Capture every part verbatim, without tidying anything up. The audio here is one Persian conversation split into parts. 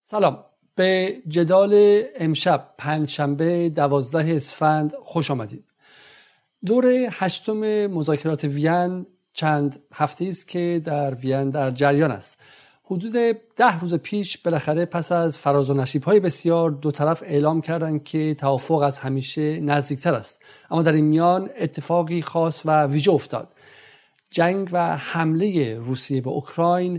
سلام، به جدال امشب پنجشنبه دوازده اسفند خوش آمدید. دور هشتم مذاکرات وین چند هفته است که در وین در جریان است. حدود ده روز پیش بالاخره پس از فراز و نشیب‌های بسیار دو طرف اعلام کردند که توافق از همیشه نزدیکتر است، اما در این میان اتفاقی خاص و ویژه افتاد. جنگ و حمله روسیه به اوکراین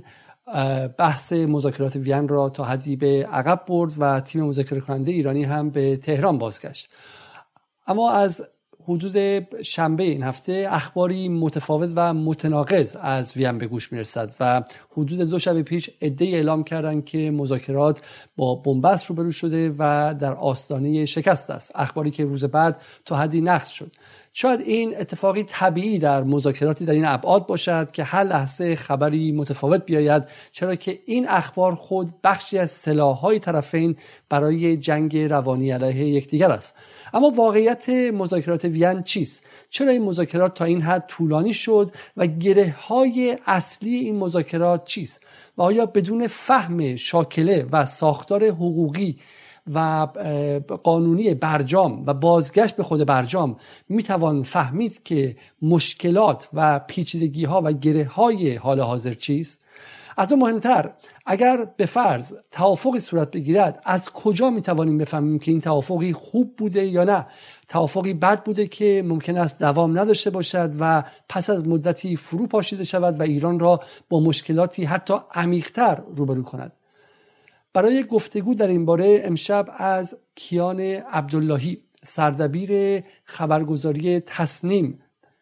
بحث مذاکرات وین را تا حدی به عقب برد و تیم مذاکره کننده ایرانی هم به تهران بازگشت. اما از حدود شنبه این هفته اخباری متفاوت و متناقض از وین به گوش میرسد و حدود دو شب پیش عده‌ای اعلام کردند که مذاکرات با بنبست روبرو شده و در آستانه شکست است، اخباری که روز بعد تا حدی نقض شد. شاید این اتفاقی طبیعی در مذاکراتی در این ابعاد باشد که هر لحظه خبری متفاوت بیاید، چرا که این اخبار خود بخشی از سلاح‌های طرفین برای جنگ روانی علیه یکدیگر است. اما واقعیت مذاکرات وین چیست؟ چرا این مذاکرات تا این حد طولانی شد و گره‌های اصلی این مذاکرات چیست؟ و آیا بدون فهم شاکله و ساختار حقوقی و قانونی برجام و بازگشت به خود برجام میتوان فهمید که مشکلات و پیچیدگی ها و گره های حال حاضر چیست؟ از اون مهمتر، اگر به فرض توافقی صورت بگیرد، از کجا میتوانیم بفهمیم که این توافقی خوب بوده یا نه؟ توافقی بد بوده که ممکن است دوام نداشته باشد و پس از مدتی فرو پاشیده شود و ایران را با مشکلاتی حتی عمیق‌تر روبرو کند. برای گفتگو در این باره امشب از کیان عبداللهی، سردبیر خبرگزاری تصنیم،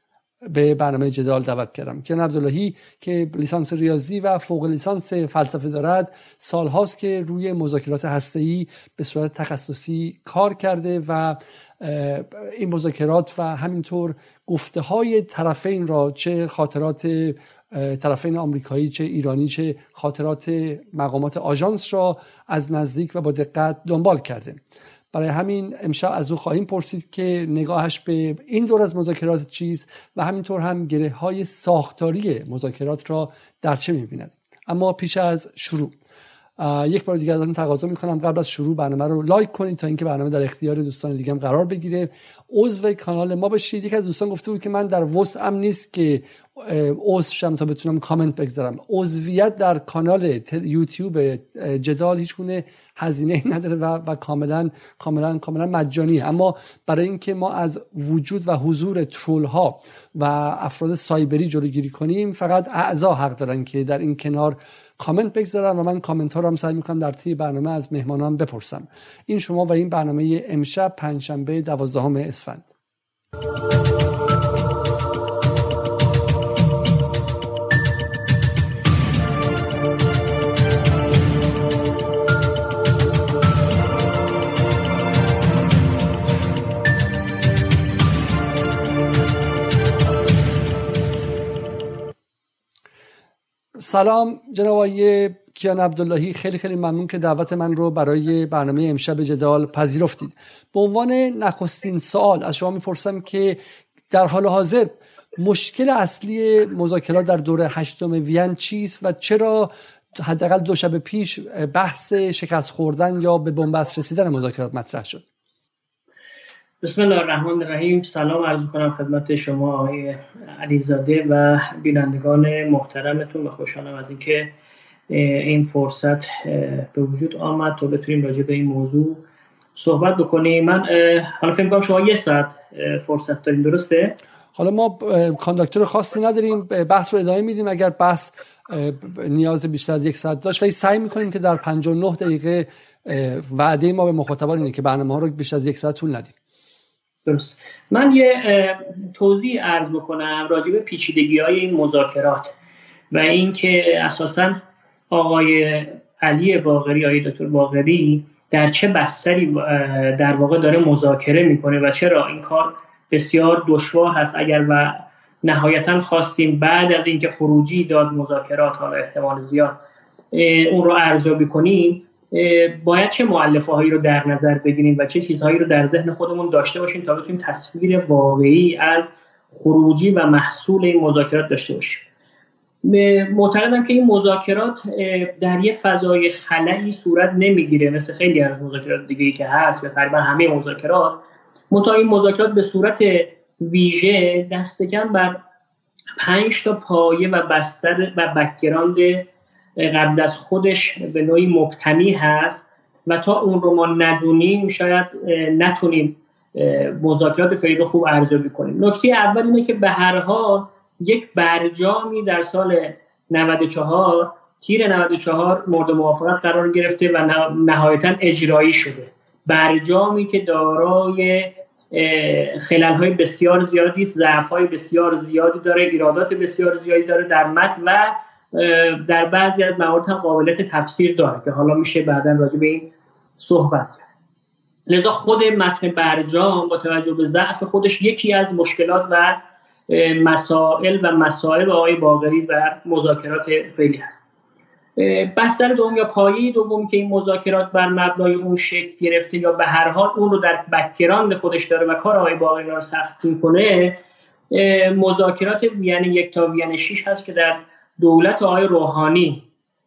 به برنامه جدال دعوت کردم. کیان عبداللهی که لیسانس ریاضی و فوق لیسانس فلسفه دارد، سالهاست که روی مذاکرات هسته‌ای به صورت تخصصی کار کرده و این مذاکرات و همینطور گفته‌های طرفین را، چه خاطرات طرفین آمریکایی چه ایرانی چه خاطرات مقامات آژانس را از نزدیک و با دقت دنبال کرده. برای همین امشب از او خواهیم پرسید که نگاهش به این دور از مذاکرات چیست و همینطور هم گره‌های ساختاری مذاکرات را در چه می‌بیند. اما پیش از شروع یک بار دیگه ازتون تقاضا میکنم قبل از شروع برنامه رو لایک کنید تا اینکه برنامه در اختیار دوستان دیگه هم قرار بگیره. عضو کانال ما بشید. یک از دوستان گفته بود که من در وسعم نیست که عضو شم تا بتونم کامنت بگذارم. عضویت در کانال یوتیوب جدال هیچ گونه هزینه‌ای نداره و, و کاملا کاملا کاملا مجانیه. اما برای اینکه ما از وجود و حضور ترول ها و افراد سایبری جلوگیری کنیم، فقط اعضا حق دارن که در این کنار کامنت بگذارم و من کامنت ها رو هم سعی میکنم در طی برنامه از مهمانان بپرسم. این شما و این برنامه امشب پنجشنبه دوازدهم اسفند. سلام جناب آقای کیان عبداللهی، خیلی خیلی ممنون که دعوت من رو برای برنامه امشب جدال پذیرفتید. به عنوان نخستین سوال از شما میپرسم که در حال حاضر مشکل اصلی مذاکرات در دوره هشتم وین چیست و چرا حداقل دو شب پیش بحث شکست خوردن یا به بنبست رسیدن مذاکرات مطرح شد؟ بسم الله الرحمن الرحیم. سلام عرض می‌کنم خدمت شما آقای علیزاده و بینندگان محترمتون و خوشحالم از اینکه این فرصت به وجود آمد تا بتونیم راجع به این موضوع صحبت بکنیم. من حالا فکر می‌کنم شما یک ساعت فرصت دارین، درسته؟ حالا ما کانداکتور خاصی نداریم، بحث رو ادامه میدیم. اگر بحث نیاز بیشتر از یک ساعت داشت، ولی سعی می‌کنیم که در پنجاه و نه دقیقه وعده ما به مخاطبان اینه که برنامه‌ها رو بیشتر از یک ساعت طول ندیم. درست. من یه توضیح عرض بکنم راجع به پیچیدگی‌های این مذاکرات و اینکه اساساً آقای علی باقری، آقای دکتر باقری در چه بستری در واقع داره مذاکره میکنه و چرا این کار بسیار دشوار هست اگر و نهایتاً خواستیم بعد از اینکه خروجی داد مذاکرات، حالا احتمال زیاد اون رو ارزیابی کنیم، باید چه مؤلفه هایی رو در نظر بگیریم و چه چیزهایی رو در ذهن خودمون داشته باشیم تا بتونیم تصویر واقعی از خروجی و محصول این مذاکرات داشته باشیم. معتقدم که این مذاکرات در یه فضای خلایی صورت نمیگیره مثل خیلی از مذاکرات دیگه‌ای که هست، تقریبا همه مذاکرات. منتها این مذاکرات به صورت ویژه دست کم بر پنج تا پایه و بستر و بک‌گراند قبل از خودش به نوعی مبتنی هست و تا اون رو ما ندونیم شاید نتونیم مذاکرات فعلی خوب ارزیابی کنیم. نکته اول اینه که به هر حال یک برجامی در سال نود و چهار تیر نود و چهار مورد موافقت قرار گرفته و نهایتاً اجرایی شده. برجامی که دارای خلل‌های بسیار زیادی است، ضعف‌های بسیار زیادی داره، ایرادات بسیار زیادی داره در متن و در بعضی از موارد هم قابلیت تفسیر داره که حالا میشه بعداً راجع به این صحبت کرد. لذا خود متن برجام با توجه به ضعف خودش یکی از مشکلات و مسائل و مصائب آقای باقری و مذاکرات فعلی هست. بستر دوم یا پایه دوم که این مذاکرات بر مبنای اون شکل گرفته یا به هر حال اون رو در بک‌گراند خودش داره و کار آقای باقری رو سخت می‌کنه، مذاکرات وین یک تا وین شش هست که در دولت آقای روحانی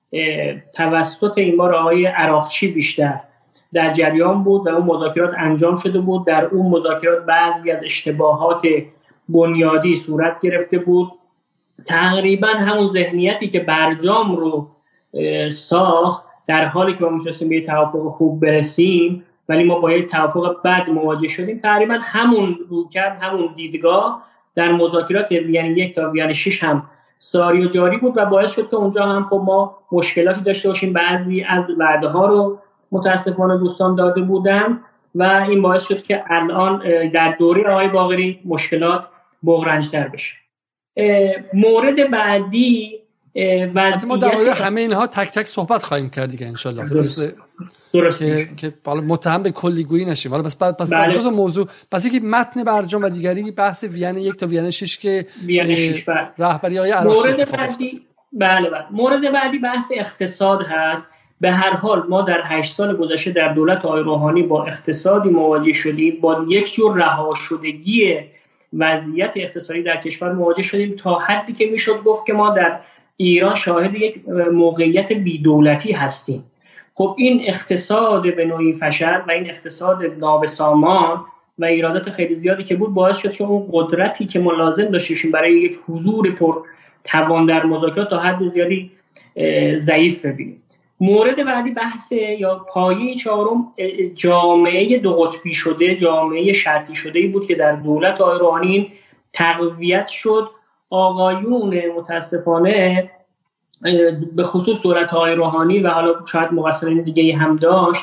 توسط این بار آقای عراقچی بیشتر در جریان بود و اون مذاکرات انجام شده بود. در اون مذاکرات بعضی از اشتباهات بنیادی صورت گرفته بود. تقریبا همون ذهنیتی که برجام رو ساخت، در حالی که ما می‌خواستیم به توافق خوب برسیم ولی ما با یک توافق بد مواجه شدیم، تقریبا همون رویکرد، همون دیدگاه در مذاکرات وین یک تا وین شش هم ساری و جاری بود و باعث شد که اونجا هم خب ما مشکلاتی داشته باشیم. بعضی از وعده ها رو متاسفانه دوستان داده بودن و این باعث شد که الان در دوره آقای باقری مشکلات بغرنج‌تر بشه. مورد بعدی وضعیت ما در مورد همه اینها تک تک صحبت خواهیم کرد دیگه ان شاء الله. درسته درسته که که بالا متهم به کلیگویی نشیم. حالا بس پس بله. دو تا موضوع، پس یکی متن برجام و دیگری بحث وین یک تا وین شش که وین شش رهبری‌های عراقی مورد بعدی بله بله مورد بعدی بحث اقتصاد هست. به هر حال ما در هشت سال گذشته در دولت آقای روحانی با اقتصادی مواجه شدیم، با یک جور رها شدگی وضعیت اقتصادی در کشور مواجه شدیم تا حدی که میشد گفت که ما در ایران شاهد یک موقعیت بی‌دولتی هستیم. خب این اقتصاد به نوعی فشل و این اقتصاد نابسامان و ایرادات خیلی زیادی که بود باعث شد که اون قدرتی که ما لازم داشتیم برای یک حضور پر توان در مذاکرات تا حد زیادی ضعیف ببینیم. مورد بعدی بحث یا پایه چهارم جامعه دو قطبی شده، جامعه شرطی شده‌ای بود که در دولت آقای روحانی تقویت شد. آقایون متاسفانه به خصوص دولت آقای روحانی و حالا شاید مقصرین دیگه هم داشت،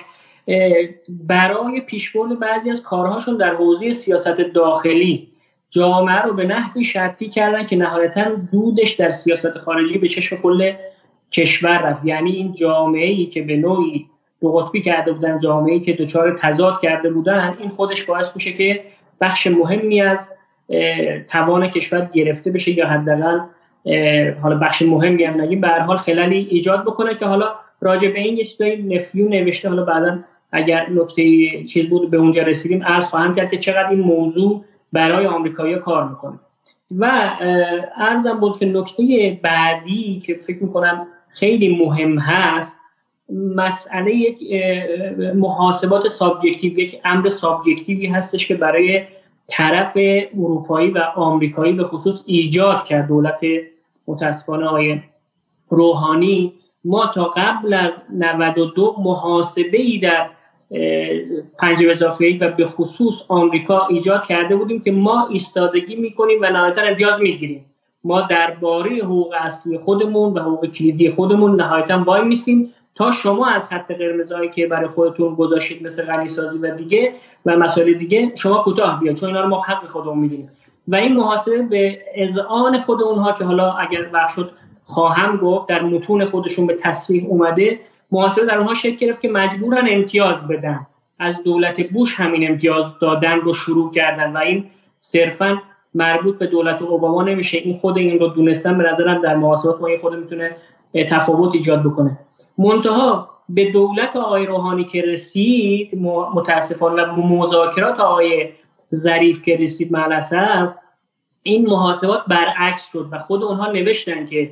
برای پیشبرد بعضی از کارهاشون در حوزه سیاست داخلی جامعه رو به نحوی شرطی کردن که نهایتاً دودش در سیاست خارجی به چشم کل کشور رفت. یعنی این جامعه‌ای که به نوعی دو قطبی کرده بودن، جامعه‌ای که دچار تضاد کرده بودن، این خودش باعث میشه که بخش مهمی از توان کشور گرفته بشه یا حداقل حالا بخش مهمی هم نگیم به هر حال خللی ایجاد بکنه که حالا راجع به این یه چیزای نفیو نوشته، حالا بعداً اگر نکته چیز بود به اونجا رسیدیم عرض خواهم کرد که چقدر این موضوع برای آمریکایی‌ها کار میکنه. و عرضم بود که نکته بعدی که فکر میکنم خیلی مهم هست، مسئله یک محاسبات سابجکتیو، یک امر سابجکتیوی هستش که برای طرف اروپایی و آمریکایی به خصوص ایجاد کرد دولت متاسفانه آقای روحانی. ما تا قبل از نود و دو محاسبه‌ای در پنجاه اضافه یک و به خصوص آمریکا ایجاد کرده بودیم که ما ایستادگی میکنیم و نهایتاً امتیاز میگیریم. ما درباره حقوق اصلی خودمون و حقوق کلیدی خودمون نهایتاً وای میسیم تا شما از خط قرمزایی که برای خودتون گذاشتید مثل غنیسازی و دیگه و مسائل دیگه شما کوتاه بیاید، چون اینا رو ما حق خودمون میدونیم. و این محاسبه به اذعان خود اونها که حالا اگر وقت شد خواهم گفت در متون خودشون به تصریح اومده، محاسبه در اونها شکل گرفت که مجبورن امتیاز بدن. از دولت بوش همین امتیاز دادن رو شروع کردن و این صرفاً مربوط به دولت اوباما نمیشه. این خود این رو دونستن به نظرم در محاسبات ما خود میتونه تفاوت ایجاد بکنه. منتها به دولت آقای روحانی که رسید متاسفانه و مذاکرات آقای ظریف که رسید مع الاسف این محاسبات برعکس شد و خود اونها نوشتن که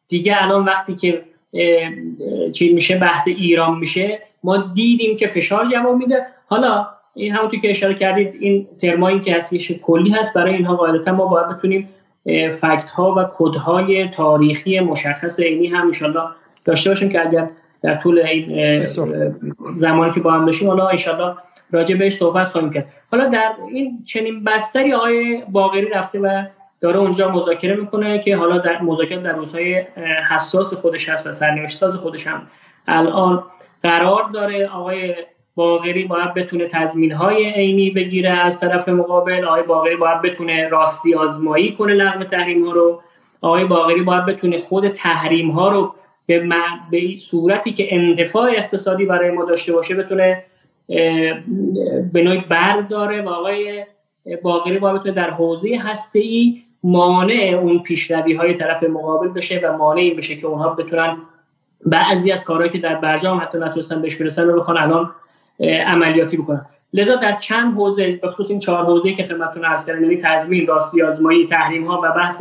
دیگه الان وقتی که چی میشه بحث ایران میشه ما دیدیم که فشار جواب میده. حالا این همونطور که اشاره کردید این ترمایی که هستش کلی هست، برای اینها قاعدتا ما باید بتونیم فکت ها و کد های تاریخی مشخص عینی هم ان شاءالله داشته باشیم که اگر در طول این زمانی که با هم باشیم حالا ان شاءالله راجع بهش صحبت خواهیم کرد. حالا در این چنین بستری آقای باقری رفته و داره اونجا مذاکره میکنه که حالا در مذاکره در روزهای حساس خودش هست و سرنوشت ساز خودش هم الان قرار داره. آقای باقری باید بتونه تضمین‌های عینی بگیره از طرف مقابل، آقای باقری باید بتونه راستی آزمایی کنه لغو تحریم‌ها رو، آقای باقری باید بتونه خود تحریم‌ها رو به, م... به صورتی که اندفاع اقتصادی برای ما داشته باشه بتونه به نوعی برداره و آقای باقری باید بتونه در حوزه هسته‌ای مانع اون پیشروی‌های طرف مقابل بشه و مانع این بشه که اونها بتونن بعضی از کارهایی که در برجام حتی نتونستن بهش برسن رو بخوان الان عملیاتی بکنن. لذا در چند حوزه به خصوص این چهار حوزه‌ای که خدمتتون عرض کردم، یعنی تضمین، راستی آزمایی، تحریم‌ها و بحث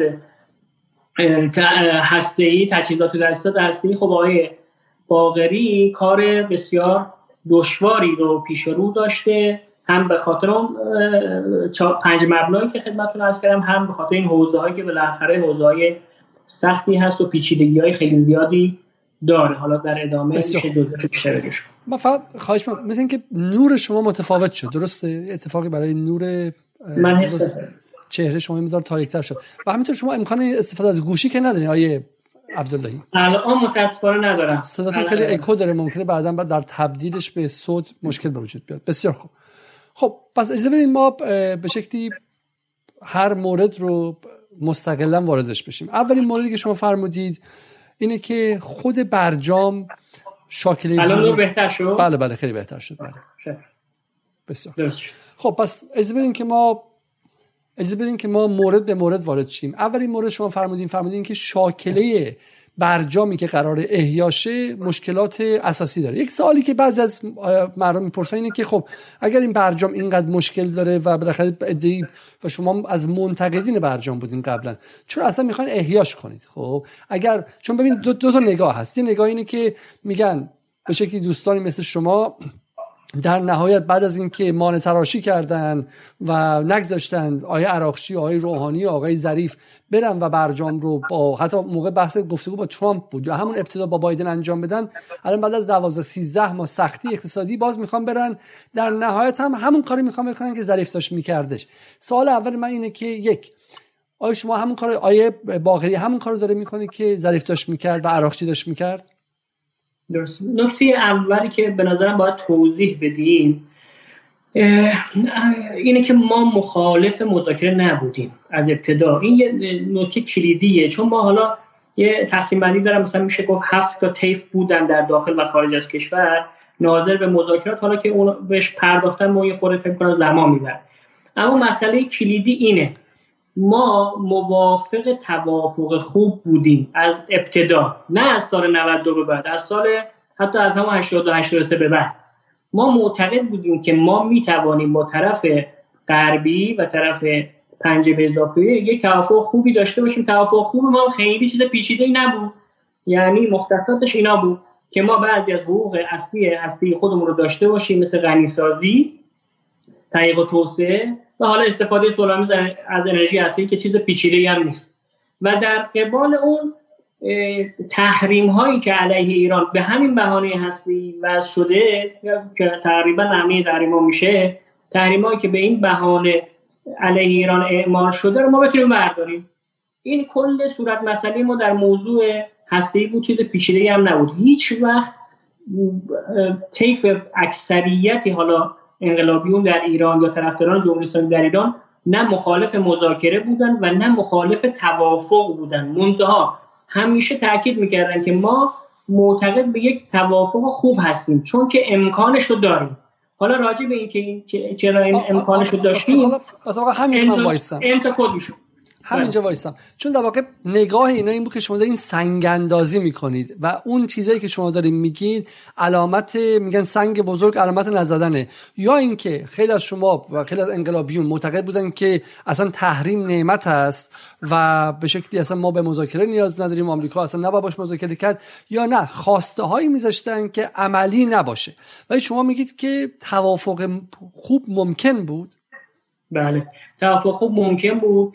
هسته‌ای، تجهیزات و تاسیسات هسته‌ای، خب آقای باقری کار بسیار دشواری رو پیش رو داشته، هم به خاطر اون پنج مبنایی که خدمتتون عرض کردم، هم به خاطر این حوزه‌هایی که بالاخره حوزه‌های سختی هست و پیچیدگی‌های خیلی زیادی داره. حالا در ادامه میشه دو تا بیشتر بگم. من فقط خواهش می‌کنم مثل اینکه نور شما متفاوت شد، درسته؟ اتفاقی برای نور من حس چهره شما میذار تاریک‌تر شد و همینطور شما امکان استفاده از گوشی که ندارین آیه عبداللهی؟ الان متأسفانه ندارم. صداتون خیلی اکو داره، ممکنه بعداً بعد در تبدیلش به صوت مشکل به وجود بیاد. بسیار خوب. خب پس اجازه بدید ما به شکلی هر مورد رو مستقلاً واردش بشیم. اولین موردی که شما فرمودید اینه که خود برجام شاکله الان نور بهتر شد؟ بله بله خیلی بهتر شد. بله. شد. بسیار. درست. خب پس اجازه بدین که ما اجازه بدین که ما مورد به مورد وارد شیم. اولین مورد شما فرمودین فرمودین که شاکله برجامی که قرار احیا شه مشکلات اساسی داره. یک سوالی که بعضی از مردم میپرسن اینه که خب اگر این برجام اینقدر مشکل داره و بالاخره ادعی و شما از منتقدین برجام بودین قبلا، چرا اصلا میخواین احیاش کنید؟ خب اگر چون ببین دو, دو تا نگاه هست. یه نگاه اینه که میگن به شکلی دوستانی مثل شما در نهایت بعد از اینکه مانع تراشی کردن و نگذاشتن آقای عراقچی، آقای روحانی، آقای ظریف برن و برجام رو با حتی موقع بحث گفتگو با ترامپ بود یا همون ابتدا با بایدن انجام بدن، الان بعد از دوازده سیزده ماه سختی اقتصادی باز میخوان برن، در نهایت هم همون کاری میخوان بکنن که ظریف داشت میکردش. سوال اول من اینه که یک، آیا شما همون کار، آیه باقری همون کارو داره میکنه که ظریف داشت میکرد و عراقچی داشت میکرد؟ درست. نکته اولی که به نظرم باید توضیح بدیم اینه که ما مخالف مذاکره نبودیم از ابتدا. این یه نکته کلیدیه، چون ما حالا یه تقسیم بندی دارم، مثلا میشه گفت هفت تا طیف بودن در داخل و خارج از کشور ناظر به مذاکرات، حالا که اون بهش پرداختن ما یه خورده فکر کنم زمان میبره. اما مسئله کلیدی اینه ما موافق توافق خوب بودیم از ابتدا، نه از سال نود و دو به بعد، از سال حتی از همون هشتاد و هشتاد و سه به بعد. ما معتقد بودیم که ما میتوانیم با طرف غربی و طرف پنجه به اضافه یک توافق خوبی داشته باشیم. توافق خوب ما خیلی چیز پیچیده‌ای نبود، یعنی مختصاتش اینا بود که ما بعضی از حقوق اصلی هستی خودمون رو داشته باشیم، مثل غنیسازی، تحقیق و توسعه و حالا استفاده سالانه از انرژی هستی که چیز پیچیده‌ای هم نیست. و در قبال اون تحریم هایی که علیه ایران به همین بهانه هستی وضع شده که تقریبا همه تحریم ها میشه، تحریم هایی که به این بهانه علیه ایران اعمال شده رو ما بتونیم برداریم. این کل صورت مسئله ما در موضوع هستی بود، چیز پیچیده‌ای هم نبود. هیچ وقت طیف اکثریتی حالا انقلابیون در ایران یا طرفداران جمهوری اسلامی در ایران نه مخالف مذاکره بودن و نه مخالف توافق بودن، منتها همیشه تاکید میکردن که ما معتقد به یک توافق خوب هستیم چون که امکانش رو داریم. حالا راجع به این که چرا این امکانش رو داشتیم مثلا همین من وایسم انتقاد میشه. همینجا وایسم، چون در واقع نگاه اینا این بود که شما دارین سنگ اندازی میکنید و اون چیزایی که شما دارین میگید علامت، میگن سنگ بزرگ علامت نزدنه، یا اینکه خیلی از شما و خیلی از انقلابیون معتقد بودن که اصلا تحریم نعمت است و به شکلی اصلا ما به مذاکره نیاز نداریم، آمریکا اصلا نباید باش مذاکره کرد، یا نه خواسته هایی میذاشتن که عملی نباشه. ولی شما میگید که توافق خوب ممکن بود. بله، توافق خوب ممکن بود.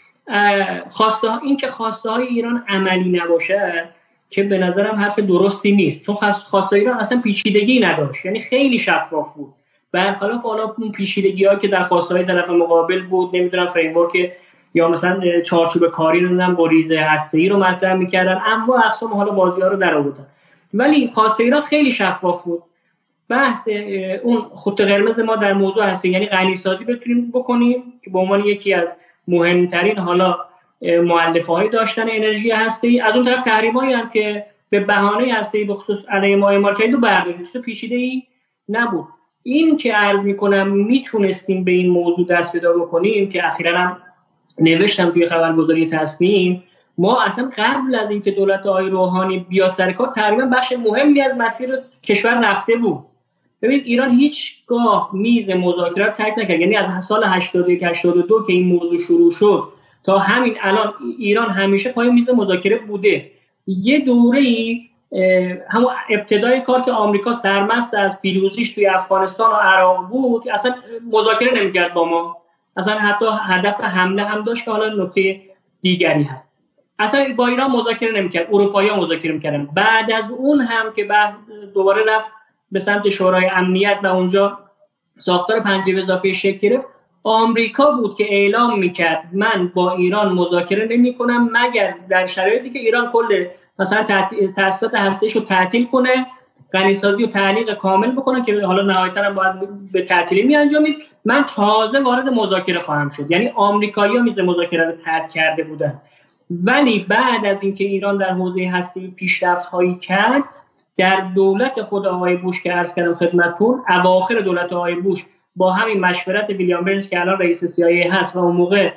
خواسته ها، این که خواسته های ایران عملی نباشه که به نظرم حرف درستی نیست، چون خواسته ایران اصلا پیچیدگی نداشت، یعنی خیلی شفاف بود، برخلاف حالا اون پیچیدگی ها که در خواسته های طرف مقابل بود، نمیدونم فریم ورک یا مثلا چارچوب کاری رو نمیدونم گریزه هسته‌ای رو مطرح میکردن، اما اقسام حالا بازی ها رو در آوردن، ولی خواسته ایران خیلی شفاف بود. بحث اون خط قرمز ما در موضوع هسته، یعنی غنی‌سازی بتونیم بکنیم که به عنوان یکی از مهمترین حالا مؤلفه‌های داشتن انرژی هسته‌ای، از اون طرف تحریمایی هم که به بهانه هسته‌ای به خصوص علیه ما اعمال کردن، برداریم، چیز پیچیده‌ای نبود. این که عرض می‌کنم میتونستیم به این موضوع دست پیدا بکنیم که اخیراً هم نوشتم توی خبرگزاری تصنیم، ما اصلا قبل از اینکه دولت آقای روحانی بیاد سر کار تقریبا بخش مهمی از مسیر کشور رفته بود. ببین ایران هیچگاه میز مذاکرات ترک نکرد، یعنی از سال هشتاد و یک هشتاد و دو که این موضوع شروع شد تا همین الان ایران همیشه پای میز مذاکره بوده. یه دوره‌ای همون ابتدای کار که آمریکا سرمست از پیروزیش توی افغانستان و عراق بود، اصلا مذاکره نمی‌کرد با ما، اصلا حتی هدف حمله هم داشت که حالا نکته دیگری هست، اصلا با ایران مذاکره نمی‌کرد، اروپایی‌ها مذاکره می‌کردن. بعد از اون هم که بعد دوباره رفت به سمت شورای امنیت و اونجا ساختار پنجه اضافه شکل گرفت، آمریکا بود که اعلام میکرد من با ایران مذاکره نمی‌کنم مگر در شرایطی که ایران کل مثلا تأسیسات هسته‌ایش رو تعطیل کنه، غنی‌سازی و تعلیق کامل بکنه که حالا نهایتاً هم باید به تعطیلی می‌انجامید، من تازه وارد مذاکره خواهم شد. یعنی آمریکایی‌ها میز مذاکره رو ترک کرده بودن. ولی بعد از اینکه ایران در حوزه هسته‌ای پیشرفت‌هایی کرد، در دولت خود آقای بوش که عرض کردم خدمتتون، اواخر دولت آقای بوش با همین مشورت ویلیام برنز که الان رئیس سی آی ای هست و اون موقع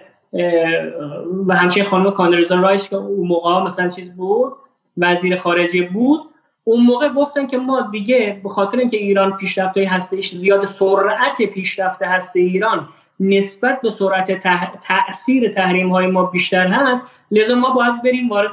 و همچنین خانم کاندریزا رایس که اون موقع مثلا چیز بود، وزیر خارجه بود، اون موقع گفتن که ما دیگه به خاطر اینکه ایران پیشرفت‌های هسته‌ایش زیاد، سرعت پیشرفت هسته ایران نسبت به سرعت تح... تأثیر تحریم‌های ما بیشتر هست، لذا ما باید بریم وارد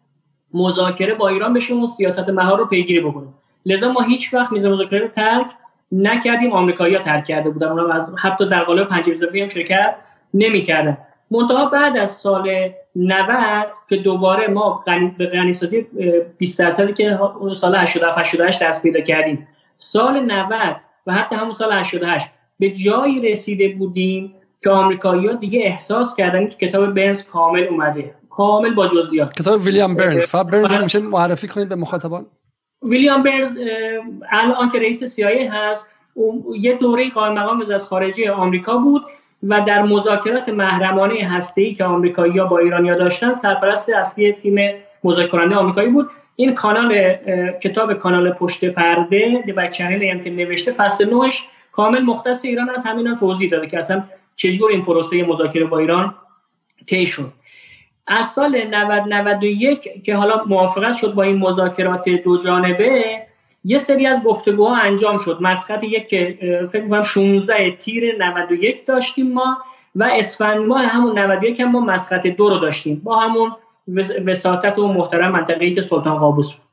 مذاکره با ایران بشیم و سیاست مهار رو پیگیری بکنیم. لذا ما هیچ وقت میز مذاکره رو ترک نکردیم، آمریکایی‌ها ترک کرده بودن، اونها حتی در قالب پنج اضافی هم شرکت نمی‌کردن. منتها بعد از سال نود که دوباره ما به غنی‌سازی بیست درصدی که سال هشتاد و هفت هشتاد و هشت دست پیدا کردیم، سال نود و حتی همون سال هشتاد و هشت به جایی رسیده بودیم که آمریکایی‌ها دیگه احساس کردن که کتاب برنز کامل اومده، کامل با جزئیات. کتاب ویلیام برنز. فقط برنز رو میشه معرفی کنید به مخاطبان؟ ویلیام برنز الان که رئیس سی آی ای هست، یه دوره قائم مقام وزارت خارجه آمریکا بود و در مذاکرات محرمانه هسته‌ای که آمریکایی‌ها با ایرانیا داشتن سرپرست اصلی تیم مذاکره کننده آمریکایی بود. این کانال کتاب کانال پشت پرده و چنلی هم که نوشته فصل نهش کامل مختص ایران از همینا توضیح داده که اصلا چجور این پروسه مذاکره با ایران طی شد. از سال نود نود و یک که حالا موافقت شد با این مذاکرات دو جانبه، یه سری از گفتگوها انجام شد. مسقط یک که فکر می‌کنم شانزده تیر نود و یک داشتیم ما و اسفند ماه همون نود و یک هم ما مسقط دو رو داشتیم با همون وساطت و محترم منطقه‌ای که سلطان قابوس بود.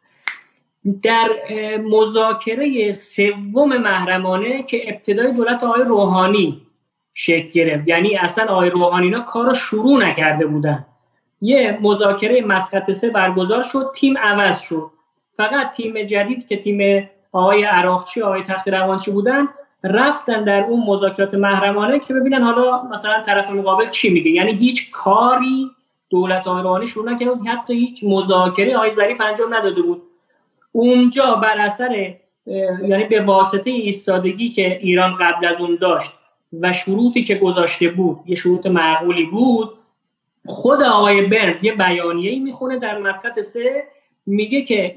در مذاکره سوم محرمانه که ابتدای دولت آقای روحانی شکل گرفت، یعنی اصلا آقای روحانی اینا کارو شروع نکرده بودن، یه مذاکره مسقط سه برگزار شد، تیم عوض شد، فقط تیم جدید که تیم آقای عراقچی آقای تخت روانچی بودن رفتن در اون مذاکرات محرمانه که ببینن حالا مثلا طرف مقابل چی میگه. یعنی هیچ کاری دولت آقای روحانی شروع نکرده بود، حتی هیچ مذاکره آقای ظریف انجام نداده بود. اونجا بر اثر یعنی به واسطه ایستادگی که ایران قبل از اون داشت و شروطی که گذاشته بود، یه شروط معقولی بود، خود آقای برنز یه بیانیه‌ای میخونه در مسقط سه، میگه که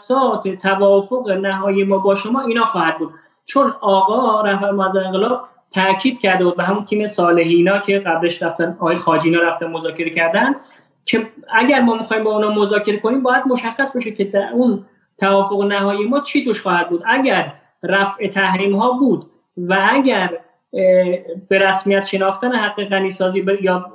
مختصات توافق نهایی ما با شما اینا خواهد بود، چون آقا رهبر معظم انقلاب تاکید کرده بود به همون تیم صالحینا که قبلش رفتن، آقای خاجینا رفتن مذاکره کردن، که اگر ما میخوایم با اونا مذاکره کنیم باید مشخص بشه که در اون توافق نهایی ما چی توش خواهد بود. اگر رفع تحریم ها بود و اگر به رسمیت شناختن حق غنیسازی یا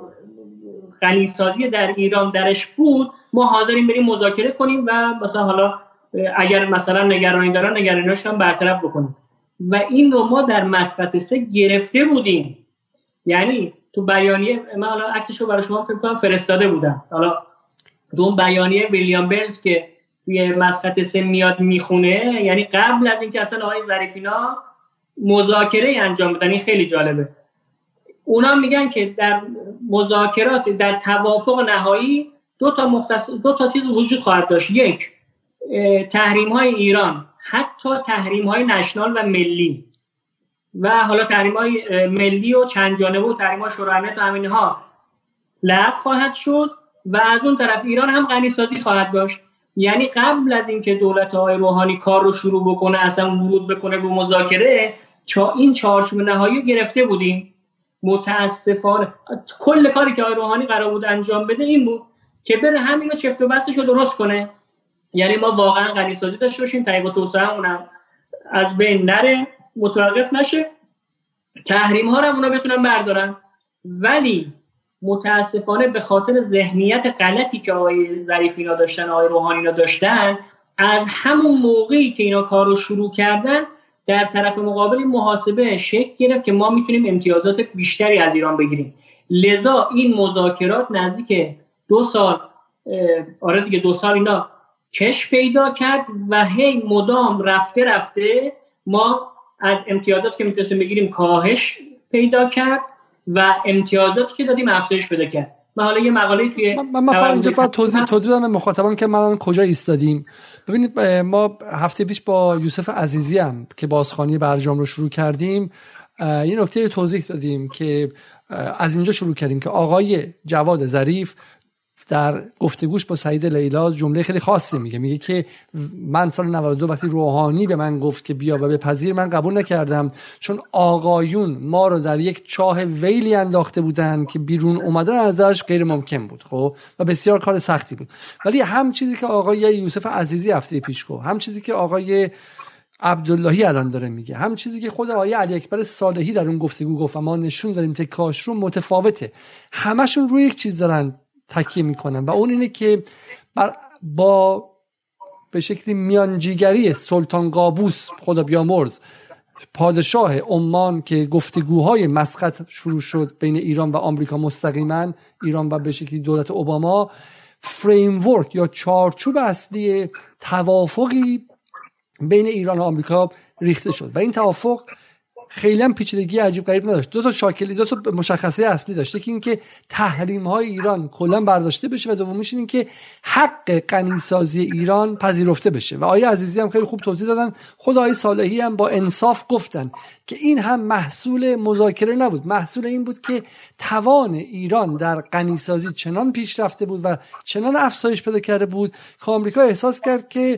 غنیسازی در ایران درش بود، ما حاضریم بریم مذاکره کنیم و مثلا حالا اگر مثلا نگرانی دارن نگرانیاش هم برطرف بکنیم. و این رو ما در مسقط سه گرفته بودیم. یعنی تو بیانیه، من حالا عکسشو برای شما فکر کنم فرستاده بودم، حالا تو بیانیه ویلیام برنز که توی مسقط سه میاد میخونه، یعنی قبل از اینکه اصلا آقای ظریفینا مذاکره انجام بدن، این خیلی جالبه، اونا میگن که در مذاکرات، در توافق نهایی دو تا مختص... دو تا چیز وجود خواهد داشت. یک، تحریم های ایران، حتی تحریم های نشنال و ملی، و حالا تحریم های ملی و چند جانبه و تحریم های شورای امنیت و همینها لغو خواهد شد و از اون طرف ایران هم غنیسازی خواهد داشت. یعنی قبل از اینکه دولت آقای روحانی کار رو شروع بکنه، اصلا ورود بکنه به مذاکره، چا این چارچوب نهایی گرفته بودیم. متاسفانه کل کاری که آقای روحانی قرار بود انجام بده این بود که بره همینو چفت و بستش رو درست کنه. یعنی ما واقعا غنیسازی داشته باشیم، تحقیق و توسعه اونم از بین نره، متوقف نشه، تحریم ها رو اونا بتونن بردارن. ولی متاسفانه به خاطر ذهنیت غلطی که آقای ظریفینا داشتن، آقای روحانینا داشتن، از همون موقعی که اینا کار رو شروع کردن در طرف مقابل محاسبه شکل گرفت که ما میتونیم امتیازات بیشتری از ایران بگیریم. لذا این مذاکرات نزدیک دو سال آره دیگه دو سال اینا کش پیدا کرد و هی مدام رفته رفته ما از امتیازات که میتونستیم بگیریم کاهش پیدا کرد و امتیازاتی که دادیم افزایش پیدا کرد. من حالا یه مقاله توی من من فقط اینجا باید توضیح توضیح بدم مخاطبان که ما کجا ایستادیم. ببینید ما هفته پیش با یوسف عزیزی هم که بازخوانی برجام رو شروع کردیم یه نکته رو توضیح دادیم که از اینجا شروع کردیم که آقای جواد ظریف در گفتگوش با سعید لیلا جمله خیلی خاصی میگه، میگه که من سال نود و دو وقتی روحانی به من گفت که بیا و بپذیر، من قبول نکردم چون آقایون ما رو در یک چاه ویلی انداخته بودن که بیرون اومدن ازش غیر ممکن بود، خب و بسیار کار سختی بود. ولی هم چیزی که آقای یوسف عزیزی هفته پیش گفت، هم چیزی که آقای عبداللهی الان داره میگه، هم چیزی که خود آقای علی اکبر صالحی در اون گفتگو گفت و ما نشون دادیم که کاشرو متفاوته، همشون روی یک چیز دارن تکیه میکنن و اون اینه که بر با به شکلی میانجیگری سلطان قابوس خدا بیامرز پادشاه عمان که گفتگوهای مسقط شروع شد بین ایران و آمریکا مستقیما، ایران و به شکلی دولت اوباما، فریم ورک یا چارچوب اصلی توافقی بین ایران و آمریکا ریخته شد و این توافق خیلی هم پیچیدگی عجیب غریب نداشت. دو تا شاکلی دو تا مشخصه اصلی داشت. یکی این که تحریم های ایران کلا برداشته بشه و دومیش این که حق غنیسازی ایران پذیرفته بشه. و آقای عزیزی هم خیلی خوب توضیح دادن، خود آقای صالحی هم با انصاف گفتن که این هم محصول مذاکره نبود، محصول این بود که توان ایران در غنیسازی چنان پیشرفته بود و چنان افزایش پیدا کرده بود که آمریکا احساس کرد که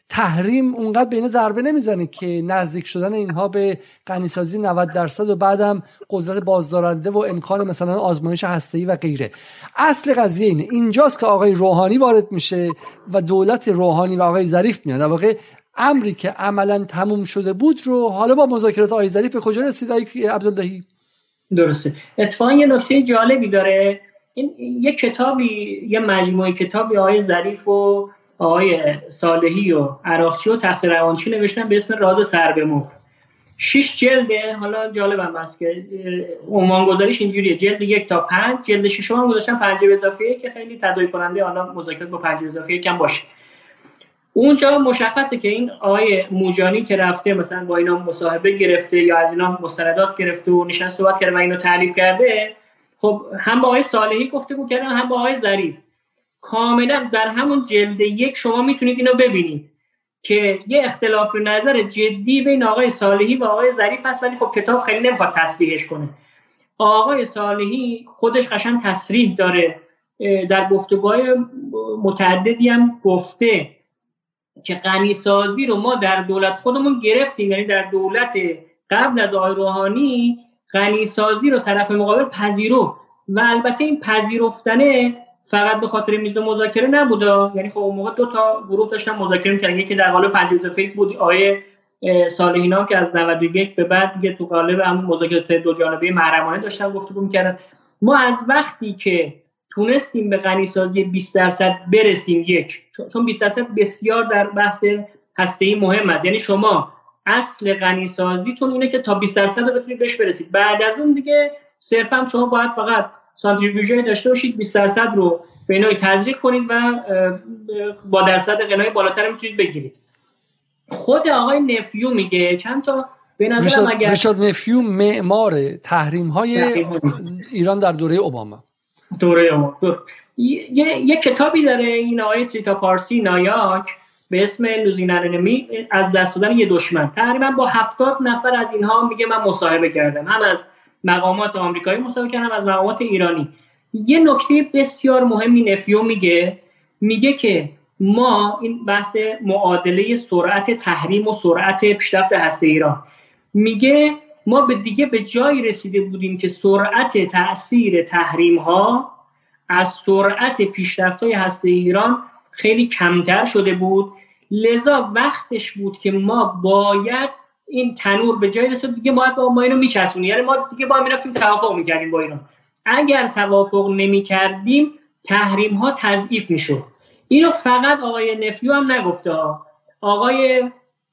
تحریم اونقدر بین ضربه نمیزنه که نزدیک شدن اینها به غنیسازی نود درصد و بعدم قدرت بازدارنده و امکان مثلا آزمایش هسته‌ای و غیره. اصل قضیه اینه، اینجاست که آقای روحانی وارد میشه و دولت روحانی و آقای ظریف میاد. در واقع امری که عملا تموم شده بود رو حالا با مذاکرات آقای ظریف به کجا رسید آقای عبداللهی؟ درسته. اتفاقا یه نکته جالبی داره، این یه کتابی، یه مجموعه کتابی آقای ظریف و آقای صالحی و عراقچی و تقصیر روانچی نوشتن به اسم راز سر به مهر. شش جلده. حالا جالبم هست که عنوان گذاریش اینجوریه: جلد یک تا پنج، جلد ششم هم گذاشتن پنج به اضافه یک که خیلی تداعی کننده حالا مذاکرات با پنج به اضافه یک هم باشه. اونجا مشخصه که این آقای موجانی که رفته مثلا با اینا مصاحبه گرفته یا از اینا مستندات گرفته و نشست صحبت کرده و اینو تعریف کرده، خب هم با آقای صالحی گفتگو کردن هم با آقای ظریف. کاملا در همون جلد یک شما میتونید اینو ببینید که یه اختلاف نظر جدی بین آقای صالحی و آقای ظریف هست، ولی خب کتاب خیلی نمیخواد تصریحش کنه. آقای صالحی خودش قشنگ تصریح داره، در گفتگوهای متعددی هم گفته که غنیسازی رو ما در دولت خودمون گرفتیم، یعنی در دولت قبل از آقای روحانی غنیسازی رو طرف مقابل پذیرفت و البته این پذیرفتنه فقط به خاطر میز مذاکره نبوده. یعنی خب اون موقع دو تا گروه داشتن مذاکره می‌کردن، یکی در قالب پنجاه فکر بود آیه صالحینا که از نود و یک به بعد دیگه تو قالب هم مذاکرات دو جانبه محرمانه داشتن گفتگو می‌کردن. ما از وقتی که تونستیم به غنیسازی بیست درصد برسیم، یک چون بیست درصد بسیار در بحث هسته‌ای مهم است، یعنی شما اصل غنیسازیتون اینه که تا بیست درصد رو بتونید بهش برسید، بعد از اون دیگه صرفا شما باید فقط سانتریفیوژی داشته باشید، بیست درصد رو به نوعی تزریق کنید و با درصد غنای بالاتر میتونید بگیرید. خود آقای نفیو میگه چند تا به نظرم اگر ریچارد نفیو معمار تحریم های ایران در دوره اوباما دوره اوباما یه یه کتابی داره این آقای تریتا پارسی نایاک به اسم لوزینگ انمی، از دست دادن یه دشمن. تقریبا با هفتاد نفر از اینها میگه من مصاحبه کردم، هم از مقامات آمریکایی مصاحبه کردم، هم از مقامات ایرانی. یه نکته بسیار مهمی نفیو میگه میگه که ما این بحث معادله سرعت تحریم و سرعت پیشرفت هسته ایران، میگه ما به دیگه به جایی رسیده بودیم که سرعت تأثیر تحریم ها از سرعت پیشرفت های هسته ایران خیلی کمتر شده بود، لذا وقتش بود که ما باید این تنور به جای رسید دیگه باید با ما اینو میچسبونیم، یعنی ما دیگه باید میرفتیم توافق میکردیم با ایران. اگر توافق نمیکردیم تحریم ها تضعیف میشد. اینو فقط آقای نفیو هم نگفته ها، آقای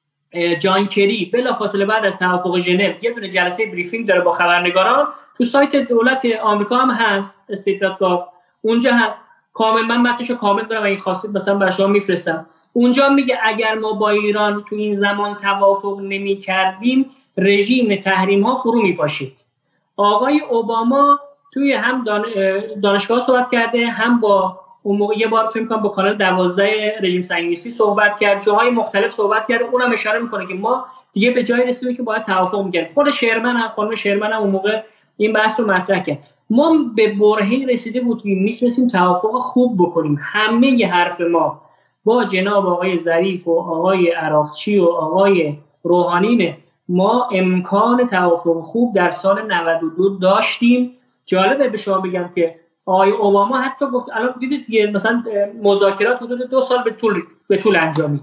جان کری بلافاصله بعد از توافق ژنو یه دونه جلسه بریفینگ داره با خبرنگاران، تو سایت دولت آمریکا هم هست، استیت دات گاو اونجا هست، کامل من متنشو کامل دارم و این خواستید مثلا برای شما میفرستم. اونجا میگه اگر ما با ایران تو این زمان توافق نمی‌کردیم رژیم تحریم ها فرو میپاشید. آقای اوباما توی هم دانشگاه صحبت کرده، هم با اون موقع یه بار فکر کنم با کانال دوازده رژیم صهیونیستی صحبت کرد، جاهای مختلف صحبت کرده، اونم اشاره میکنه که ما دیگه به جای رسیدیم که باید توافق می‌کردیم. خود شرمن هم خانم شرمن هم اون موقع این بحث رو مطرح کرد. ما به برهه‌ای رسیده بودیم میتونستیم توافق خوب بکنیم. همه ی حرف ما با جناب آقای ظریف و آقای عراقچی و آقای روحانی ما امکان توافق خوب در سال نود و دو داشتیم. جالبه به شما بگم که آقای اوباما حتی گفت الان دیدید دیگه مثلا مذاکرات حدود دو سال به طول به طول انجامید،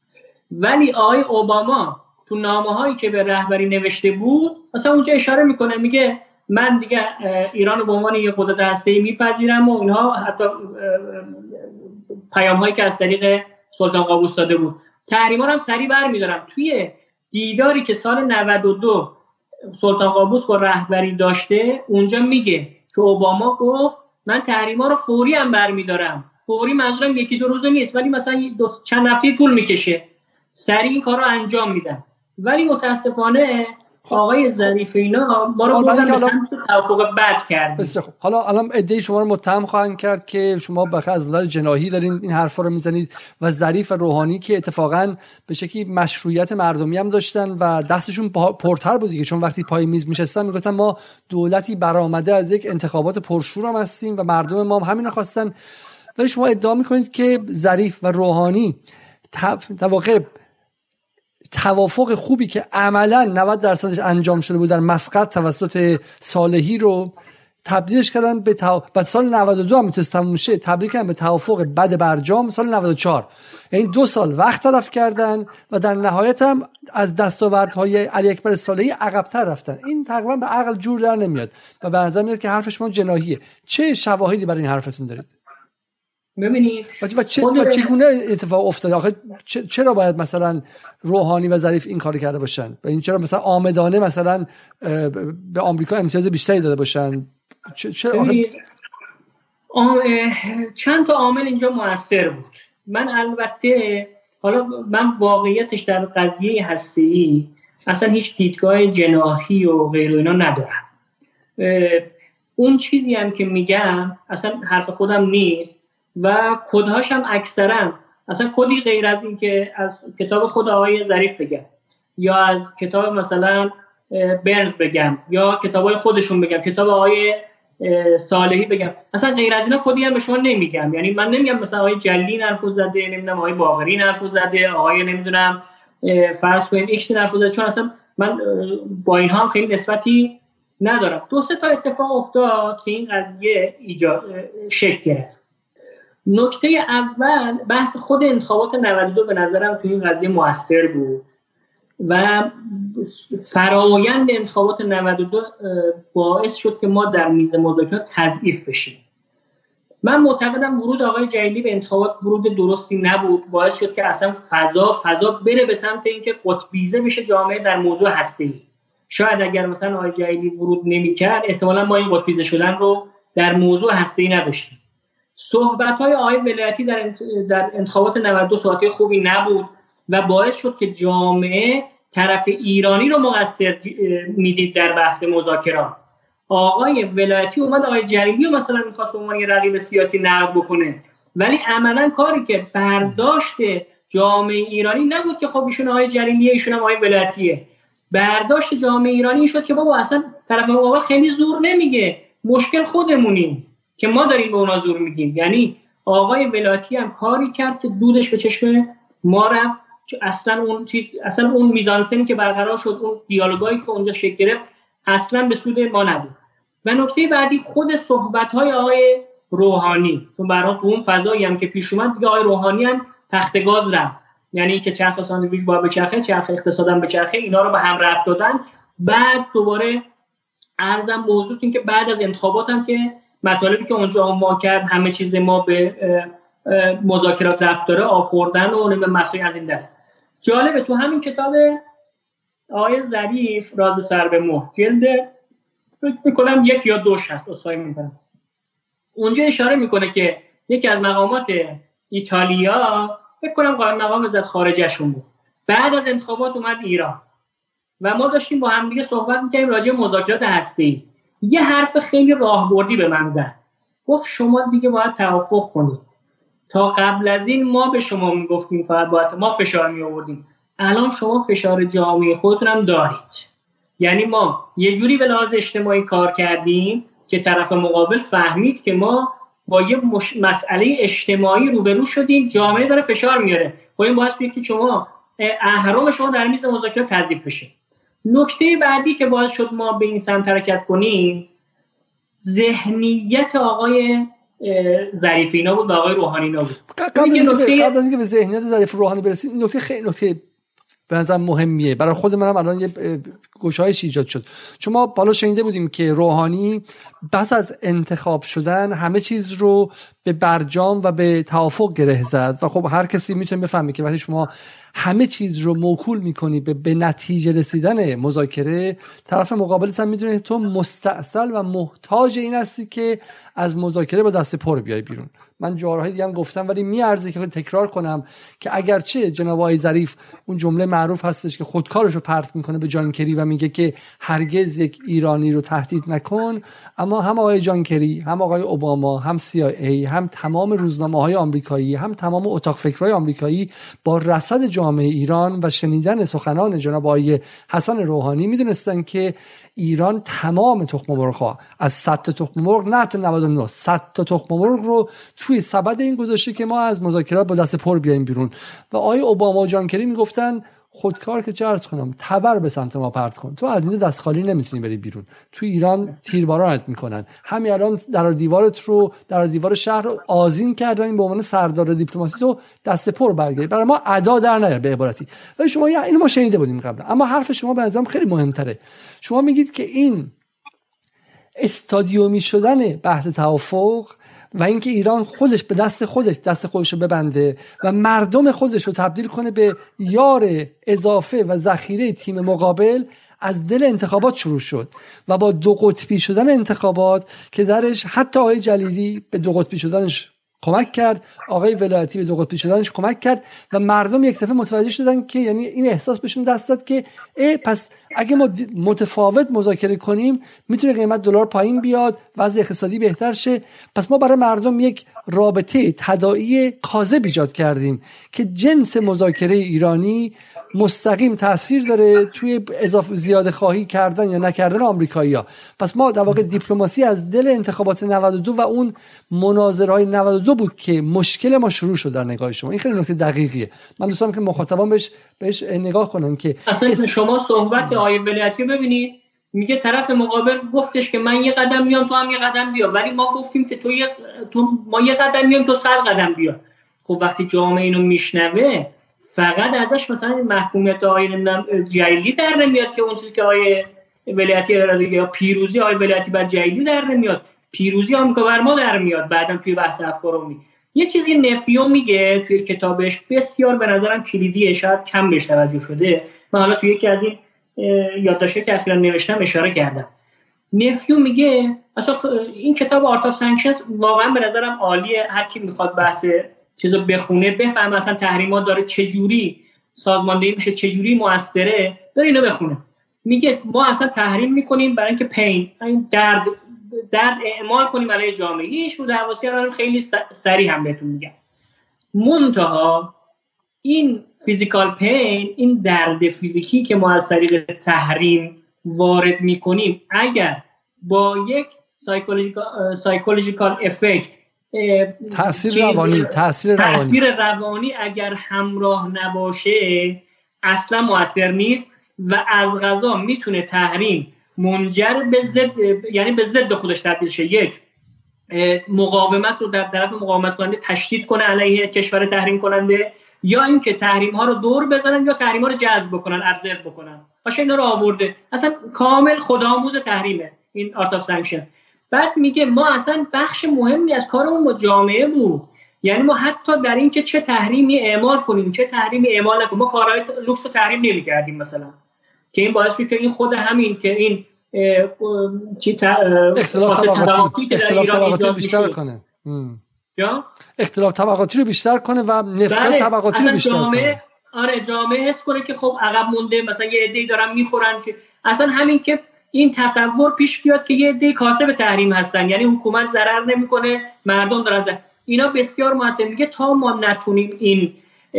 ولی آقای اوباما تو نامه‌هایی که به رهبری نوشته بود مثلا اونجا اشاره میکنه، میگه من دیگه ایران رو به عنوان یک قدرت هسته‌ای میپذیرم و اینها، حتی پیام‌هایی که از طریق سلطان قابوس داده بود تحریما رو هم سریع برمی‌دارم. توی دیداری که سال نود و دو سلطان قابوس با رهبری داشته اونجا میگه که اوباما گفت من تحریما رو فوری هم برمی‌دارم. فوری منظورم یکی دو روز نیست، ولی مثلا دو چند هفته طول میکشه، سریع این کارو انجام میدم. ولی متاسفانه آقای ظریف اینا ما رو بردن به سمت توافق بد کردن. بسیار خوب. حالا الان ایده شما رو متهم خواهند کرد که شما بخاطر از نظر جناحی دارین این حرفا رو میزنید و ظریف و روحانی که اتفاقا به شکلی مشروعیت مردمی هم داشتن و دستشون پرتر بود دیگه، چون وقتی پای میز میشستن میگفتن ما دولتی برآمده از یک انتخابات پرشور هم هستیم و مردم ما هم همین رو خواستن، ولی شما ادعا میکنید که ظریف و روحانی در واقع توافق خوبی که عملاً نود درصدش انجام شده بود در مسقط توسط صالحی رو تبدیلش کردن به تو... بعد سال نود و دو هم میتونست تموم شه تبدیل کردن به توافق بد برجام سال نود و چهار. یعنی دو سال وقت تلف کردن و در نهایت هم از دستاوردهای علی اکبر صالحی عقب‌تر رفتن. این تقریبا به عقل جور در نمیاد و به نظر میاد که حرف شما جناحیه. چه شواهدی برای این حرفتون دارید؟ ببینید و چه و چگونه اتفاق افتاده؟ آخه چرا باید مثلا روحانی و ظریف این کارو کرده باشن و این چرا مثلا عامدانه مثلا به آمریکا امتیاز بیشتری داده باشن؟ چرا آخه چند تا عامل اینجا موثر بود. من البته حالا من واقعیتش در قضیه هسته‌ای اصلا هیچ دیدگاه جناحی و غیر اینا ندارم. اون چیزی هم که میگم اصلا حرف خودم نیست و کدهاش هم اکثرا اصلا کدی غیر از این که از کتاب خود آقای ظریف بگم یا از کتاب مثلا برنز بگم یا کتابای خودشون بگم، کتاب آقای صالحی بگم، اصلا غیر از اینا کدی هم به شما نمیگم. یعنی من نمیگم مثلا آقای جلی حرفو زده، نمیدونم آقای باقری حرفو زده، آقای نمیدونم فرض کنید ایکس حرفو زده، چون اصلا من با اینها هم خیلی نسبتی ندارم. دو سه تا اتفاق افتاد که این قضیه ایجاد شکل گرفت. نکته اول بحث خود انتخابات نود و دو به نظرم تو این قضیه موثر بود و فرایند انتخابات نود و دو باعث شد که ما در میز مذاکرات تضعیف بشیم. من معتقدم ورود آقای جلیلی به انتخابات ورود درستی نبود، باعث شد که اصلا فضا فضا بره به سمت اینکه قطبیزه بشه جامعه در موضوع هسته‌ای. شاید اگر مثلا آقای جلیلی ورود نمی‌کرد احتمالاً ما این قطبیزه شدن رو در موضوع هسته‌ای نداشتیم. صحبت‌های آقای ولایتی در در انتخابات نود و دو صحبت‌های خوبی نبود و باعث شد که جامعه طرف ایرانی رو مقصر میدید در بحث مذاکرات. آقای ولایتی اومد آقای جلیلی رو مثلا می‌خواست به عنوان یه رقیب سیاسی نقد بکنه، ولی عملاً کاری که برداشت جامعه ایرانی نبود که خب ایشون آقای جلیلیه ایشون هم آقای ولایتیه. برداشت جامعه ایرانی این شد که بابا اصلا طرف مقابل خیلی زور نمیگه، مشکل خودمونیم که ما داریم به اونا زور میگیم. یعنی آقای ولایتی هم کاری کرد که دودش به چشم ما رفت، اصلا اون چیز اصلا اون میزانسنی که برقرار شد، اون دیالوگایی که اونجا شکل گرفت اصلا به سود ما نبود. و نکته بعدی خود صحبت‌های آقای روحانی، چون برای اون فضایی هم که پیش اومد دیگه آقای روحانی هم تخت گاز رفت، یعنی که چرخ ساندویچ با بچرخه، چرخ اقتصادم بچرخه، اینا رو به هم ربط دادن. بعد دوباره ارزم موضوع این که بعد از انتخابات هم که مطالبی که اونجا ما کرد همه چیز ما به مذاکرات ربط داره آوردن و به مسائل از این دست. جالبه تو همین کتاب آقای ظریف راز سر به مهر جلد فکر میکنم یک یا دوش هست اصلاحی میکنم، اونجا اشاره میکنه که یکی از مقامات ایتالیا فکر کنم قائم مقام وزارت خارجه‌شون بود، بعد از انتخابات اومد ایران و ما داشتیم با هم دیگه صحبت می‌کردیم راجع به مذاکرات هسته‌ای. یه حرف خیلی راهبردی به من زد، گفت شما دیگه باید توافق کنید. تا قبل از این ما به شما میگفتیم فقط باید ما فشار میآوردیم، الان شما فشار جامعه خودتون هم دارید. یعنی ما یه جوری به لحاظ اجتماعی کار کردیم که طرف مقابل فهمید که ما با یه مش... مسئله اجتماعی روبرو شدیم، جامعه داره فشار میاره، خب این باعث میشه که شما اهرم شما در میز مذاکرات تضعیف بشه. نکته بعدی که باعث شد ما به این سمت حرکت کنیم ذهنیت آقای ظریف اینا بود و آقای روحانی اینا بود. قبل از اینکه به ذهنیت ظریف روحانی برسیم، نکته خیلی نکته به نظر مهمیه برای خود منم الان یه گشایش ایجاد شد، چون ما بالا شنیده بودیم که روحانی بس از انتخاب شدن همه چیز رو به برجام و به توافق گره زد و خب هر کسی میتونه بفهمه که وقتی شما همه چیز رو موکول میکنی به به نتیجه رسیدن مذاکره، طرف مقابلت هم میدونه تو مستعصل و محتاج این هستی که از مذاکره با دست پر بیای بیرون. من جارهای دیگه هم گفتم ولی میارزه که تکرار کنم که اگرچه جناب آقای ظریف اون جمله معروف هستش که خودکارش رو پرت میکنه به جان کری و میگه که هرگز یک ایرانی رو تهدید نکن، اما هم آقای جان کری، هم آقای اوباما، هم سی آی ای، هم تمام روزنامه‌های آمریکایی، هم تمام اتاق فکرهای آمریکایی با رصد جامعه ایران و شنیدن سخنان جناب آقای حسن روحانی میدونستن که ایران تمام تخم مرغ‌ها از صد تا تخم مرغ نه تا نود و نه صد تا تخم مرغ رو توی سبد این گذاشته که ما از مذاکرات با دست پر بیایم بیرون. و آقای اوباما و جان کری میگفتن خودکار که چه عرض کنم، تبر به سمت ما پرت کن، تو از این دست خالی نمیتونی بری بیرون، تو ایران تیربارانت میکنن. همین الان در دیوارت رو در دیوار شهر رو آذین کردن به عنوان سردار دیپلماسی، تو دست پر برگردی، برای ما ادا در نیار به عبارتی. ولی شما اینو ما شنیده بودیم قبلا، اما حرف شما به نظرم خیلی مهمتره. شما میگید که این استادیومی شدن بحث توافق و اینکه ایران خودش به دست خودش دست خودش رو ببنده و مردم خودش رو تبدیل کنه به یار اضافه و ذخیره تیم مقابل از دل انتخابات شروع شد و با دو قطبی شدن انتخابات که درش حتی آقای جلیلی به دو قطبی شدنش کمک کرد، آقای ولایتی به دو قطبی شدنش کمک کرد و مردم یک دفعه متوجه شدن که یعنی این احساس بهشون دست داد که ای پس اگه ما متفاوت مذاکره کنیم میتونه قیمت دلار پایین بیاد، وضع اقتصادی بهتر شه. پس ما برای مردم یک رابطه تداعی کاذب ایجاد کردیم که جنس مذاکره ایرانی مستقیم تاثیر داره توی اضافه زیاده خواهی کردن یا نکردن آمریکایی‌ها. پس ما در واقع دیپلماسی از دل انتخابات نود و دو و اون مناظره‌های نود و دو بود که مشکل ما شروع شد در نگاه شما. این خیلی نکته دقیقیه. من دوست دارم که مخاطبان بهش بهش نگاه کنن که اصلا اس... شما صحبت آقای ولایتی ببینید، میگه طرف مقابل گفتش که من یه قدم میام تو هم یه قدم بیا، ولی ما گفتیم که تو یه تو ما یه قدم میام تو صد قدم بیا. خب وقتی جامعه اینو میشنوه فقط ازش مثلا محکومیت آقای جلیلی در نمیاد که اون چیزی که آقای ولایتی یا پیروزی آقای ولایتی بر جلیلی در نمیاد، پیروزی آمریکا بر ما در میاد. بعدن توی بحث افکار عمومی یه چیزی نفیو میگه توی کتابش، بسیار به نظرم کلیدیه، شاید کم بهش توجه شده. من حالا توی یکی از این یادداشتی که اخیراً نوشتم اشاره کردم. نفیو میگه اصلا این کتاب آرت آف سانکشنز واقعا به نظرم عالیه. هر کی میخواد بحث چیزو بخونه بفهمه اصلا تحریمات داره چجوری سازماندهی میشه، چجوری موثره، داره اینو بخونه. میگه ما اصلا تحریم میکنیم برای اینکه پین، این درد درد اعمال کنیم برای جامعه. ایش رو درواسی هم خیلی سریع هم بهتون میگم. منتها این فیزیکال پین، این درد فیزیکی که ما از طریق تحریم وارد میکنیم، اگر با یک سایکولوژیکال سایکولوژیکال افکت تاثیر روانی تاثیر روانی تاثیر روانی اگر همراه نباشه اصلا مؤثر نیست و از قضا میتونه تحریم منجر به ضد، یعنی به ضد خودش تبدیل شه. یک، مقاومت رو در طرف مقاومت کننده تشدید کنه علیه کشور تحریم کننده، یا اینکه تحریم ها رو دور بزنن یا تحریم ها رو جذب بکنن، ابزرو بکنن. باشه اینا رو آورده، اصلا کامل خودآموز تحریمه این آرت آف سانکشنز. بعد میگه ما اصلا بخش مهمی از کارمون با جامعه بود، یعنی ما حتی در این که چه تحریمی اعمال کنیم چه تحریمی اعمال نکنیم، ما کارهای لوکس رو تحریم نمی‌کردیم مثلا، که این باعث میشه که این خود همین که این اختلاف طبقاتی اختلاف طبقاتی بیشتر کنه، یا اختلاف طبقاتی رو بیشتر کنه و نفرت طبقاتی رو بیشتر جامعه کنه. آره جامعه حس کنه که خب عقب مونده، مثلا یه عده‌ای دارن میخورن، که اصلا همین که این تصور پیش بیاد که یه عده کاسب تحریم هستن، یعنی حکومت ضرر نمیکنه مردم دارن زر. اینا بسیار مؤثر. میگه تا ما نتونیم این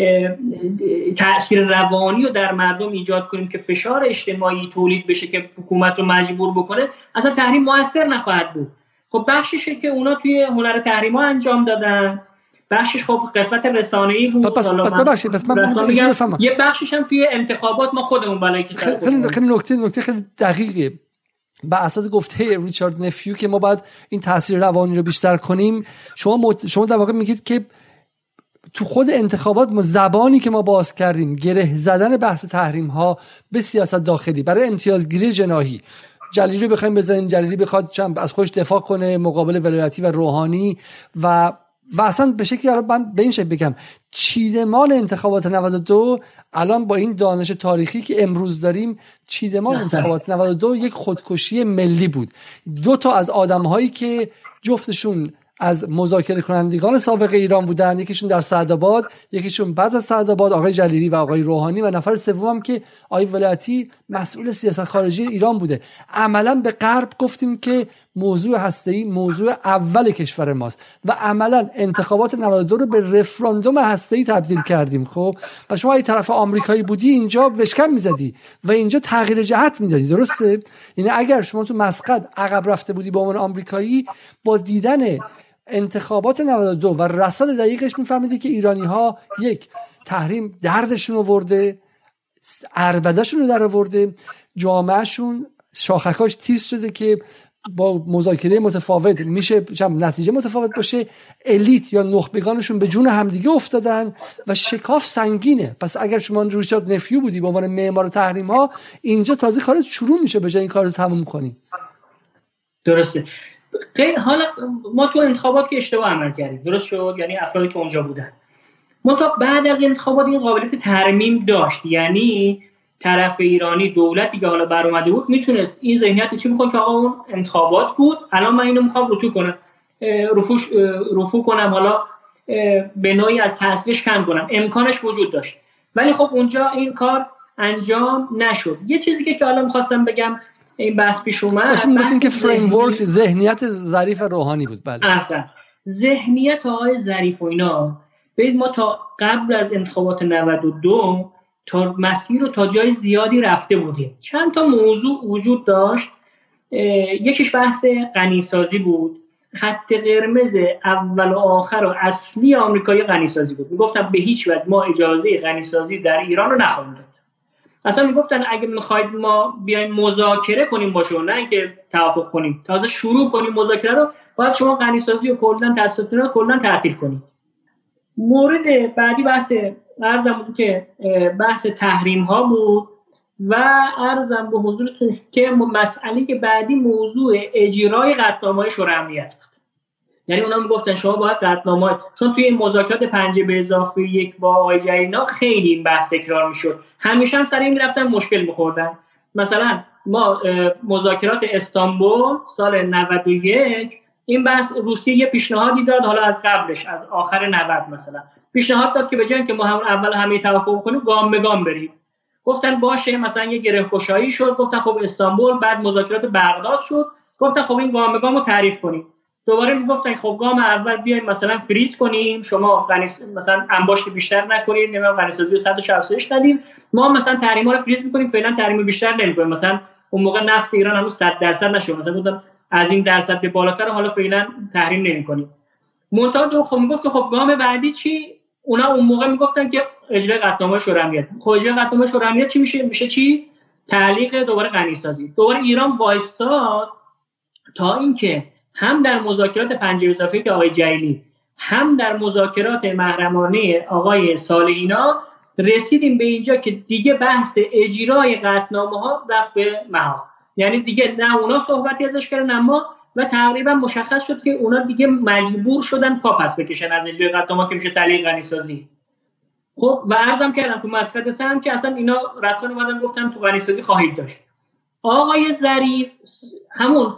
تأثیر روانی رو در مردم ایجاد کنیم که فشار اجتماعی تولید بشه که حکومت رو مجبور بکنه، اصلا تحریم مؤثر نخواهد بود. خب بخششه که اونا توی هنر تحریم ها انجام دادن، بخشش خب قسمت رسانه‌ای بود. پس پس ببخشید پس من بگم یه بخشش هم توی انتخابات ما خودمون بالای که خیلی خیلی نکته نکته خیلی دقیقه. با اساس گفته ریچارد نفیو که ما باید این تاثیر روانی رو بیشتر کنیم، شما مت... شما در واقع میگید که تو خود انتخابات ما زبانی که ما باز کردیم، گره زدن بحث تحریم ها به سیاست داخلی برای امتیازگیری جناحی، جلیلی رو بخوایم بزنیم، جلیلی بخواد از خودش دفاع کنه مقابل ولایتی و روحانی و و اصلا به شکلی من به این شکل بگم چیدمان انتخابات نود و دو الان با این دانش تاریخی که امروز داریم، چیدمان انتخابات نود و دو یک خودکشی ملی بود. دو تا از آدم‌هایی که جفتشون از مذاکره کنندگان سابق ایران بودن، یکیشون در سعدآباد، یکیشون بعد از سعدآباد آقای جلیلی و آقای روحانی، و نفر سوم که آقای ولایتی مسئول سیاست خارجی ایران بوده. عملا به غرب گفتیم که موضوع هسته‌ای موضوع اول کشور ماست و عملا انتخابات نود و دو رو به رفراندوم هسته‌ای تبدیل کردیم. خب و شما این طرف آمریکایی بودی اینجا وشکم میزدی و اینجا تغییر جهت میدادی، درسته؟ یعنی اگر شما تو مسقط عقب رفته بودی به عنوان آمریکایی، با دیدن انتخابات نود و دو و رصد دقیقش میفهمیدی که ایرانی ها یک تحریم دردشون آورده، عربدهشون رو در آورده، جامعهشون شاخکاش تیز شده که با مذاکره متفاوت میشه نتیجه متفاوت باشه، الیت یا نخبگانشون به جون همدیگه افتادن و شکاف سنگینه. پس اگر شما ریچارد نفیو بودی به عنوان معمار تحریم ها، اینجا تازه کارت شروع میشه به جای این کارو تموم کنی. درسته. حالا ما تو انتخابات که اشتباه عمل کردیم، درست شد، یعنی افرادی که اونجا بودن. ما تا بعد از انتخابات این قابلیت ترمیم داشت، یعنی طرف ایرانی دولتی که حالا بر اومده بود میتونست این ذهنیت چی بکنه که آقا اون انتخابات بود، الان من اینو میخوام رفع کنم، رفع رفع کنم، حالا به نوعی از تاثیرش کم کنم. امکانش وجود داشت، ولی خب اونجا این کار انجام نشد. یه چیزی که که حالا میخواستم بگم این بحث پیش اومد، مثل که فریم ورک ذهنیت ظریف روحانی بود. بله احسن. ذهنیت آقای ظریف و اینا، ببین ما تا قبل از انتخابات نود و دو تا مسیر رو تا جای زیادی رفته بودیم. چند تا موضوع وجود داشت. یکیش بحث غنیسازی بود. خط قرمز اول و آخر و اصلی آمریکایی غنیسازی بود. میگفتن به هیچ وجه ما اجازه غنیسازی در ایران رو نخواهیم داد. اصلا میگفتن اگه میخواید ما بیایم مذاکره کنیم با شما، نه اینکه توافق کنیم، تازه شروع کنیم مذاکره رو، باید شما غنیسازی و کلا تاسیساتتون رو کلا تعطیل کنید. مورد بعدی بحث عرضم بود که بحث تحریم ها بود و عرضم به حضورتون که مسئله که بعدی موضوع اجرای قطعنامه‌های شورای امنیت بود. یعنی اونا میگفتن شما باید قطعنامه، چون توی این مذاکرات پنج به اضافه یک با آقای جلیلینا خیلی این بحث تکرار میشد، همیشه هم سر این میرفتن مشکل میخوردن. مثلا ما مذاکرات استانبول سال نود و یک این بحث روسیه یه پیشنهادی داد، حالا از قبلش از آخر نود مثلا پیشنهاد داد که به جای اینکه ما همون اول همه توافق کنیم گام به گام بریم. گفتن باشه، مثلا یه گره‌گشایی شد، گفتن خب استانبول، بعد مذاکرات بغداد شد، گفتن خب این گام به گام رو تعریف کنیم. دوباره میگفتن خب گام اول بیایم مثلا فریز کنیم، شما غنیس مثلا انباشت بیشتر نکنید، نمیدونم غنیسازی رو صد و شصت و شش ندیم، ما مثلا تحریما رو فریز می‌کنیم، فعلا تحریم بیشتر نمی‌کنیم. مثلا اون موقع نفت ایران هنوز صد درصد نشد، مثلا گفتم از این درصد به بالاتر حالا فعلا تحریم نمی‌کنیم. منتها دو خب میگفت خب گام بعدی چی؟ اونا اون موقع میگفتن که اجرای قطعنامه شورای امنیت. خب اجرای قطعنامه شورای امنیت چی میشه؟ میشه چی؟ تعلیق دوباره غنیسازی. دوباره ایران وایستاد تا اینکه هم در مذاکرات پنج اضافه که آقای جلیلی، هم در مذاکرات محرمانه آقای صالحینا رسیدیم به اینجا که دیگه بحث اجرای قطعنامه‌ها رفت به محال. یعنی دیگه نه اونا صحبتی ازش کردن نه ما، و تقریبا مشخص شد که اونا دیگه مجبور شدن پا پس بکشن از اجرای قطعنامه که میشه تعلیق غنیسازی. خب و عرضم کردم تو مسقط سه هم که اصلا اینا رسما اومدن گفتن تو غنیسازی خواهید داشت. آقای ظریف همون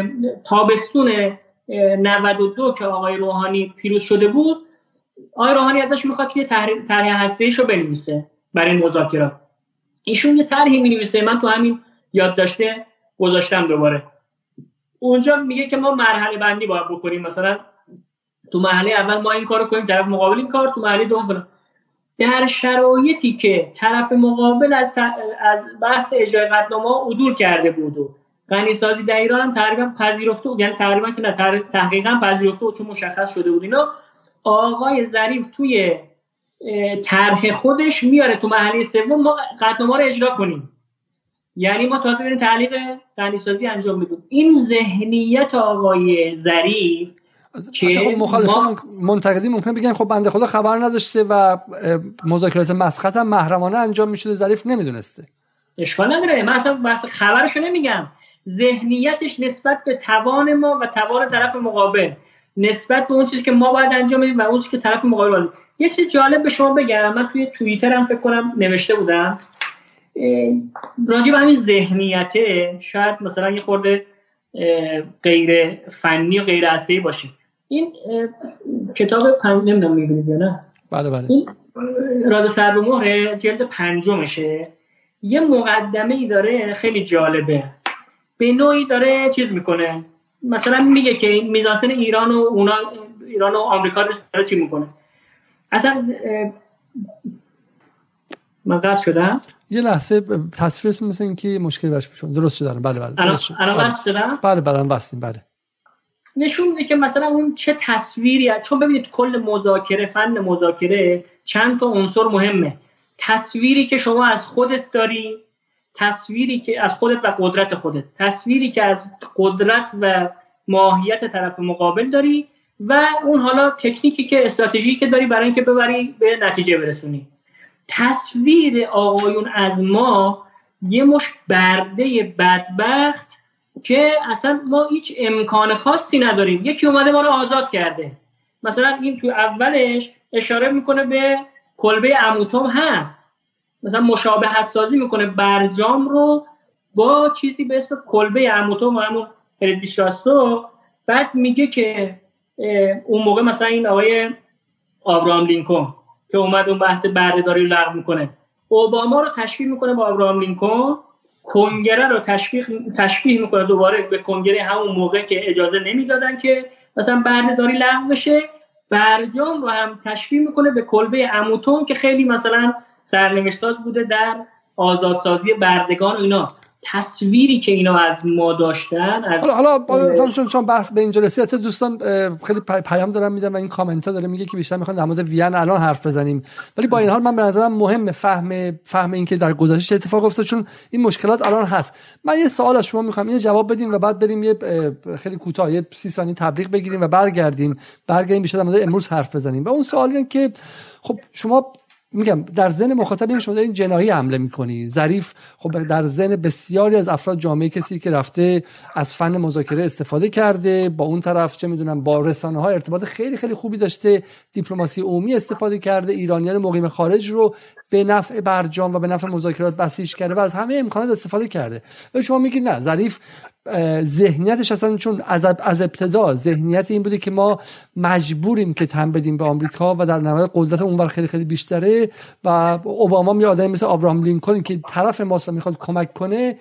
تابستون نود و دو که آقای روحانی پیروز شده بود، آقای روحانی ازش میخواد که طرح هسته‌ایشو بنویسه برای مذاکرات. ایشون یه طرحی می‌نویسه، من تو همین یادداشته گذاشتم دوباره. اونجا میگه که ما مرحله بندی باید بکنیم، مثلا تو مرحله اول ما این کارو کنیم، طرف مقابل این کار، تو مرحله دوم فلان. در شرایطی که طرف مقابل از ت... از بحث اجرای قطعنامه عدول کرده بود و غنیسازی در ایران هم تقریبا پذیرفته بود، یعنی تقریبا که نه تحقیقا پذیرفته بود چون مشخص شده بود اینا، آقای ظریف توی طرح خودش میاره تو مرحله سوم ما قطعنامه رو اجرا کنیم، یعنی ما تازه بریم تعلیق غنیسازی انجام بدیم. این ذهنیت آقای ظریف که مخالفان منتقدین ممکن بگن خب بنده خدا خبر نداشته و مذاکرات مسقط هم محرمانه انجام میشده، ظریف نمیدونسته. اشکال نداره، من اصلا بحث خبرشو نمیگم، ذهنیتش نسبت به توان ما و توان طرف مقابل، نسبت به اون چیزی که ما باید انجام بدیم و اون چیزی که طرف مقابل باید. یه چیز جالب به شما بگم، من توی توییترم فکر کنم نوشته بودم راجع به همین ذهنیته، شاید مثلا یه خورده غیر فنی و غیر اصلی باشه. این کتاب پنج نمیدونم میبینید یا نه؟ بله بله. این راز سر به مهر جلد پنجمشه، یه مقدمه ای داره خیلی جالبه، به نوعی داره چیز میکنه، مثلا میگه که این میزانسن ایران و اونا ایران و آمریکا داره چی میکنه. اصلا من قطع شدم یه لحظه، تصویرتون مثل اینکه مشکلی براش پیش اومد. درست شد بله بله درست شد. الان واسه شدم بله بله واسطیم بله. نشون میده که مثلا اون چه تصویری هست، چون ببینید کل مذاکره، فن مذاکره چند تا عنصر مهمه. تصویری که شما از خودت داری، تصویری که از خودت و قدرت خودت، تصویری که از قدرت و ماهیت طرف مقابل داری، و اون حالا تکنیکی که استراتژی که داری برای اینکه ببری به نتیجه برسونی. تصویر آقایون از ما یه مش برده بدبخت که اصلا ما هیچ امکان خاصی نداریم، یکی اومده ما رو آزاد کرده. مثلا این تو اولش اشاره میکنه به کلبه عموتوم هست، مثلا مشابهت سازی میکنه برجام رو با چیزی به اسم کلبه عموتوم و همون هردیشاستو. بعد میگه که اون موقع مثلا این آقای آبراهام لینکلن که اومد اون بحث بردهداری رو لغو میکنه، اوباما رو تشبیه میکنه با آبراهام لینکلن، کنگره رو تشبیه تشبیه میکنه دوباره به کنگره همون موقع که اجازه نمیدادن که مثلا بردهداری لغو بشه. برجام رو هم تشبیه میکنه به کلبه عموتوم که خیلی مثلا سرنوشت‌ساز بوده در آزادسازی بردگان و اینا. تصویری که اینا از ما داشتن از حالا حالا چون چون بحث به اینجا رسید دوستان خیلی پیام دارن میدن و این کامنت ها داره میگه که بیشتر میخوان در مورد وین الان حرف بزنیم، ولی با این حال من به نظرم مهمه فهم فهم این که در گذشته اتفاق افتاد، چون این مشکلات الان هست. من یه سوال از شما میخوام اینو جواب بدیم و بعد بریم یه خیلی کوتاه یه سی ثانیه تبلیغ بگیریم و برگردیم برگردیم بیشتر در مورد امروز حرف بزنیم. و اون سوال اینه که خب شما میگم در ذهن مخاطب این شما دارین جناحی حمله میکنی. ظریف خب در ذهن بسیاری از افراد جامعه کسی که رفته از فن مذاکره استفاده کرده، با اون طرف چه میدونم با رسانه ها ارتباط خیلی خیلی خوبی داشته، دیپلماسی عمومی استفاده کرده، ایرانیان مقیم خارج رو به نفع برجام و به نفع مذاکرات بسیج کرده و از همه امکانات استفاده کرده. و شما میگید نه، ظریف ذهنیتش اصلا چون از از ابتدا ذهنیت این بوده که ما مجبوریم که تن بدیم به آمریکا و در نهایت قدرت اونور خیلی خیلی بیشتره و اوباما یه آدمی مثل ابراهام لینکلن که طرف ماست و میخواد کمک کنه،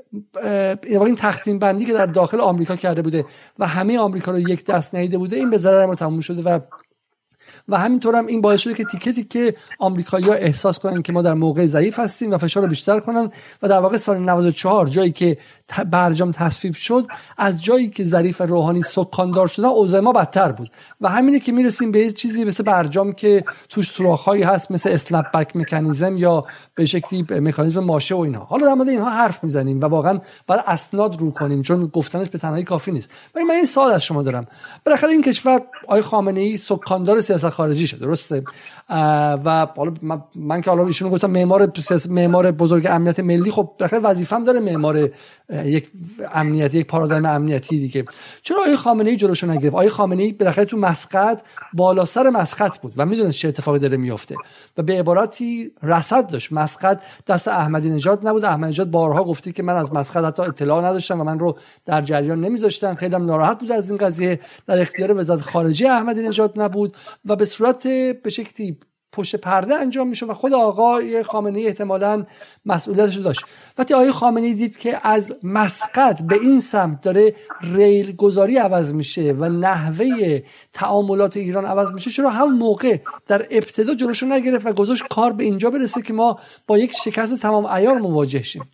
این تقسیم بندی که در داخل آمریکا کرده بوده و همه آمریکا رو یک دست نهیده بوده، این به ضرر ما تموم شده و و همینطور هم این باعث شده که تیکتی که آمریکایی‌ها احساس کنن که ما در موقع ضعیف هستیم و فشار رو بیشتر کنن و در واقع سال نود و چهار جایی که برجام تصویب شد از جایی که ظریف و روحانی سکاندار شدن اوضاع ما بدتر بود و همینه که میرسیم به چیزی مثل برجام که توش سوراخ‌هایی هست مثل اسلپ بک مکانیزم یا به شکلی مکانیزم ماشه و اینها. حالا در مورد اینها حرف میزنیم و واقعا باید اسناد رو کنیم چون گفتنش به تنهایی کافی نیست. ولی من این سوال از شما دارم، بالاخره این کشور آقای خامنه‌ای سکاندار سیاست خارجی شده، درسته؟ و حالا من, من که حالا ایشونو گفتم معمار معمار بزرگ امنیت ملی، خب بالاخره وظیفه‌ام داره معمار یک امنیتی، یک پارادایم امنیتی دیگه. چرا آقای خامنه‌ای جلوشو نگرفت؟ آقای خامنه‌ای بالاخره تو مسقط بالا سر مسقط بود و میدونه چه اتفاقی داره میفته و به عبارتی رصد داشت. مسقط دست احمدی نژاد نبود. احمدی نژاد بارها گفتی که من از مسقط حتی اطلاع نداشتم و من رو در جریان نمیذاشتم، خیلی هم ناراحت بود از این قضیه. در اختیار وزارت خارجه احمدی نژاد نبود و به صورت به شکلی پشت پرده انجام میشه و خود آقای خامنه‌ای احتمالاً مسئولیتش رو داشت. وقتی آقای خامنه‌ای دید که از مسقط به این سمت داره ریل گذاری عوض میشه و نحوه تعاملات ایران عوض میشه، چرا هم موقع در ابتدا جلوشو نگرفت و گذاشت کار به اینجا برسه که ما با یک شکست تمام عیار مواجه شیم؟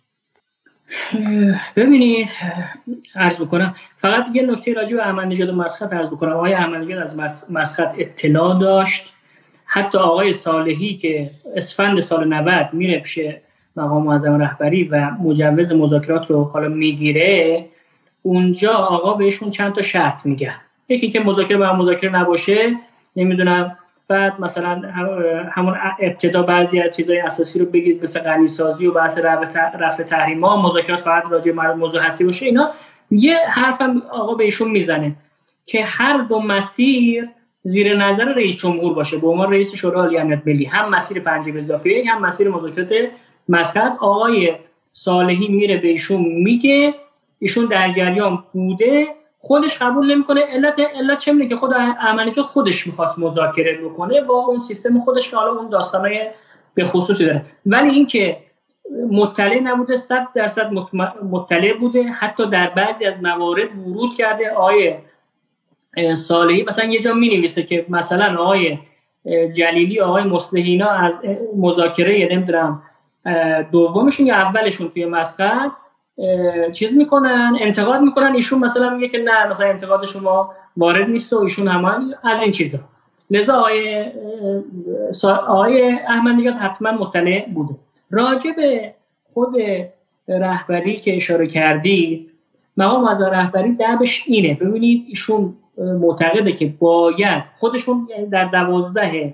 ببینید عرض بکنم فقط یه نکته راجع به احمدی نژاد و مسقط عرض بکنم. آقای احمدی نژاد از مسقط اطلاع داشت. حتی آقای صالحی که اسفند سال نود میره پیش مقام معظم رهبری و مجوز مذاکرات رو حالا میگیره، اونجا آقا بهشون چند تا شرط میگه. یکی که مذاکره با مذاکره نباشه، نمیدونم، بعد مثلا همون ابتدا بعضی از چیزای اساسی رو بگید مثل غنی سازی و بحث رفع تحریما، مذاکرات فقط راجع به موضوع هستی باشه. اینا یه حرفم آقا بهشون میزنه که هر دو مسیر زیر نظر رئیس جمهور باشه به عنوان رئیس شورای عالی امنیت ملی، هم مسیر پنجه اضافی هم مسیر مذاکرات مسقط. آقای صالحی میره به ایشون میگه، ایشون در جریان بوده، خودش قبول نمیکنه. علت علت چه میگه؟ که خود احمدی که خودش میخواست مذاکره بکنه با اون سیستم خودش که حالا اون داستانای به خصوصی داره، ولی اینکه مطلع نبوده، صد درصد مطلع بوده. حتی در بعضی از موارد ورود کرده. آقای صالحی مثلا یه جا می‌نویسه که مثلا آقای جلیلی، آقای مصلحینا از مذاکره نمیدونم دومشون یا اولشون توی مسقط چیز میکنن، انتقاد میکنن. ایشون مثلا میگه که نه، مثلا انتقاد شما وارد نیست و ایشون همان از این چیزا. لذا آقای آقای احمدی نژاد حتما مطلع بوده. راجع به خود رهبری که اشاره کردی، مقام معظم رهبری دعوش اینه. ببینید ایشون معتقده که باید خودشون در دوازده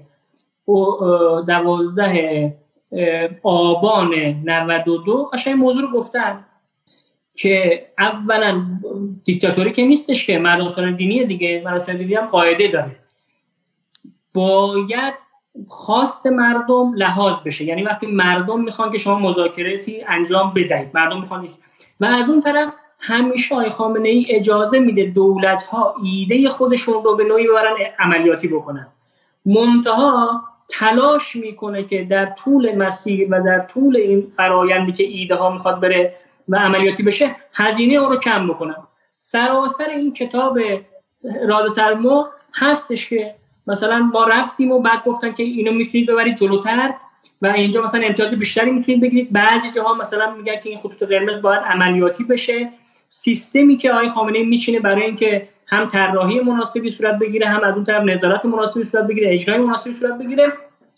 دوازده آبان نود و دو قشنگ موضوع رو گفتن که اولا دیکتاتوری که نیستش که مردم دینی دیگه، مردم دینی هم قاعده داره، باید خواست مردم لحاظ بشه. یعنی وقتی مردم میخوان که شما مذاکراتی انجام بدهید، مردم میخوان. و از اون طرف همیشه آقای خامنه‌ای اجازه میده دولت‌ها ایده خودشون رو به نوعی ببرن عملیاتی بکنن، منتها تلاش میکنه که در طول مسیر و در طول این فرایندی که ایده ها میخواد بره و عملیاتی بشه هزینه اون رو کم بکنن. سراسر این کتاب راز سرما هستش که مثلا ما رفتیم و بعد گفتن که اینو میتونید ببرید جلوتر، و اینجا مثلا امتیاز بیشتری میتونید بگیرید. بعضی جاها مثلا میگن که این خطوط قرمز باید عملیاتی بشه. سیستمی که آقای خامنه‌ای میچینه برای اینکه هم طراحی مناسبی صورت بگیره، هم از اون طرف نظارت مناسبی صورت بگیره، اجرای مناسبی صورت بگیره.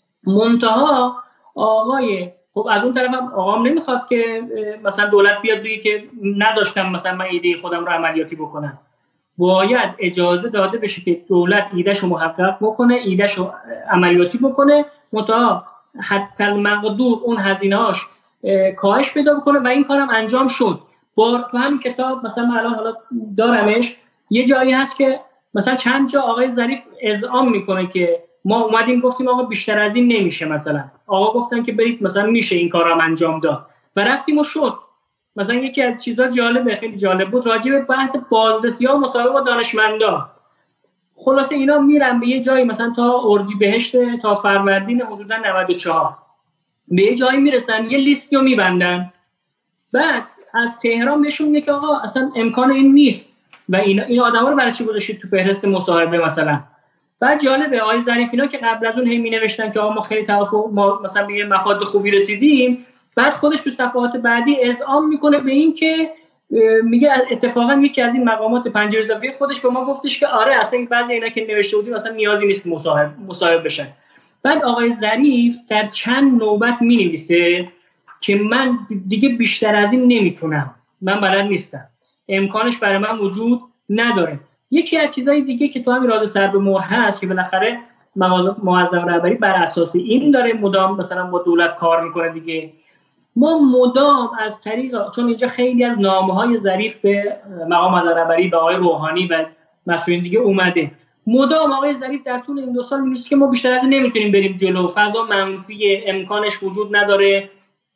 منتها آقای خب از اون طرف هم آقام نمیخواد که مثلا دولت بیاد بگه که نذاشتم مثلا من ایده خودم رو عملیاتی بکنم. باید اجازه داده بشه که دولت ایدهشو محقق بکنه، ایدهشو عملیاتی بکنه، منتها حتی المقدور اون هزینه‌اش کاهش پیدا بکنه و این کارم انجام شد. با تو همین کتاب مثلا من الان حالا دارمش، یه جایی هست که مثلا چند جا آقای ظریف اذعان میکنه که ما اومدیم گفتیم آقا بیشتر از این نمیشه، مثلا آقا گفتن که برید مثلا میشه این کارام انجام داد و رفتیم و شد. مثلا یکی از چیزا جالبه، خیلی جالب بود، راجع به بحث بازرسی‌ها و مصاحبه با دانشمندا. خلاصه اینا میرن به یه جایی مثلا تا اردیبهشت تا فروردین حدودا نود و چهار به یه جایی میرسن، یه لیستی رو میبندن، بعد از تهران بهشون میگه که آقا اصلا امکان این نیست و این این آدما رو برای چی گذاشتید تو فهرست مصاحبه مثلا. بعد جالبه آقای ظریف اینا که قبل از اون هم مینوشتن که آقا ما خیلی توافق ما مثلا به مفاد خوبی رسیدیم، بعد خودش تو صفحات بعدی اذعان میکنه به این که میگه اتفاقا یکی از این مقامات پنجره اضافی خودش به ما گفتش که آره اصلا بعضی اینا که نوشته بودیم اصلا نیازی نیست مصاحبه مصاحبه بشن. بعد آقای ظریف در چند نوبت مینویسه که من دیگه بیشتر از این نمیتونم، من بلد نیستم، امکانش برای من وجود نداره. یکی از چیزای دیگه که تو همین راز سر به مهر هست که بالاخره معظم رهبری بر اساس این داره مدام مثلا با دولت کار میکنه دیگه. ما مدام از طریق، چون اینجا خیلی از نامه‌های ظریف به مقام معظم رهبری به آقای روحانی و مسئولین دیگه اومده، مدام آقای ظریف در طول این دو سال میگه که ما بیشتر از این نمیتونیم بریم جلو، فضا منفی، امکانش وجود نداره،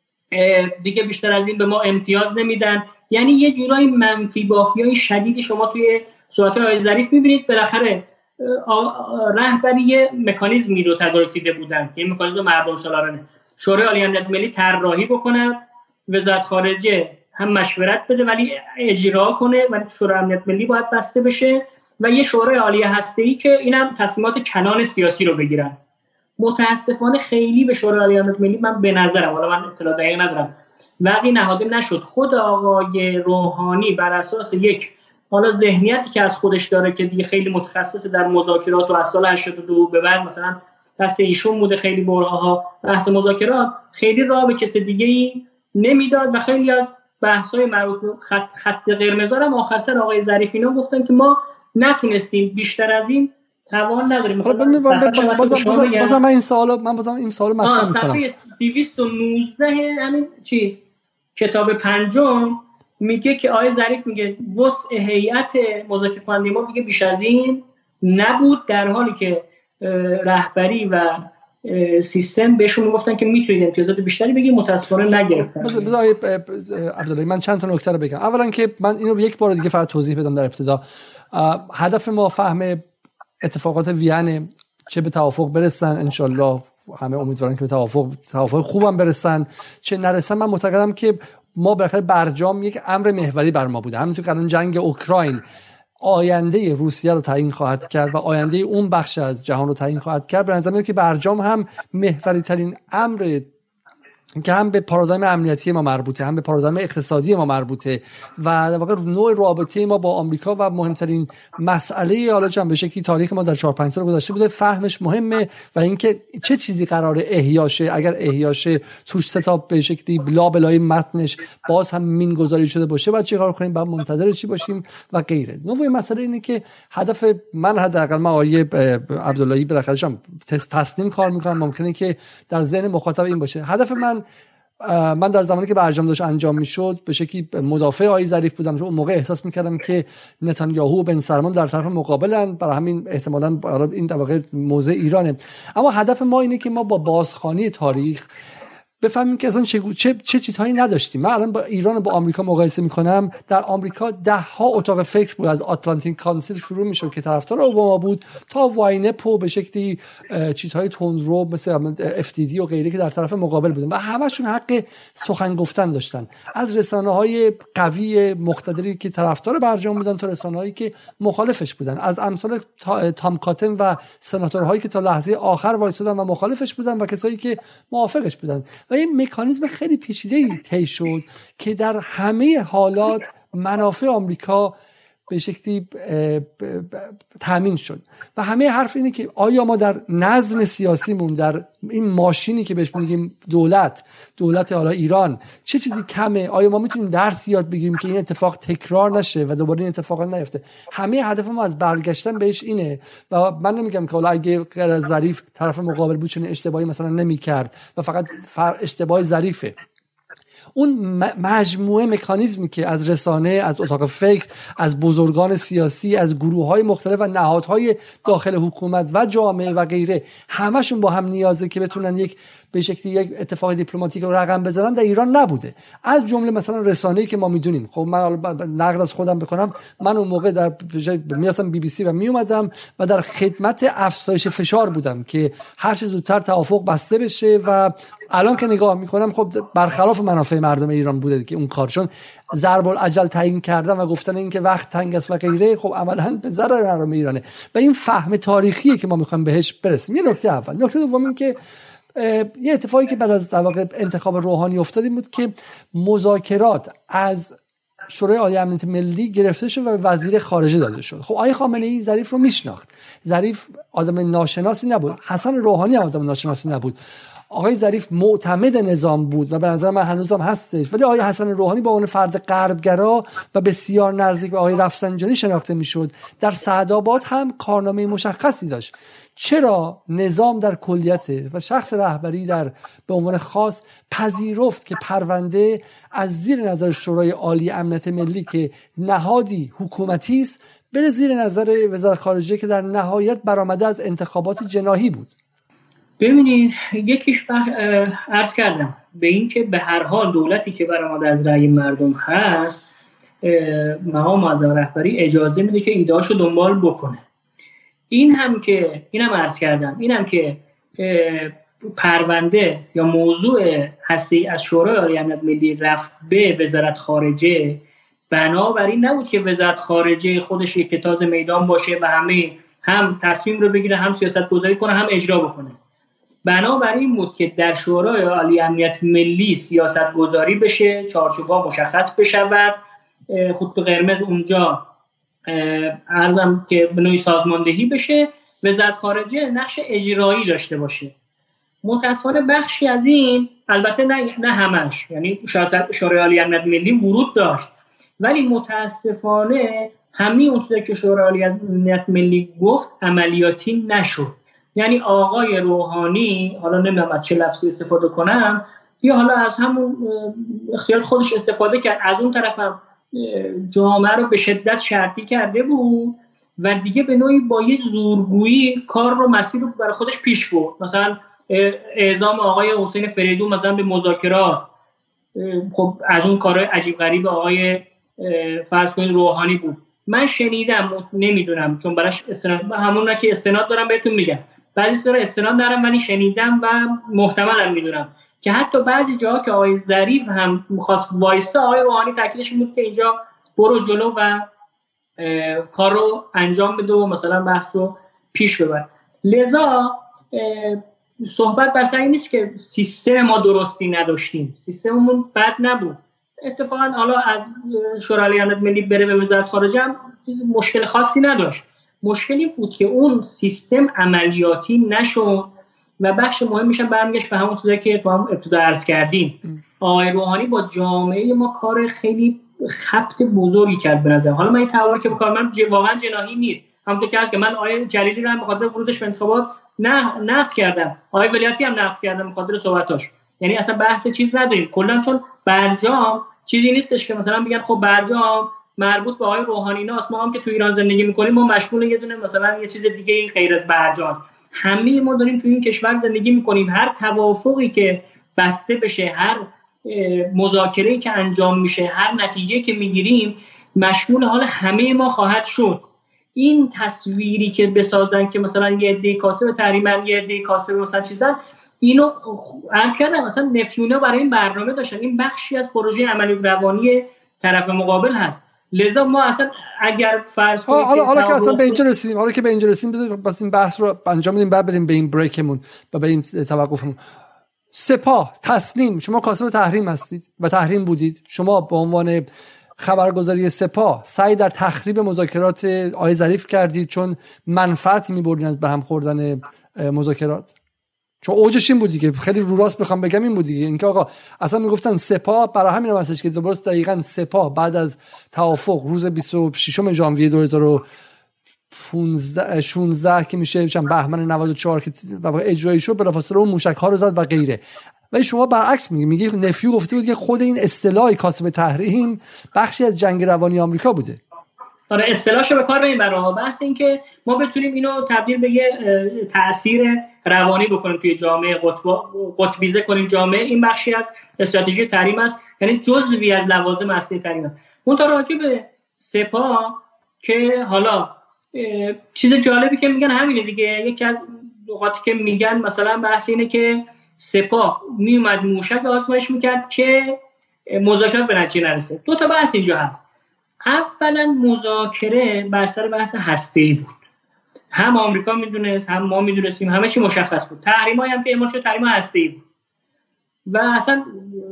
دیگه بیشتر از این به ما امتیاز نمیدن. یعنی یه جورای منفی بافیای شدیدی شما توی صحبت آقای ظریف میبینید. بالاخره رهبری یه مکانیزمی رو تدارک دیده بودن که این مکانیزم مردم سالارانه، شورای عالی امنیت ملی طراحی بکنه، وزارت خارجه هم مشورت بده ولی اجرا کنه، ولی شورای امنیت ملی باید بسته بشه و یه شورای عالی هسته‌ای که اینم تصمیمات کلان سیاسی رو بگیرن. متاسفانه خیلی به شورای عالی امنیت ملی من به نظرم، حالا من اطلاع دقیق ندارم، وقتی نهاده نشد. خود آقای روحانی بر اساس یک حالا ذهنیتی که از خودش داره که دیگه خیلی متخصص در مذاکرات و از سال هشتاد و دو به بعد مثلا دست ایشون بوده، خیلی برهه‌ها بحث مذاکرات خیلی راه به کس دیگه‌ای نمیداد و خیلی از بحث‌های مربوط به خط, خط قرمز هم آخر سر آقای ظریف اینا گفتن که ما نتونستیم بیشتر از این توان نداریم. بازم من این سوالو من بازم این سوالو مطرح می‌کنم. صفحه دویست و نوزده همین چیز کتاب پنجم میگه که آقای ظریف میگه وسع هیئت مذاکره کننده ما دیگه بیش از این نبود، در حالی که رهبری و سیستم بهشون میگفتن که میتونید امتیازات بیشتری بگیرید، متاسفانه نگرفتن. بذار عبدالله من چند تا نکته رو بگم. اولا که من اینو یک بار دیگه فقط توضیح بدم در ابتدا. هدف ما فهم اتفاقات وین، چه به توافق برسن انشالله، همه امیدوارن که به توافق توافق خوبم برسن، چه نرسن. من معتقدم که ما بالاخره برجام یک امر محوری بر ما بوده. همونطور که الان جنگ اوکراین آینده روسیه رو تعیین خواهد کرد و آینده اون بخش از جهان رو تعیین خواهد کرد، به نظر میاد که برجام هم محوری ترین امر که هم به پارادایم امنیتی ما مربوطه، هم به پارادایم اقتصادی ما مربوطه و در واقع نوع رابطه ما با آمریکا و مهمترین مسئله حالا چند به شکلی تاریخ ما در چهار پنج سال گذشته بوده، فهمش مهمه و اینکه چه چیزی قراره احیاشه، اگر احیاشه توش سه تا به شکلی بلا بلای متنش باز هم مین گذاری شده باشه بعد چیکار کنیم، بعد منتظر چی باشیم و غیره. نوع مسئله اینه که هدف من حداقل ما آقای عبداللهی بالاخره تسلیم کار میکنم، ممکنه که در ذهن مخاطب این باشه. هدف من من در زمانی که برجام داشت انجام میشد به شکلی مدافع آقای ظریف بودم، چون اون موقع احساس میکردم که نتانیاهو و بن سلمان در طرف مقابلن، برای همین احتمالاً این در واقع موضع ایرانه. اما هدف ما اینه که ما با بازخوانی تاریخ بفهمیم که اصلا چه چه, چه چیزهایی نداشتیم. من الان با ایران و با آمریکا مقایسه میکنم. در آمریکا ده ها اتاق فکر بود، از آتلانتیک کانسیل شروع میشد که طرفدار اوباما بود تا واینپ و به شکلی چیزهای تندرو مثل اف تی دی و غیره که در طرف مقابل بودن و همشون حق سخن گفتن داشتن، از رسانه‌های قوی مقتدری که طرفدار برجام بودن تا رسانه‌هایی که مخالفش بودن، از امثال تام کاتن و سناتورهایی که تا لحظه آخر وایسادن و مخالفش بودن و کسایی که موافقش بودن. و این مکانیزم خیلی پیچیده‌ای طی شد که در همه حالات منافع آمریکا به شکلی تامین شد. و همه حرف اینه که آیا ما در نظم سیاسیمون، در این ماشینی که بهش میگیم دولت دولت حالا ایران، چه چیزی کمه؟ آیا ما میتونیم درس یاد بگیریم که این اتفاق تکرار نشه و دوباره این اتفاقا نیفته؟ همه هدف ما از برگشتن بهش اینه. و من نمیگم که حالا اگه غیر ظریف طرف مقابل بود چنین اشتباهی مثلا نمیکرد و فقط اشتباه ظریفه. اون مجموعه مکانیزمی که از رسانه، از اتاق فکر، از بزرگان سیاسی، از گروه‌های مختلف و نهادهای داخل حکومت و جامعه و غیره، همشون با هم نیازه که بتونن یک به شکلی یک اتفاق دیپلماتیک رو رقم بزنن، در ایران نبوده. از جمله مثلا رسانه‌ای که ما میدونیم، خب من نقد از خودم بکنم، من اون موقع در میرسم بی بی سی و میومدم و در خدمت افزایش فشار بودم که هر چه زودتر توافق بسته بشه و الان که نگاه میکنم خب برخلاف منافع مردم ایران بوده که اون کار، چون ضرب العجل تعیین کردن و گفتن این که وقت تنگ است و غیره، خب عملاً به ضرر مردم ایرانه. و این فهم تاریخیه که ما میخوایم بهش برسیم. یه نکته اول. نکته دوم این که یه اتفاقی که بعد از در واقع انتخاب روحانی افتاد این بود که مذاکرات از شورای عالی امنیت ملی گرفته شد و وزیر خارجه داده شد. خب آقای خامنه‌ای ظریف رو میشناخت. ظریف آدم ناشناسی نبود. حسن روحانی هم آدم ناشناسی نبود. آقای ظریف معتمد نظام بود و به نظر من هنوزم هستش، ولی آقای حسن روحانی با اون فرد غربگرا و بسیار نزدیک به آقای رفسنجانی شناخته میشد. در سعدآباد هم کارنامه مشخصی داشت. چرا نظام در کلیت و شخص رهبری در به عنوان خاص پذیرفت که پرونده از زیر نظر شورای عالی امنیت ملی که نهادی حکومتی است بره زیر نظر وزارت خارجه که در نهایت برآمده از انتخابات جناحی بود؟ ببینید، یکیش عرض کردم به این که به هر حال دولتی که برآمده از رأی مردم هست، مقام معظم رهبری اجازه میده که ایده‌اشو دنبال بکنه. این هم که اینم عرض کردم اینم که پرونده یا موضوع هستی از شورای عالی امنیت ملی رفت به وزارت خارجه، بنابراین نبود که وزارت خارجه خودش یک تاز میدان باشه و همه هم تصمیم رو بگیره، هم سیاست گذاری کنه، هم اجرا بکنه. بنابراین بود که در شورای عالی امنیت ملی سیاست گذاری بشه، چارچوب‌ها مشخص بشود، خط قرمز اونجا عرضم که به نوعی سازماندهی بشه، وزارت خارجه نقش اجرایی داشته باشه. متأسفانه بخشی از این، البته نه نه همش، یعنی شورای عالی امنیت ملی ورود داشت، ولی متأسفانه همین اون چیزی که شورای عالی امنیت ملی گفت عملیاتی نشد. یعنی آقای روحانی، حالا نمیدونم از چه لفظی استفاده کنم، یا حالا از همون اختیار خودش استفاده کرد، از اون طرف هم جامعه رو به شدت شرطی کرده بود و دیگه به نوعی با یک زورگویی کار رو مسیر رو برای خودش پیش برد. مثلا اعزام آقای حسین فریدون مثلا به مذاکرات، خب از اون کارهای عجیب غریب آقای فرض کنید روحانی بود. من شنیدم، نمیدونم چون براش استناد، همون که استناد دارم بهتون میگم، بعضی سر استناد دارم ولی شنیدم و محتملم میدونم که حتی بعضی جاها که آقای ظریف هم می‌خواست وایسا، آقای روحانی تاکیدش این بود که اینجا برو جلو و کار رو انجام بده و مثلا بحث رو پیش ببر. لذا صحبت بر سر این نیست که سیستم ما درستی نداشتیم، سیستممون بد نبود. اتفاقا حالا از شورای امنیت ملی بره به وزارت خارجه هم مشکل خاصی نداشت. مشکلی بود که اون سیستم عملیاتی نشد و بخش مهمش هم برمیگشت به همون چیزی که تو هم ابتدا عرض کردیم. آقای روحانی با جامعه ما کار خیلی خبط بزرگی کرد به نظر. حالا من این تعبیر که بکنم من واقعا جناحی نیست، همونطور که هست که من آقای جلیلی رو هم به خاطر ورودش به انتخابات نه نقد کردم، آقای ولیعتی هم نقد کردم به خاطر صحبتاش. یعنی اصلا بحث چیز نداریم کلا، چون برجام چیزی نیستش که مثلا بگن خب برجام مربوط به آقای روحانی ناست، ما هم که تو ایران زندگی میکنیم ما مشمول یه دونه مثلا یه چیز دیگه این غیر از برجام. همه ما داریم تو این کشور زندگی میکنیم، هر توافقی که بسته بشه، هر مذاکره‌ای که انجام میشه، هر نتیجه که میگیریم مشمول حال همه ما خواهد شد. این تصویری که بسازن که مثلا یه عده کاسب تحریمن، یه عده کاسب مثلا چیزن، اینو عرض کردم مثلا نفیونا برای این برنامه داشتن، این بخشی از پروژه عملی روانی طرف مقابل هست. لذا ما اصلا اگر فرض کنیم حالا حالا که اصلا به اینجا رسیدیم، حالا که به اینجا رسیدیم بذارید بس این بحث رو انجام بدیم، بعد بریم به این بریکمون و به این توقفمون. سپاه تسلیم، شما کاسب تحریم هستید و تحریم بودید، شما به عنوان خبرگزاری سپاه سعی در تخریب مذاکرات آقای ظریف کردید چون منفعتی می‌بردین از به هم خوردن مذاکرات. چون اوجش این بود دیگه، خیلی رو راست بخوام بگم این بود دیگه، اینکه آقا اصلا میگفتن سپاه، برای همین هم هستش که درست دقیقاً سپاه بعد از توافق روز بیست و ششم ژانویه دو هزار و شانزده که میشه چند بهمن نود و چهار که اجرایی شد، بلافاصله اون موشک‌ها رو زد و غیره. ولی شما برعکس میگی، میگی نفیو گفته بود که خود این اصطلاح کاسب تحریم بخشی از جنگ روانی آمریکا بوده. آره اصطلاحشو به کار ببریم برای بحث این که ما بتونیم اینو تبدیل به یه تأثیر روانی بکنیم توی جامعه، قطبیزه کنیم جامعه. این بخشی از استراتژی تحریم است، یعنی جزوی از لوازم اصلی تحریم است. اون تا راجع به سپاه که حالا چیز جالبی که میگن همینه دیگه، یکی از نقاطی که میگن مثلا بحث اینه که سپاه میومد موشک آزمایش میکرد که مذاکرات به نتیجه نرسه. دو تا بحث اینجا هست. اولا مذاکره بر سر بحث هسته‌ای بود، هم آمریکا میدونست هم ما میدونستیم، همه چی مشخص بود. تحریمایی هم که اعمال شد تحریم هسته‌ای بود و اصلا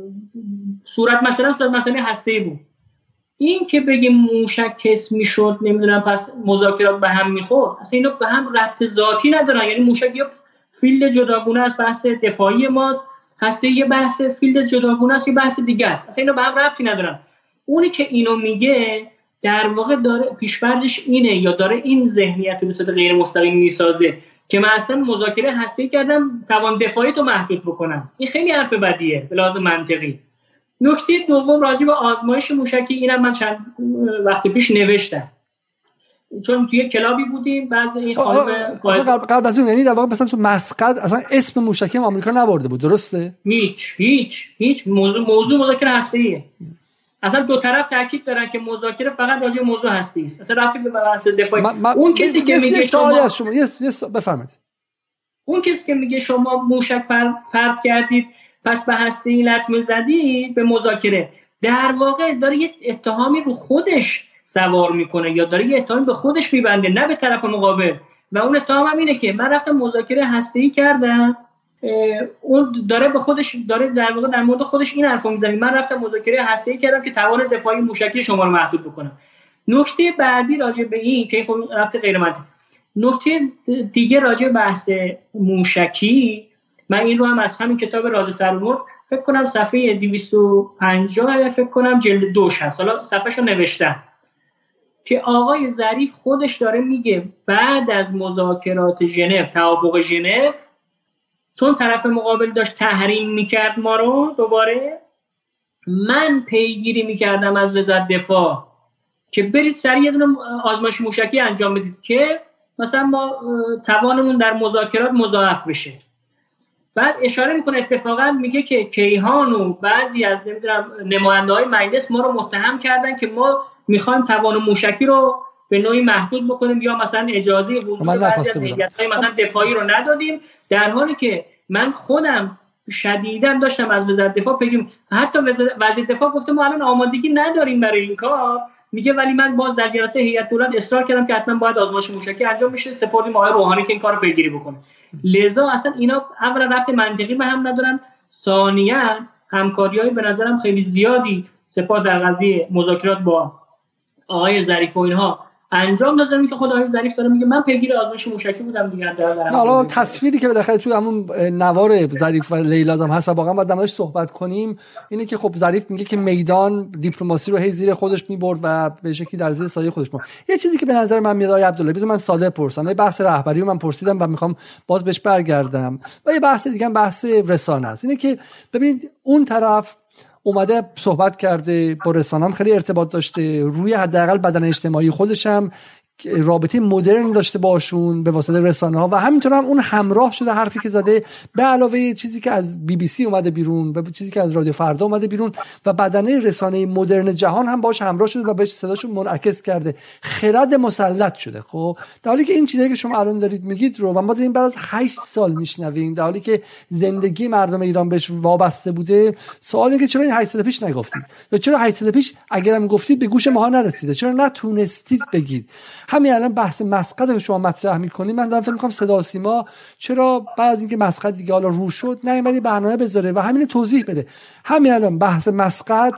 صورت مثلا صورت مسئله هسته‌ای بود. این که بگیم موشک کس میشد نمیدونم پس مذاکرات به هم میخورد، اصلا اینا به هم ربط ذاتی ندارن. یعنی موشک یه فیلد جداگونه است، بحث دفاعی ماست، هسته یه بحث فیلد جداگونه است، یه بحث دیگه است، اصلا اینا به هم ربطی ندارن. اونی که اینو میگه در واقع داره پیش‌فرضش اینه یا داره این ذهنیت رو به صورت غیر مستقیم میسازه که من اصلا مذاکره هسته‌ای کردم توان دفاعی تو محدود بکنم. این خیلی حرف بدیه به لحاظ منطقی. نکته دوم راجع به آزمایش موشکی، اینم من چند وقت پیش نوشتم چون توی کلابی بودیم، بعد این خانم قبل از اون یعنی در واقع مثلا تو مسقط اصلا اسم موشکی آمریکا نبرده بود، درسته؟ هیچ هیچ هیچ موضوع موضوع مذاکره هسته‌ایه. اصلا دو طرف تاکید دارن که مذاکره فقط راجع به موضوع هستی است، اصلا رابطه به بحث دفاعی. اون کسی که میگه شما از شما یس یس بفرمایید، اون کسی که میگه شما موشک پرت کردید پس به هسته‌ای لطمه زدید به مذاکره، در واقع داره یه اتهامی رو خودش سوار میکنه یا داره یه اتهامی به خودش میبنده، نه به طرف مقابل. و اون اتهام هم اینه که من رفتم مذاکره هسته‌ای کردم، اون داره به خودش داره در واقع در مورد خودش این حرفو میزنه، من رفتم مذاکره هسته‌ای کردم که توان دفاعی موشکی شما رو محدود بکنم. نکته بعدی راجع به این که خب رابطه غیر منطقی، نکته دیگه راجع به بحث موشکی، من این رو هم از همین کتاب راز سرمرغ فکر کنم صفحه دویست و پنجاه فکر کنم جلد دوش هست، حالا صفحه‌شو نوشتم که آقای ظریف خودش داره میگه بعد از مذاکرات ژنو، توافق ژنو، چون طرف مقابل داشت تحریم میکرد ما رو، دوباره من پیگیری میکردم از وزارت دفاع که برید سریع یه دونه آزمایش موشکی انجام بدید که مثلا ما توانمون در مذاکرات مضاعف بشه. بعد اشاره میکنه اتفاقا میگه که کیهان و بعضی از نمیدونم نماینده‌های مجلس ما رو متهم کردن که ما میخوایم توان موشکی رو به نوعی محدود بکنیم یا مثلا اجازه ورود بعضی از هیئت‌های مثلا دفاعی رو ندادیم، در حالی که من خودم شدیداً داشتم از وزارت دفاع بگیم، حتی وزیر دفاع گفته ما الان آمادگی نداریم برای این کار، میگه ولی من باز در جلسه هیئت دولت اصرار کردم که حتما باید آزمایش موشکی انجام بشه، سپردیم آقای روحانی که این کارو پیگیری بکنه. لذا اصلا اینا اولا ربط منطقی به هم ندارن، ثانیاً همکاری‌های به نظرم خیلی زیادی سپاه در قضیه مذاکرات با آقای ظریف و اینها انجام دادن که خود آقای ظریف داره میگه من پیگیر آزمایش موشکی بودم دیگه. در حالا تصویری که بالاخره توی همون نوار ظریف و لیلا هم هست و واقعا باید درش صحبت کنیم اینه که خب ظریف میگه که میدان دیپلماسی رو هی زیر خودش میبرد و به شکلی در زیر سایه خودش بود. یه چیزی که به نظر من میاد آقای عبدالله، بذار من ساده پرسم، یه بحث رهبری رو من پرسیدم و میخوام باز بهش برگردم و یه بحث دیگه هم بحث رسانه است. اینه که ببینید اون طرف اومده صحبت کرده با رسانه‌ام خیلی ارتباط داشته، روی حداقل بدن اجتماعی خودش هم رابطه مدرن داشته باشون به واسطه رسانه ها و همینطور هم اون همراه شده حرفی که زده، به علاوه چیزی که از بی بی سی اومده بیرون، به چیزی که از رادیو فردا اومده بیرون و بدنه رسانه مدرن جهان هم باش همراه شده و بهش صداشو منعکس کرده، خرد مسلط شده. خب در حالی که این چیزایی که شما الان دارید میگید رو و ما داریم بعد از هشت سال میشنویم، در حالی که زندگی مردم ایران بهش وابسته بوده، سوالی که چرا این هشت سال پیش نگفتید، یا چرا هشت سال پیش اگرم گفتید به گوش ما نرسیده، چرا نتونستید بگید. همین الان بحث مسقط رو شما مطرح میکنید، من دارم فکر میکنم صدا و سیما چرا بعد از اینکه مسقط دیگه حالا رو شد نیومدی برنامه بذاره و همین توضیح بده. همین الان بحث مسقط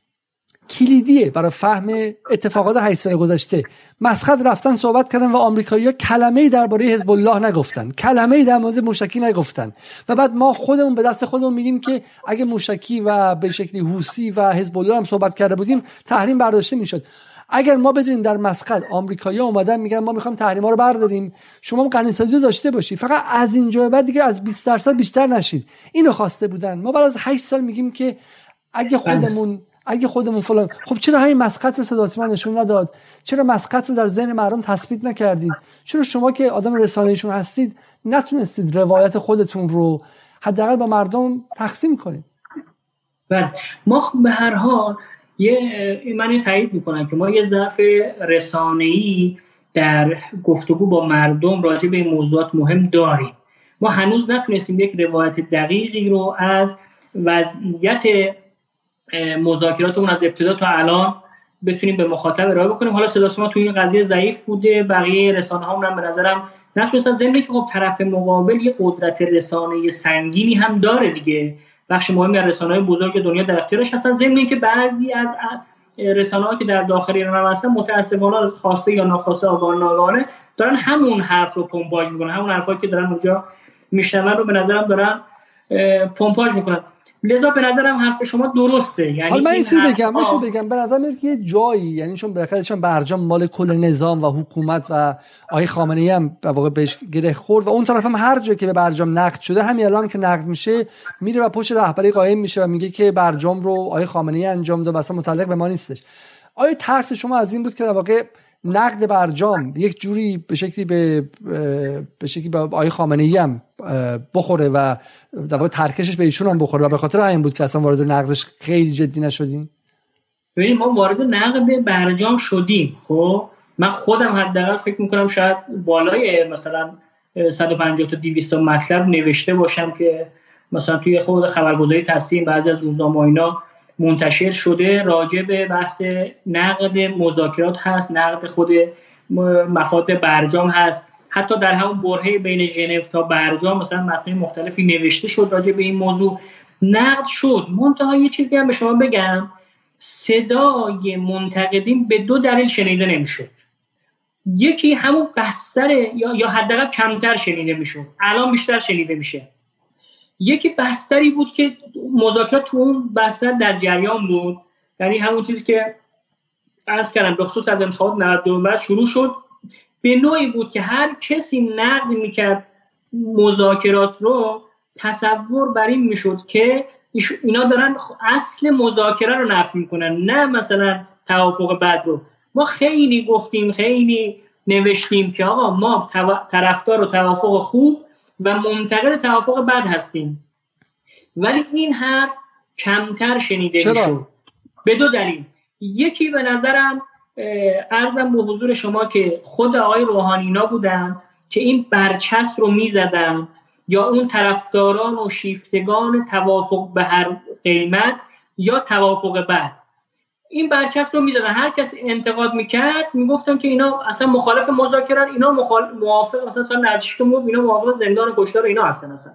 کلیدیه برای فهم اتفاقات هشت سال گذشته. مسقط رفتن صحبت کردن و آمریکایی‌ها کلمه‌ای درباره حزب الله نگفتن، کلمه‌ای در مورد موشکی نگفتن و بعد ما خودمون به دست خودمون میگیم که اگه موشکی و به شکلی حوثی و حزب الله هم صحبت کرده بودیم تحریم برداشته میشد. اگر ما بدونیم در مسقط آمریکایی‌ها اومدن میگن ما میخوایم تحریم‌ها رو برداریم، شما هم غنی‌سازی داشته باشید، فقط از اینجا بعد دیگه از بیست درصد بیشتر نشید، اینو خواسته بودن. ما بعد از هشت سال میگیم که اگه خودمون اگه خودمون فلان، خب چرا همین مسقط رو صدا و سیما نشون نداد؟ چرا مسقط رو در ذهن مردم تثبیت نکردید؟ چرا شما که آدم رسانه‌ایشون هستید نتونستید روایت خودتون رو حداقل با مردم تقسیم کنید؟ بله، ما به هر حال یه من تایید میکنم که ما یه ضعف رسانه‌ای در گفتگو با مردم راجع به این موضوعات مهم داریم. ما هنوز نتونستیم یک روایت دقیقی رو از وضعیت مذاکرات اون از ابتدا تا الان بتونیم به مخاطب ارائه بکنیم. حالا صدا سیما تو این قضیه ضعیف بوده، بقیه رسانه‌ها هم به نظرم نتونستن، ضمن که خب طرف مقابل یه قدرت رسانه‌ای سنگینی هم داره دیگه، بخش مهمی از رسانه‌های بزرگ دنیا در اختیارش هستن، ضمن که بعضی از رسانه‌ها که در داخل ایران هستن متأسفانه خواسته یا ناخواسته آگاهانه ناآگاهانه دارن همون حرف رو پمپاژ میکنن، همون حرفایی که دارن اونجا میشنون رو به نظرم دارن پمپاژ میکنن. لذا به نظرم حرف شما درسته. یعنی حالا من این چیزی بگم ها... بهشون بگم به نظرم میاد که یه جایی، یعنی چون برخلاف برجام مال کل نظام و حکومت و آقای خامنه‌ای هم به واقع بهش گره خورد و اون طرف هم هر جایی که به برجام نقد شده همین الان که نقد میشه میره و پشت رهبری قایم میشه و میگه که برجام رو آقای خامنه‌ای انجام داد و اصلا متعلق به ما نیستش. آیا ترس شما از این بود که در واقع نقد برجام یک جوری به شکلی به به شکلی به آقای خامنه‌ای هم بخوره و در واقع ترکشش به ایشون هم بخوره و به خاطر همین بود که اصلا وارد نقدش خیلی جدی نشدین؟ ببین ما وارد نقد برجام شدیم، خب من خودم حداقل فکر میکنم شاید بالای مثلا صد و پنجاه تا دویست مطلب نوشته باشم که مثلا توی خود خبرگزاری تصمیم بعضی از روزنامه اینا منتشر شده راجع به بحث نقد مذاکرات هست، نقد خود مفاد برجام هست، حتی در همون برهه بین ژنو تا برجام مثلا متن مختلفی نوشته شد راجع به این موضوع، نقد شد. منتها یه چیزی هم به شما بگم، صدای منتقدین به دو دلیل شنیده نمیشد. یکی همون بستر یا یا حداقل کمتر شنیده میشد، الان بیشتر شنیده میشه. یکی بستری بود که مذاکرات تو اون بستر در جریان بود، یعنی همون چیزی که عرض کردم به خصوص از انتخابات نود و دو بعد شروع شد، به نوعی بود که هر کسی نقد میکرد مذاکرات رو تصور بر این میشد که اینا دارن اصل مذاکره رو نفی میکنن، نه مثلا توافق بعد رو. ما خیلی گفتیم، خیلی نوشتیم که آقا ما طرفدار توافق خوب و منتقد توافق بد هستیم، ولی این حرف کمتر شنیده میشد به دو دلیل. یکی به نظرم عرضم به حضور شما که خود آقای روحانی اینا بودن که این برچسب رو میزدن، یا اون طرفداران و شیفتگان توافق به هر قیمت یا توافق بعد، این برچسب رو میزدن. هر کسی انتقاد میکرد میگفتن که اینا اصلا مخالف مذاکره، اینا مخالف موافق مثلا سال نود و شش که اینا موافق زندان کشتار اینا هستن. اصلا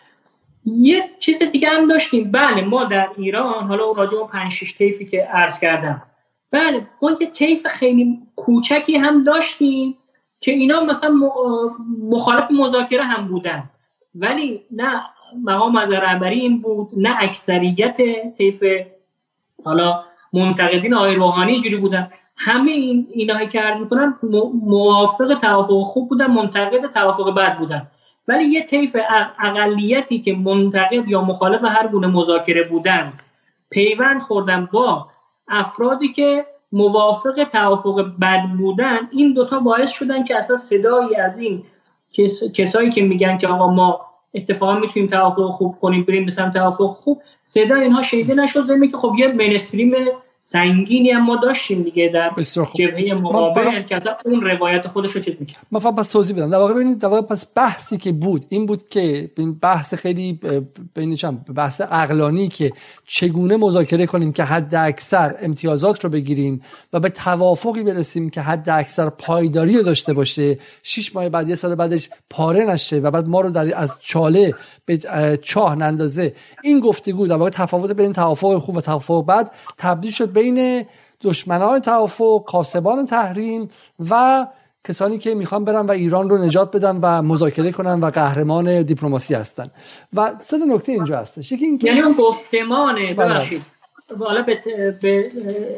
یه چیز دیگه هم داشتیم، بله ما در ایران حالا راجع به پنج شش طیفی که عرض کردم، بله ما یه طیف خیلی کوچکی هم داشتیم که اینا مثلا مخالف مذاکره هم بودن، ولی نه مقام از رهبری این بود، نه اکثریت طیف حالا منتقدین آقای روحانی اینجوری بودن. همه این اینایی که عرض میکنن موافق توافق خوب بودن، منتقد توافق بد بودن، ولی یه طیف اقلیتی که منتقد یا مخالف هر گونه مذاکره بودن پیوند خوردن با افرادی که موافق توافق بد بودن، این دوتا باعث شدن که اصلا صدایی از این کس... کسایی که میگن که آقا ما اتفاقا میتونیم توافق خوب کنیم بریم مثلا توافق خوب، صدای اینها شنیده نشد. زمین که خب یه مینستریم سنگینی هم ما داشتیم دیگه در جبهه مقابل که اصلا اون روایت خودش رو چیز میکنه. من فقط پس توضیح بدم. در واقع ببینید، در واقع پس بحثی که بود این بود که این بحث خیلی بین چند بحث عقلانی که چگونه مذاکره کنیم که حد اکثر امتیازات رو بگیریم و به توافقی برسیم که حد اکثر پایداری رو داشته باشه، شش ماه بعد یه سال بعدش پاره نشه و بعد ما رو در از چاله به چاه نندازه. این گفتگو در واقع تفاوت بین توافق خوب و توافق بد تبدیل شد بین دشمنان توافق، کاسبان تحریم و کسانی که میخوان برن و ایران رو نجات بدن و مذاکره کنن و قهرمان دیپلماسی هستن. و سه نکته اینجا هستش. یکی اینکه یعنی اون گفتمانه، ببخشید حالا به, به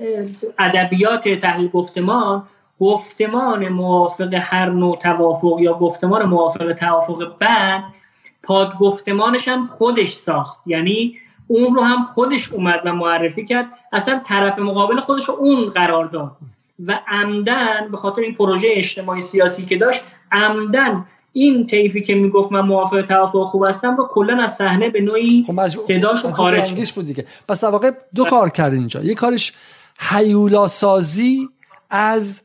ادبیات تحلیل گفتمان، گفتمان موافق هر نوع توافق یا گفتمان موافق توافق بد، پاد گفتمانش هم خودش ساخت، یعنی اون رو هم خودش اومد و معرفی کرد، اصلا طرف مقابل خودش رو اون قرار داد و عمدن به خاطر این پروژه اجتماعی سیاسی که داشت، عمدن این طیفی که میگفت من موافق توافق خوب هستم رو کلا از صحنه به نوعی خب صداشو خارج بود دیگه. پس در واقع دو کار کرد اینجا. یک کارش هیولا سازی از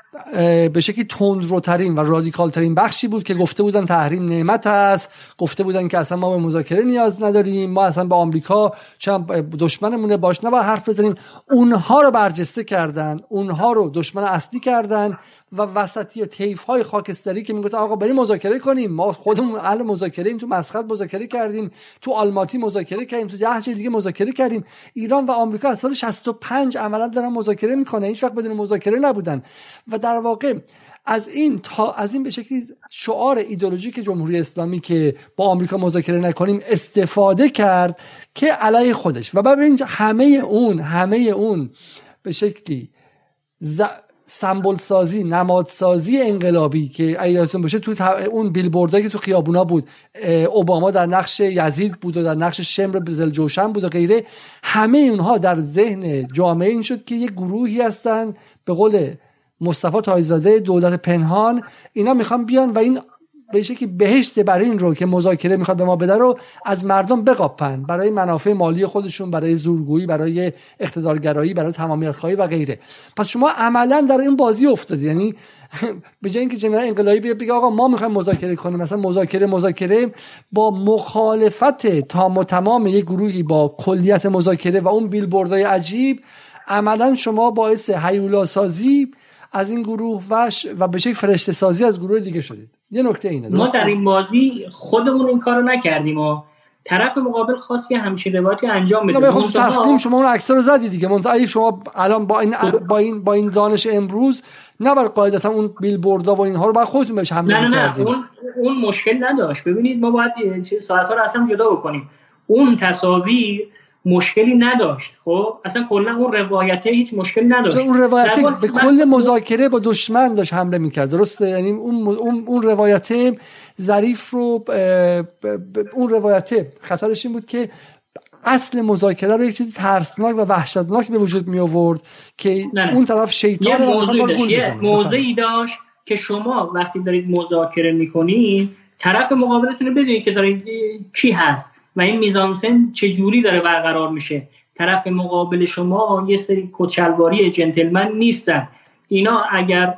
به شکلی تندروترین و رادیکال ترین بخشی بود که گفته بودن تحریم نعمت است، گفته بودن که اصلا ما به مذاکره نیاز نداریم، ما اصلا با آمریکا چون دشمنمونه باش نباید حرف بزنیم. اونها رو برجسته کردن، اونها رو دشمن اصلی کردن و وسطی و طیف‌های خاکستری که میگفتن آقا بریم مذاکره کنیم، ما خودمون اهل مذاکره ایم، تو مسقط مذاکره کردیم، تو آلماتی مذاکره کردیم، تو ده جای دیگه مذاکره کردیم. ایران و آمریکا از سال شصت و پنج عملاً دارن مذاکره میکنن، هیچ وقت بدون مذاکره نبودن. و در واقع از این تا از این به شکلی شعار ایدئولوژیک جمهوری اسلامی که با آمریکا مذاکره نکنیم استفاده کرد که علیه خودش. و ببینید همه اون همه اون به شکلی ز... سمبل سازی، نماد سازی انقلابی که یادتون باشه تو اون بیلبوردایی که تو خیابونا بود، اوباما در نقش یزید بود و در نقش شمر بزلجوشن بود و غیره، همه اونها در ذهن جامعه این شد که یک گروهی هستن به قول مصطفی تایزاده دولت پنهان، اینا میخوان بیان و این به شکلی بهشت برای این رو که مذاکره میخواد به ما بده رو از مردم بقاپن برای منافع مالی خودشون، برای زورگویی، برای اقتدارگرایی، برای تمامیت خواهی و غیره. پس شما عملا در این بازی افتادید. یعنی به جای اینکه جنرال انقلابی بگه آقا ما میخوایم مذاکره کنیم، مثلا مذاکره مذاکره با مخالفت تام و تمام یک گروهی با کلیت مذاکره و اون بیلبوردهای عجیب، عملا شما باعث هیولا سازی از این گروه و و به شکل فرشته سازی از گروه دیگه شدید. یه نکته اینه، ما در این بازی خودمون این کارو نکردیم و طرف مقابل خواست که همچین روایتی انجام بده. نه خب تسلیم شما اون عکس رو زدی دیگه. منتها شما الان با این با این با این دانش امروز نباید قاعدتا اون بیلبوردها و اینها رو باید خودتون بهش حمله می‌کردید. نه نه اون اون مشکل نداشت. ببینید ما باید ساعت‌ها رو اصلا جدا بکنیم. اون تصاویر مشکلی نداشت. خب اصلا کلا اون روایته هیچ مشکلی نداشت. اون روایته به کل مذاکره با دشمن داشت حمله می‌کرد. درسته؟ یعنی اون اون اون روایته ظریف رو اون روایته خطرش این بود که اصل مذاکره رو یک چیز ترسناک و وحشتناک به وجود می آورد که نه نه. اون طرف شیطان رو می‌خواد گول بزنه. یه موضعی داشت که شما وقتی دارید مذاکره می‌کنید طرف مقابلتون رو بدونید که دارید کی هست و این میزانسن چجوری داره برقرار میشه. طرف مقابل شما یه سری کچلواری جنتلمن نیستن. اینا اگر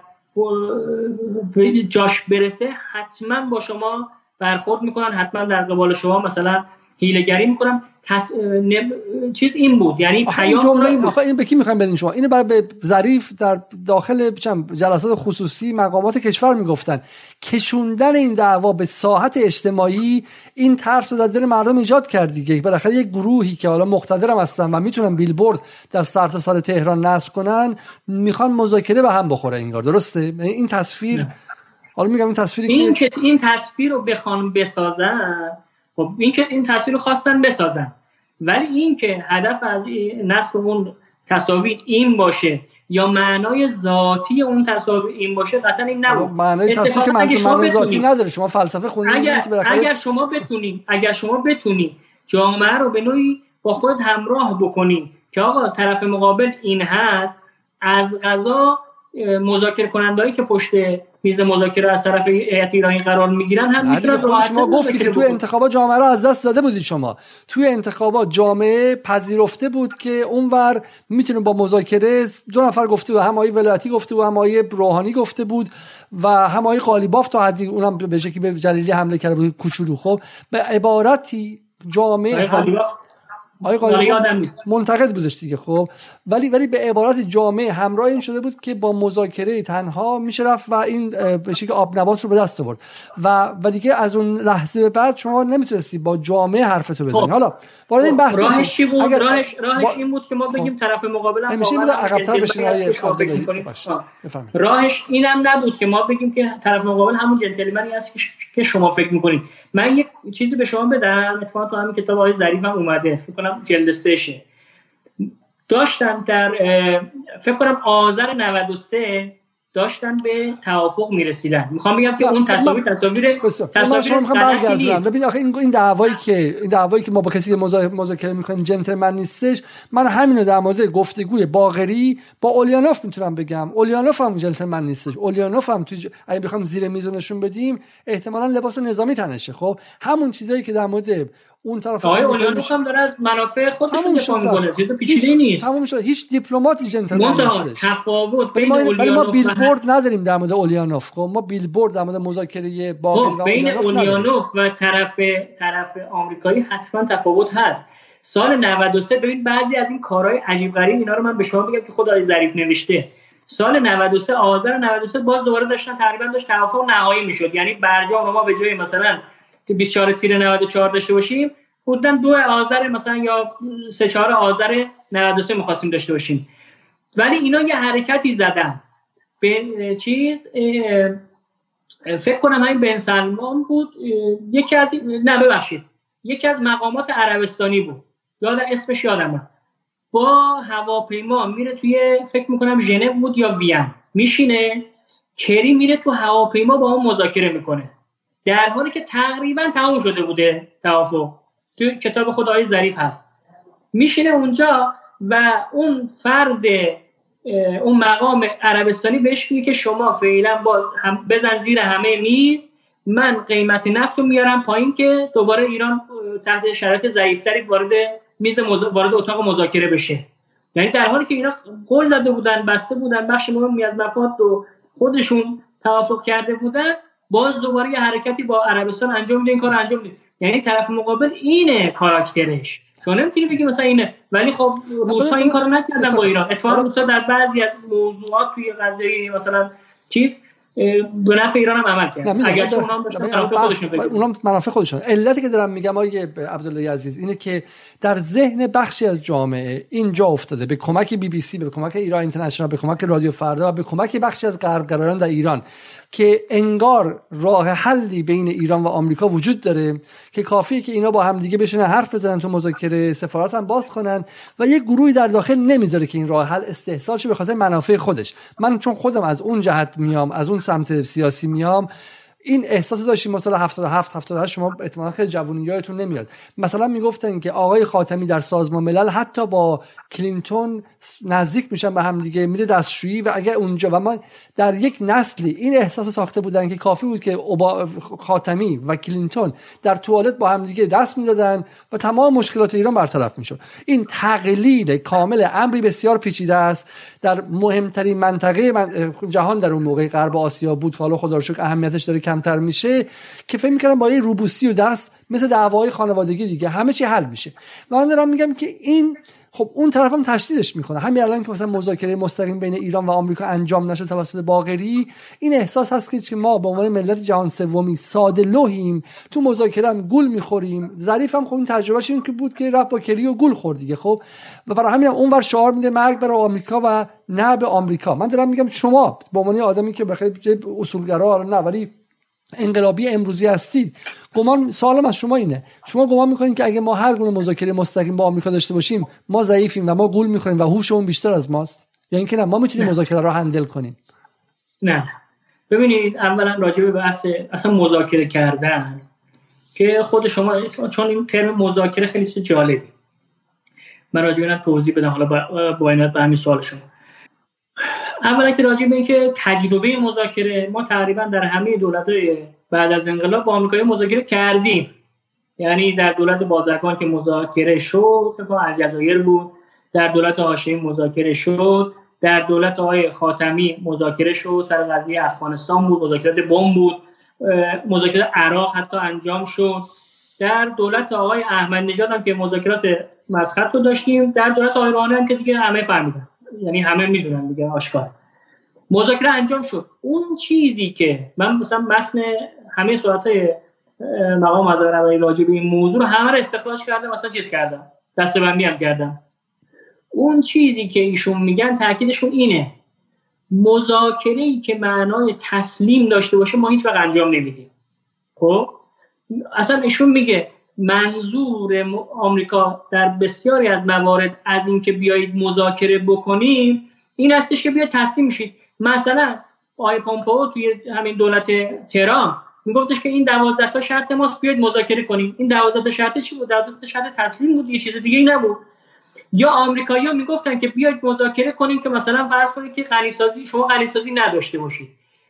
جاش برسه حتما با شما برخورد میکنن، حتما در قبال شما مثلا حیله‌گری میکنن. تس... نب... چیز این بود، یعنی پیام جمله این بود. آخه این به کی میخوایم بدین شما؟ اینو برای به ظریف در داخل جلسات خصوصی مقامات کشور میگفتن. کشوندن این دعوا به ساحت اجتماعی این ترس رو در دل مردم ایجاد کرد دیگه. بالاخره یک گروهی که حالا مقتدرم هستن و میتونن بیلبورد در سرتاسر سر تهران نصب کنن، میخوان مذاکره به هم بخوره انگار. درسته؟ این تصویر نه. حالا میگم این تصویری این که این تصویر رو بخوان بسازن، خب این که این تصویر رو خواستن بسازن، ولی این که هدف از نصب اون تصاویر این باشه یا معنای ذاتی اون تصاویر این باشه، قطعا این نبود. معنای تصویر که معنای ذاتی نداره. شما فلسفه خوندید اگر, اگر شما بتونید اگر شما بتونید جامعه رو به نوعی با خود همراه بکنید که آقا طرف مقابل این هست، از قضا مذاکره کنندهایی که پشت میز مذاکره از طرف هیئت ایرانی قرار میگیرن هم میتونن راحت. شما گفتی که توی انتخابات جامعه رو از دست داده بودید. شما توی انتخابات جامعه پذیرفته بود که اونور میتونه با مذاکره، دو نفر گفته بود، هم آقای ولایتی گفته بود، هم آقای روحانی گفته بود و هم آقای قالیباف تا حدی اونم به شکلی به جلیلی حمله کرده بود کوچولو. خب به عبارتی جامعه آقای قالیباف منتقد بودش دیگه. خب ولی ولی به عبارت جامعه همراه این شده بود که با مذاکره تنها میشه رفت و این به شکل آب نبات رو به دست آورد و و دیگه از اون لحظه به بعد شما نمیتونستی با جامعه حرفتو بزنی. حالا وارد این بحث راهش چی بود؟ راهش راهش با... این بود که ما بگیم طرف مقابل هم واقعا عقب‌تر بشین. راهش اینم نبود که ما بگیم که طرف مقابل همون جنتلمنی است که شما فکر می‌کنید. من یک چیزی به شما بدم، اتفاقا تو همین کتاب آقای ظریف هم اومده، فکر کنم جلد سه شه. داشتن در فکر کنم آذر نود و سه داشتن به توافق میرسیدن. میخوام بگم که اون تصاویر تصاویر تصاویر برگردونم. ببین آخه این این دعوایی که این دعوایی که ما با کسی مذاکره میکنیم جنتلمن نیستش. من همینو در مورد گفتگوی باقری با اولیانوف میتونم بگم. اولیانوف هم جنتلمن نیستش. اولیانوف هم تو اگه بخوام زیر میز نشون بدیم احتمالاً لباس نظامی تنشه. خب همون چیزایی که در مورد اون طرف آقای اولیانوف هم داره از منافع خودشون دفاع میکنه. چیز پیچیده نیست. تموم شد. هیچ دیپلماتی جنتلمن نیست. تفاوت بین اولیانوف ما بیلبورد نداریم در مورد اولیانوف. خب ما بیلبورد در مورد مذاکره باقری بین اولیانوف و طرف طرف آمریکایی حتما تفاوت هست. سال نود و سه ببین بعضی از این کارهای عجیب غریب اینا رو من به شما میگم که خود آقای ظریف نوشته. سال نود و سه آذر نود و سه باز دوباره داشتن تقریبا داشت توافق نهایی میشد. یعنی برجام رو ما به جای مثلا بیست و چهار تیر نود و چهار داشته باشیم، حدوداً دو آذر مثلا یا سه چهار آذر نود و سه می‌خواستیم داشته باشیم. ولی اینا یه حرکتی زدن به چیز، فکر کنم این بن سلمان بود، یکی از نه ببخشید یکی از مقامات عربستانی بود، یاد اسمش یادمه، با هواپیما میره توی فکر میکنم ژنو بود یا وین، میشینه کری میره تو هواپیما با اون مذاکره میکنه، در حالی که تقریبا تمام شده بوده توافق. تو کتاب خود آقای ظریف هست. میشینه اونجا و اون فرد اون مقام عربستانی بهش میگه که شما فعلا باز هم بزن زیر همه میز، من قیمت نفت رو میارم پایین که دوباره ایران تحت شرایط ضعیف‌تری وارد میز مز... وارد اتاق مذاکره بشه. یعنی در حالی که اینا قول داده بودن، بسته بودن، بخش مهمی از مفاد رو خودشون توافق کرده بودن، باز دوباره یه حرکتی با عربستان انجام میده، این کارو انجام میده. یعنی طرف مقابل اینه کاراکترش. تو نمیتونی بگی مثلا اینه، ولی خب روس‌ها این کارو نکردن با ایران. اتفاقا روس‌ها در بعضی از موضوعات توی قضیه مثلا چیز به نفع ایران هم عمل کرد. اگر چون اونام داشتن منافع خودشون بگن، اونام منافع خودشون. علتی که دارم میگم آقای عبدالله عزیز اینه که در ذهن بخشی از جامعه اینجا افتاده، به کمک بی بی سی، به کمک ایران اینترنشنال، به کمک رادیو فردا و به کمک بخشی از غربگرایان در ایران، که انگار راه حلی بین ایران و آمریکا وجود داره که کافیه که اینا با هم دیگه بشینن حرف بزنن، تو مذاکره سفارت هم باز کنن و یک گروهی در داخل نمیذاره که این راه حل استحصال شه به خاطر منافع خودش. من چون خودم از اون جهت میام، از اون سمت سیاسی میام، این احساس داشتیم. مثلا هفتاد و هفت هفتاد و هشت شما احتمالاً خیلی جوونی یادتون نمیاد، مثلا میگفتن که آقای خاتمی در سازمان ملل حتی با کلینتون نزدیک میشن به هم دیگه، میره دستشویی و اگه اونجا، و ما در یک نسلی این احساس ساخته بودن که کافی بود که خاتمی و کلینتون در توالت با هم دیگه دست میدادن و تمام مشکلات ایران برطرف میشد. این تقلیل کامل امری بسیار پیچیده است در مهمترین منطقه من جهان در اون موقع غرب آسیا بود، حالا خدا رو شکر اهمیتش داره کمتر میشه، که فکر می‌کردم با یه روبوسی و دست مثل دعوای خانوادگی دیگه همه چی حل میشه. من دارم میگم که این خب اون طرف هم تشدیدش میکنه. همین الان که مثلا مذاکره مستقیم بین ایران و آمریکا انجام نشد توسط باقری، این احساس هست که ما به عنوان ملت جهان سومی ساده لوحیم، تو مذاکره هم گول میخوریم. ظریف هم خب این تجربهش این که بود که رفت با کری و گول خورد دیگه. خب و برای همین هم اونور شعار میده مرگ برای آمریکا و نه به آمریکا. من دارم میگم شما به عنوان آدمی که بخیر اصولگرا نه ولی انقلابی امروزی هستید، گمان سوالم از شما اینه، شما گمان میکنید که اگه ما هر گونه مذاکره مستقیم با آمریکا داشته باشیم ما ضعیفیم و ما گول میخوریم و هوشمون بیشتر از ماست، یا اینکه نه ما میتونیم مذاکره رو هندل کنیم؟ نه ببینید، اولا راجع به بحث اصلا مذاکره کردن که خود شما، چون این ترم مذاکره خیلی چیز جالبی، من راجع به اون توضیح بدم حالا با اینات به همین سوال شما. اولا که راجع به اینکه تجربه مذاکره، ما تقریبا در همه دولت‌های بعد از انقلاب با آمریکایی مذاکره کردیم. یعنی در دولت بازرگان که مذاکره شد، فکر کنم الجزایر بود، در دولت هاشمی مذاکره شد، در دولت آقای خاتمی مذاکره شد، سر قضیه افغانستان بود، مذاکرات بمب بود، مذاکرات عراق حتی انجام شد. در دولت آقای احمدی نژاد هم که مذاکرات مسخط رو داشتیم، در دولت آقای روحانی هم که دیگه همه فهمیدن، یعنی همه میدونن دیگه، آشکار مذاکره انجام شد. اون چیزی که من مثلا متن همه صحبت‌های مقام معظم رهبری راجع به این موضوع رو همه رو استخراج کردم، مثلا چیز کردم، دسته‌بندی هم کردم. اون چیزی که ایشون میگن تاکیدشون اینه، مذاکره‌ای که معنای تسلیم داشته باشه ما هیچ وقت انجام نمیدیم. خب اصلا ایشون میگه منظور آمریکا در بسیاری از موارد از اینکه بیایید مذاکره بکنیم این هستش که بیاید تسلیم میشید. مثلا آقای پومپئو توی همین دولت تهران میگفتش که این دوازده تا شرط ماست، بیاید مذاکره کنیم. این دوازده تا شرط چی بود؟ دوازده تا شرط تسلیم بود، یه چیز دیگه ای نبود. یا آمریکایی‌ها میگفتن که بیاید مذاکره کنیم که مثلا فرض کنید که غنی‌سازی، شما غنی‌سازی نداشته باشید.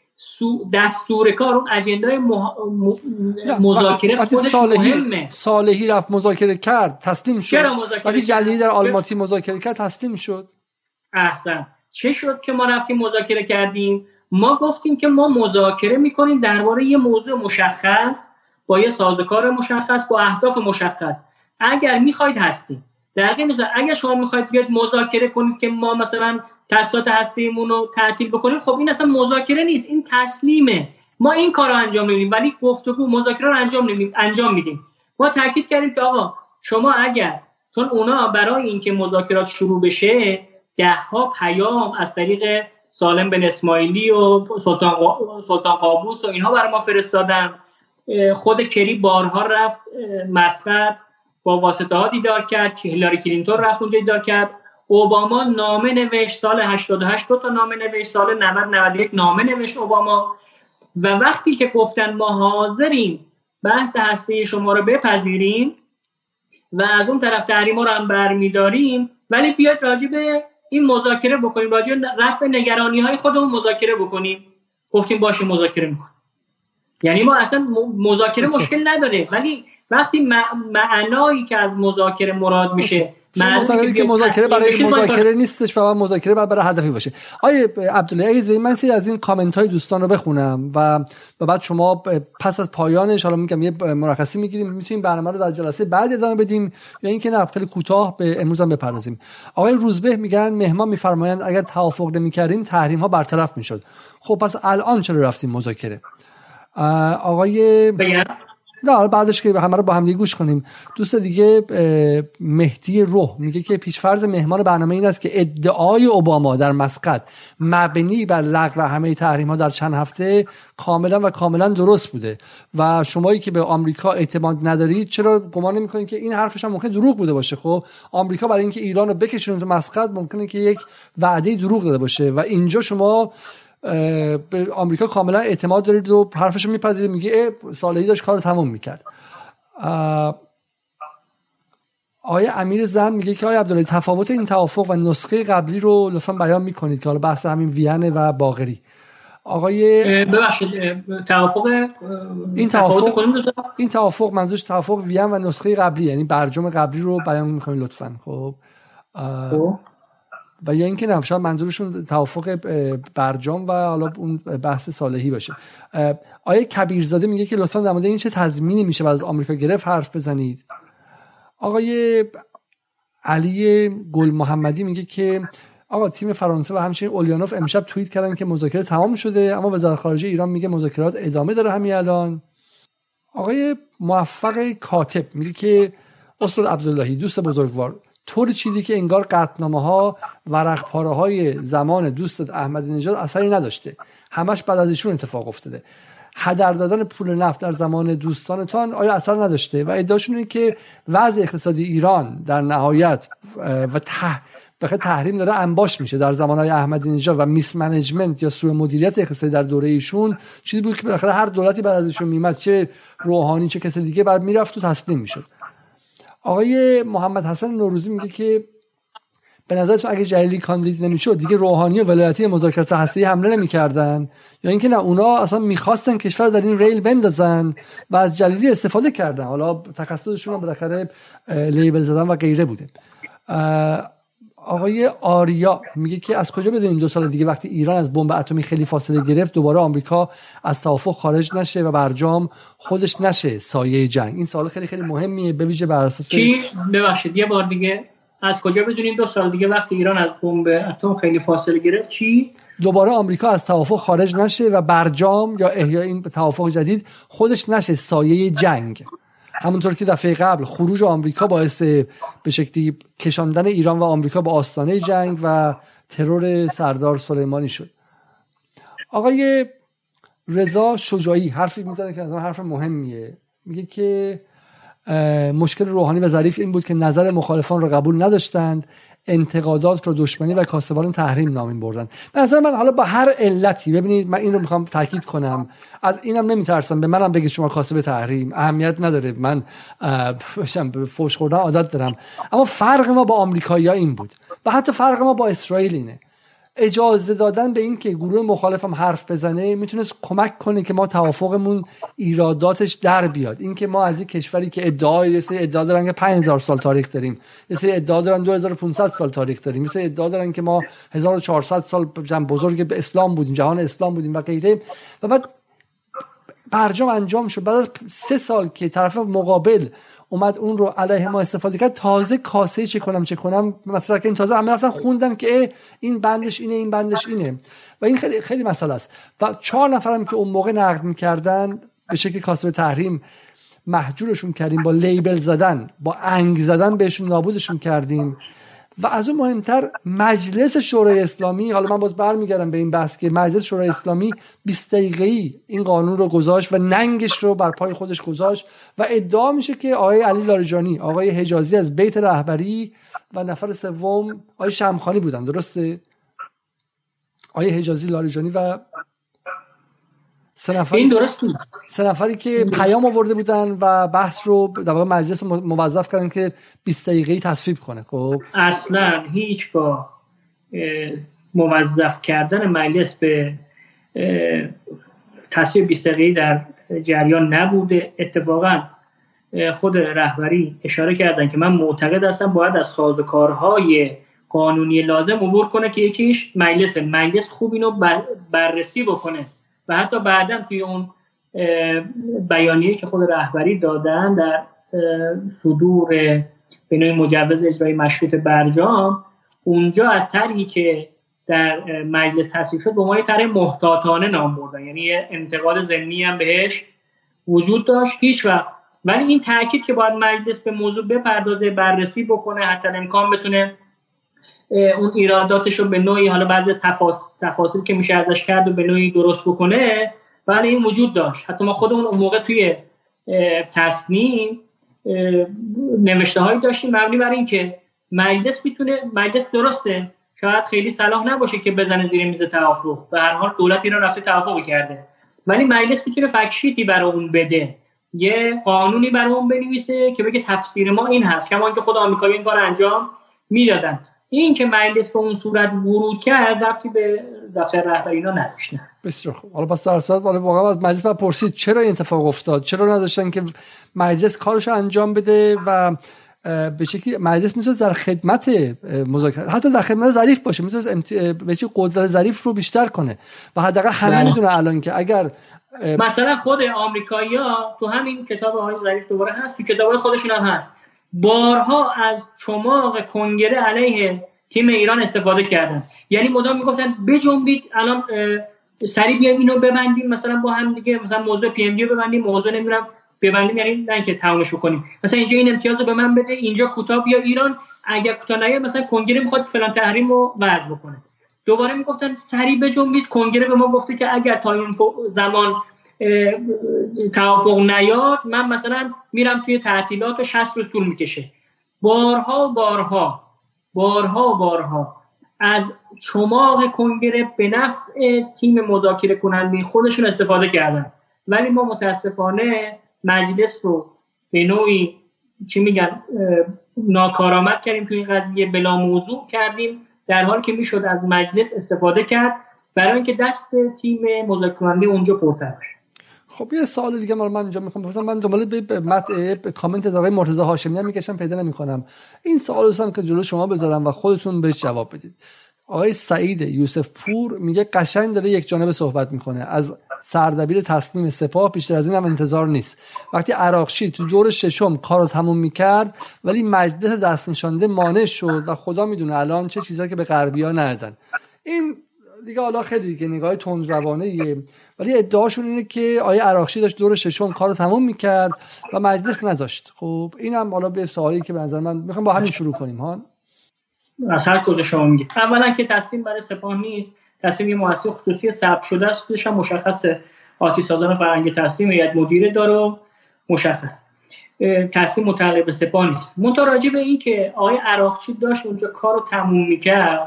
دستور کار، اون اجندای مح... م... مذاکره خودش مهمه. صالحی رفت مذاکره کرد تسلیم شد. وقتی جلیلی در آلماتی مذاکره کرد تسلیم شد. احسن. چه شد که ما رفتیم مذاکره کردیم؟ ما گفتیم که ما مذاکره میکنیم درباره یه موضوع مشخص با یه سازوکار مشخص با اهداف مشخص. اگر میخواید هستیم. دقیقاً مثلا اگر شما میخواید بیاد مذاکره کنید که ما مثلا تاسیسات هستیمون رو تعطیل بکنیم، خب این اصلا مذاکره نیست، این تسلیمه. ما این کارو انجام میدیم ولی گفتگو مذاکره رو انجام نمیدیم، انجام میدیم. ما تاکید کردیم که آقا شما اگر، چون اونا برای اینکه مذاکرات شروع بشه ده ها پیام از طریق سالم بن اسماعیلی و سلطان سلطان قابوس و اینها برای ما فرستادن. خود کری بارها رفت مسقط با واسطه ها دیدار کرد، هیلاری کلینتون رفت اونجا دیدار کرد، اوباما نامه نوشت، سال هشتاد و هشت دو تا نامه نوشت، سال نود نود و یک نامه نوشت اوباما. و وقتی که گفتن ما حاضریم بحث هسته شما رو بپذیریم و از اون طرف تحریما رو هم برمیداریم، ولی بیاید راجع به این مذاکره بکنیم، راجع به رفع نگرانی های خودمون مذاکره بکنیم. گفتیم باشه مذاکره میکنیم. یعنی ما اصلا مذاکره مشکل نداره، ولی وقتی معنایی که از مذاکره مراد میشه، معتقدی که مذاکره برای مذاکره نیستش و مذاکره باید برای هدفی باشه. آیه عبدالله عزیزی، من سری از این کامنت های دوستان رو بخونم و و بعد شما پس از پایانش حالا میگم یه مرخصی میگیریم، میتونیم برنامه رو در جلسه بعد ادامه بدیم یا اینکه نه خیلی کوتاه به امروز هم بپردازیم. آقای روزبه میگن مهمان میفرمایند اگر توافق نمیکردیم تحریم ها برطرف میشد. خب پس الان چرا رفتیم مذاکره؟ آقای بگم نه بعدش که همه رو با هم دیگه گوش کنیم. دوست دیگه مهدی روح میگه که پیشفرض مهمان برنامه این است که ادعای اوباما در مسقط مبنی بر لغو همه تحریم ها در چند هفته کاملا و کاملا درست بوده و شمایی که به آمریکا اعتماد ندارید چرا گمان نمی‌کنید که این حرفش هم ممکن دروغ بوده باشه؟ خب آمریکا برای اینکه ایران رو بکشونه تو مسقط ممکنه که یک وعده دروغ داده باشه و اینجا شما به آمریکا کاملا اعتماد دارید و حرفشو میپذیرید، میگه صالحی داشت کارو تموم میکرد. آیه امیر زن میگه که آیه عبدالله تفاوت این توافق و نسخه قبلی رو لطفا بیان میکنید که حالا بحث همین وین و باقری. آقای ببخشید توافق این توافق این توافق منظورش توافق وین و نسخه قبلی یعنی برجام قبلی رو بیان میکنید لطفا. خب و یا اینکه نه شاید منظورشون توافق برجام و حالا اون بحث صالحی باشه. آیه کبیرزاده میگه که لطفا در مورد این چه تضمینی میشه بعد از آمریکا گرفت حرف بزنید. آقای علی گل محمدی میگه که آقا تیم فرانسه و همچنین اولیانوف امشب توییت کردن که مذاکره تمام شده اما وزارت خارجه ایران میگه مذاکرات ادامه داره همین الان. آقای موفق کاتب میگه که استاد عبداللهی دوست بزرگوار طور چیزی که انگار قطعنامه‌ها ورق پاره‌های زمان دوستت احمدی نژاد اثری نداشته، همش بعد از ایشون اتفاق افتاده. هدر دادن پول نفت در زمان دوستانتان آیا اثر نداشته؟ و ادعاشون اینه که وضع اقتصادی ایران در نهایت و ته بخاطر تحریم داره انباش میشه در زمانهای احمدی نژاد و میس منیجمنت یا سوء مدیریت اقتصادی در دوره ایشون چیزی بود که بالاخره هر دولتی بعد از ایشون میمد، چه روحانی چه کسی دیگه، بعد میرفت و تسلیم میشد. آقای محمد حسن نوروزی میگه که به نظرتون اگه جلیلی کاندید نمیشد دیگه روحانی و ولایتی مذاکرات هسته‌ای حمله نمی‌کردن، یا اینکه نه اونا اصلا می‌خواستن کشور در این ریل بندازن و از جلیلی استفاده کردن، حالا تخصصشون هم بالاخره لیبل زدن و غیره بوده. آقای آریا میگه که از کجا بدونیم دو سال دیگه وقتی ایران از بمب اتمی خیلی فاصله گرفت دوباره آمریکا از توافق خارج نشه و برجام خودش نشه سایه جنگ؟ این سوال خیلی خیلی مهمیه، به ویژه بر اساس چی؟ ببخشید یه بار دیگه، از کجا بدونیم دو سال دیگه وقتی ایران از بمب اتم خیلی فاصله گرفت چی؟ دوباره آمریکا از توافق خارج نشه و برجام یا احیای این توافق جدید خودش نشه سایه جنگ، همونطور که دفعه قبل خروج آمریکا باعث به شکلی کشاندن ایران و آمریکا به آستانه جنگ و ترور سردار سلیمانی شد. آقای رضا شجاعی حرفی میزنه که از من حرف مهمیه، میگه که مشکل روحانی و ظریف این بود که نظر مخالفان رو قبول نداشتند، انتقادات رو دشمنی و کاسبان تحریم نام بردن. به نظر من حالا با هر علتی، ببینید من این رو میخوام تاکید کنم، از اینم نمیترسم به منم بگید شما کاسب تحریم، اهمیت نداره، من بشم به فوش خوردن عادت دارم، اما فرق ما با آمریکایی‌ها این بود و حتی فرق ما با اسرائیل اینه. اجازه دادن به این که گروه مخالفم حرف بزنه میتونست کمک کنه که ما توافقمون ایراداتش در بیاد. این که ما از این کشوری که ادعای یه سری ادعا دارن که پنج هزار سال تاریخ داریم، یه سری ادعا دارن دو هزار و پانصد سال تاریخ داریم، یه سری ادعا دارن که ما هزار و چهارصد سال بزرگ به اسلام بودیم، جهان اسلام بودیم و غیره، و بعد برجام انجام شد بعد از سه سال که طرف مقابل اومد اون رو علیه ما استفاده کرد، تازه کاسه چه کنم چه کنم مثلا که این تازه همه رفتن خوندن که این بندش اینه این بندش اینه و این خیلی خیلی مسئله است. و چهار نفرم که اون موقع نقد می‌کردن به شکل کاسب تحریم محجورشون کردیم، با لیبل زدن، با انگ زدن بهشون نابودشون کردیم. و از اون مهمتر مجلس شورای اسلامی، حالا من باز برمیگردم به این بحث که مجلس شورای اسلامی بیست دقیقه‌ای این قانون رو گذاشت و ننگش رو بر پای خودش گذاشت و ادعا میشه که آقای علی لاریجانی، آقای حجازی از بیت رهبری و نفر سوم آقای شمخانی بودن، درسته؟ آقای حجازی، لاریجانی و سه نفری این درست نیست. سه نفری که پیام آورده بودن و بحث رو در واقع مجلس موظف کردن که بیست دقیقه‌ای تصویب کنه. خب اصلا هیچگاه موظف کردن مجلس به تصویب بیست دقیقه‌ای در جریان نبوده. اتفاقا خود رهبری اشاره کردن که من معتقد هستم باید از سازوکارهای قانونی لازم عبور کنه که یکیش مجلس مجلس خوب اینو بررسی بکنه و حتی بعداً توی اون بیانیه‌ای که خود رهبری دادن در صدور به نوعی مجوز اجرایی مشروط برجام، اونجا از طرحی که در مجلس تصویب شد به عنوان طرح محتاطانه نام بردن، یعنی انتقاد ضمنی هم بهش وجود داشت هیچ وقت. ولی این تاکید که باید مجلس به موضوع بپردازه، بررسی بکنه، حتی امکان بتونه اون ایراداتش رو به نوعی، حالا بعضی از تفاصیل تفاصیل که میشه ازش کرد و به نوعی درست بکنه، ولی این وجود داشت. حتی ما خودمون اون موقع توی تصنیف نوشته هایی داشتیم مبنی بر این که مجلس میتونه، مجلس درسته شاید خیلی صلاح نباشه که بزنه زیر میز توافق، به هر حال دولت ایران رفته توافق کرده، ولی مجلس میتونه فکشیتی برای اون بده، یه قانونی برای اون بنویسه که بگه تفسیر ما این هست، کما اینکه خود آمریکایی این کار انجام میدادن. این که مجلس به اون صورت ورود کرد ربطی به دفتر رهبری اینا نداشت. بسیار خوب. حالا پس در صورت واقعا از مجلس بعد پرسید چرا این اتفاق افتاد، چرا نذاشتن که مجلس کارش انجام بده و به شکلی مجلس میتونه در خدمت مذاکرات، حتی در خدمت ظریف باشه، میتونه امت... به شکلی قدرت ظریف رو بیشتر کنه و حداقل همه میدونن الان که اگر مثلا خود آمریکایی‌ها تو همین کتاب آقای ظریف دوباره هست، تو کتابای خودشون هم هست، بارها از چماق کنگره علیه تیم ایران استفاده کردن. یعنی مدام میگفتن بجنبید الان سریع بیایم اینو ببندیم، مثلا با هم دیگه مثلا موضوع پی ام دی رو ببندیم، موضوع نمیدونم ببندیم، یعنی نه اینکه تمامش کنیم، مثلا اینجا این امتیاز رو به من بده، اینجا کوتاه بیا ایران، اگر کوتاه نیاد مثلا کنگره میخواد فلان تحریم رو وضع بکنه. دوباره میگفتن سریع بجنبید، کنگره به ما گفته که اگر تا این زمان توافق نیاد من مثلا میرم توی تعطیلات و شصت روز طول میکشه. بارها بارها بارها بارها از چماق کنگره به نفع تیم مذاکره کننده خودشون استفاده کردن، ولی ما متاسفانه مجلس رو به نوعی چی میگن ناکارآمد کردیم توی این قضیه، بلا موضوع کردیم، در حالی که میشد از مجلس استفاده کرد برای اینکه دست تیم مذاکره کننده اونجا پرتر بشه. خب یه سوال دیگه من اینجا میخوام بپرسم، من دنبال به متن کامنت از آقای مرتضی هاشمی میکشم پیدا نمیکنم. این سوال هستم که جلو شما بذارم و خودتون بهش جواب بدید. آقای سعید یوسف پور میگه قشنگ داره یک جانبه صحبت میکنه، از سردبیر تسلیم سپاه بیشتر از این هم انتظار نیست. وقتی عراقچی تو دور ششم کارو تموم میکرد ولی مجلس دست نشانده مانع شد و خدا میدونه الان چه چیزایی که به غربی‌ها ندادن. این دیگه حالا خیلی که نگاه تندروانه‌ایه، ولی ادعاشون اینه که آیه عراقچی داشت دور ششم کارو تموم میکرد و مجلس نذاشت. خب اینم حالا به سوالی که به نظر من میخوام با همین شروع کنیم. ها از هر کجا شما میگید. اولا که تصمیم برای سپاه نیست، تصمیم یه مؤسسه خصوصی ثبت شده است، توش هم مشخصه آتی سازان فرهنگ تصمیم هیئت مدیره داره، مشخص تصمیم متعلق به سپاه نیست. منتها راجع به این که آقای عراقچی داشت اونجا کارو تموم میکرد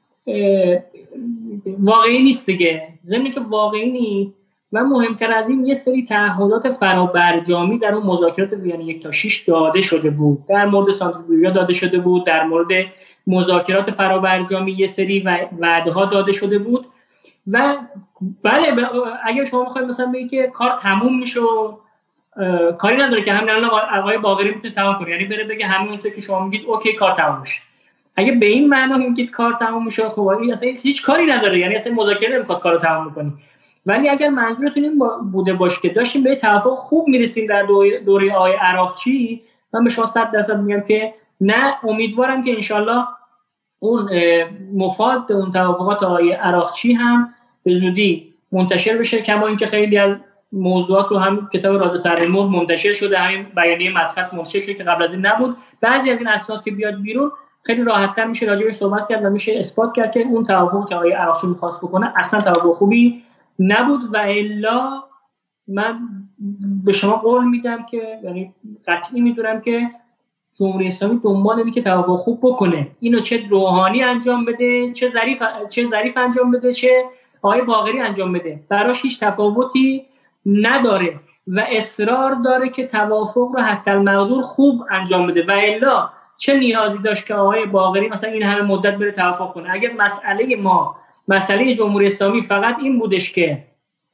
واقعی نیست دیگه. ضمن که واقعی نیست و مهمتر از این یه سری تعهدات فرابرجامی در اون مذاکرات وین یک تا شش داده شده بود. در مورد سانتریفیوژها داده شده بود، در مورد مذاکرات فرابرجامی یه سری وعده ها داده شده بود و بله اگر شما بخواید مثلا بگید که کار تموم میشه کاری نداره که همین الان آقای باقری میتونه تمام کنه، یعنی بره بگه همین اونطور که شما میگید اوکی کار تموم میشه. اگه به این معنا میگید کار تموم میشه خب اصلا هیچ کاری نداره، یعنی اصلا مذاکره نمیخواد کارو تموم میکنی. ولی اگر منظورتون این بوده باشه که داشتیم به توافق خوب میرسیم در دوره آقای عراقچی، من به شما صد درصد میگم که نه، امیدوارم که انشالله اون مفاد اون توافقات آقای عراقچی هم به زودی منتشر بشه، کما اینکه خیلی از موضوعات رو هم کتاب راز سرمهر منتشر شده، همین بیانیه مسقط منتشر شده که قبل از این نبود. بعضی از این اسناد که بیاد بیرون خیلی راحت‌تر میشه راجع بهش صحبت کرد و میشه اثبات کرد که اون توافقی که آقای عراقچی می‌خواست بکنه اصلا توافق خوبی نبود و الا من به شما قول میدم که یعنی قطعی میدونم که جمهوری اسلامی دنبال اینه که توافق خوب بکنه، اینو چه روحانی انجام بده، چه ظریف چه ظریف انجام بده، چه آقای باقری انجام بده، براش هیچ تفاوتی نداره و اصرار داره که توافق رو حتی المقدور خوب انجام بده و الا چه نیازی داشت که آقای باقری مثلا این همه مدت بره توافق کنه. اگر مسئله ما مسئله جمهوری اسلامی فقط این بودش که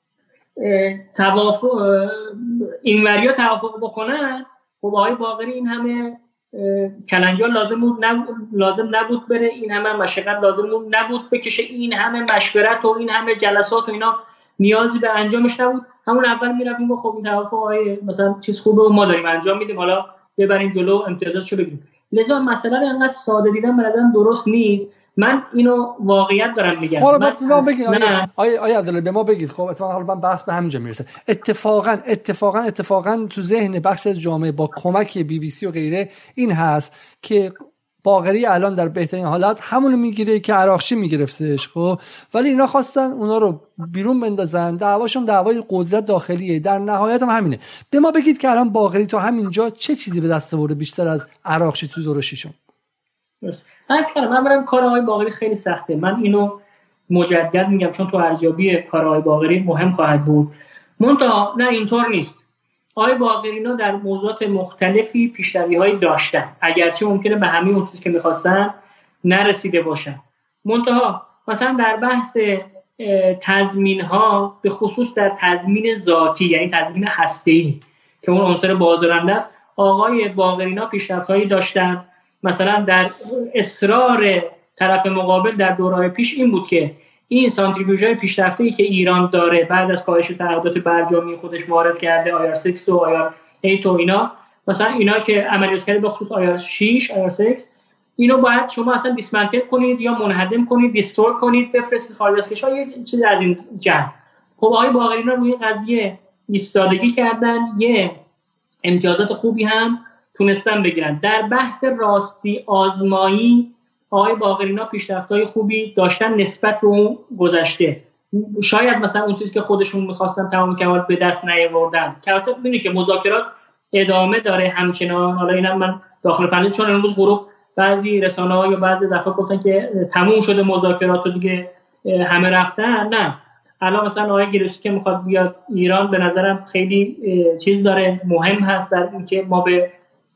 توافق اینوریا توافق بکنن، خب آقای باقری این همه کلنجار لازم بود نبود لازم نبود بره، این همه مشقت لازم بود نبود بکشه، این همه مشورت و این همه جلسات و اینا نیازی به انجامش نبود. همون اول میرفتیم خب این توافق آقای مثلا چیز خوبه و ما داریم انجام میدیم، حالا ببریم جلو امتیازاتشو بگیریم. لذا مسئله رو انقدر ساده دیدن به نظرم درست نیست. من اینو واقعیت دارم میگم. حالا ما ما بگید آیا آیا عبدالله به ما بگید. خب اتفاقا حالا من بحث به همینجا میرسه. اتفاقا اتفاقا اتفاقا تو ذهن بخش از جامعه با کمک بی بی سی و غیره این هست که باقری الان در بهترین حالت همونو میگیره که عراقچی میگرفتش. خب ولی اینا خواستن اونا رو بیرون بندازن، دعواشون دعوای قدرت داخلیه، در نهایت هم همینه. به ما بگید که الان باقری تو همینجا چه چیزی به دست آورده بیشتر از عراقچی تو دوره ششم؟ از کردم من برم کار آقای باقری خیلی سخته، من اینو مجدد میگم چون تو ارزیابی کار آقای باقری مهم خواهد بود. منتها نه اینطور نیست. آقای باقرینا در موضوعات مختلفی پیشروی‌هایی داشتن، اگرچه ممکنه به همین اون چیزی که می‌خواستن نرسیده باشن. منتها مثلا در بحث تضمین‌ها به خصوص در تضمین ذاتی یعنی تضمین هسته‌ای که اون عنصر بازدارنده است، آقای باقرینا پیشرفت‌هایی داشتن. مثلا در اصرار طرف مقابل در دوره‌های پیش این بود که این سانتریفیوژهای پیشرفته‌ای که ایران داره بعد از کاهش تعهدات برجامی خودش وارد کرده، آی آر شش و آی آر هشت و اینا، مثلا اینا که عملیات کرده به خصوص آی آر شش آی آر شش، اینو باید شما اصلا دیسمنتل کنید یا منهدم کنید، دیستروی کنید، بفرستید خارج از کشور، یه چیز از این جهت. خب آقای باقرینا روی قضیه ایستادگی کردن، یه امتیازات خوبی هم تونستن بگیرن. در بحث راستی آزمایی آقای باقرینا پیشرفت‌های خوبی داشتن نسبت به اون گذشته. شاید مثلا اون چیزی که خودشون می‌خواستن تمام کمال به دست نیاوردن. که البته می‌بینید که مذاکرات ادامه داره همچنان. حالا اینم من داخل پنل چون امروز گروه بعضی رسانه‌ها یا بعضی دفعه گفتن که تموم شده مذاکرات و دیگه همه رفتن. نه، الان مثلا آقای گیلوسی که می‌خواد بیاد ایران به نظرم خیلی چیز داره، مهم هست در اینکه ما به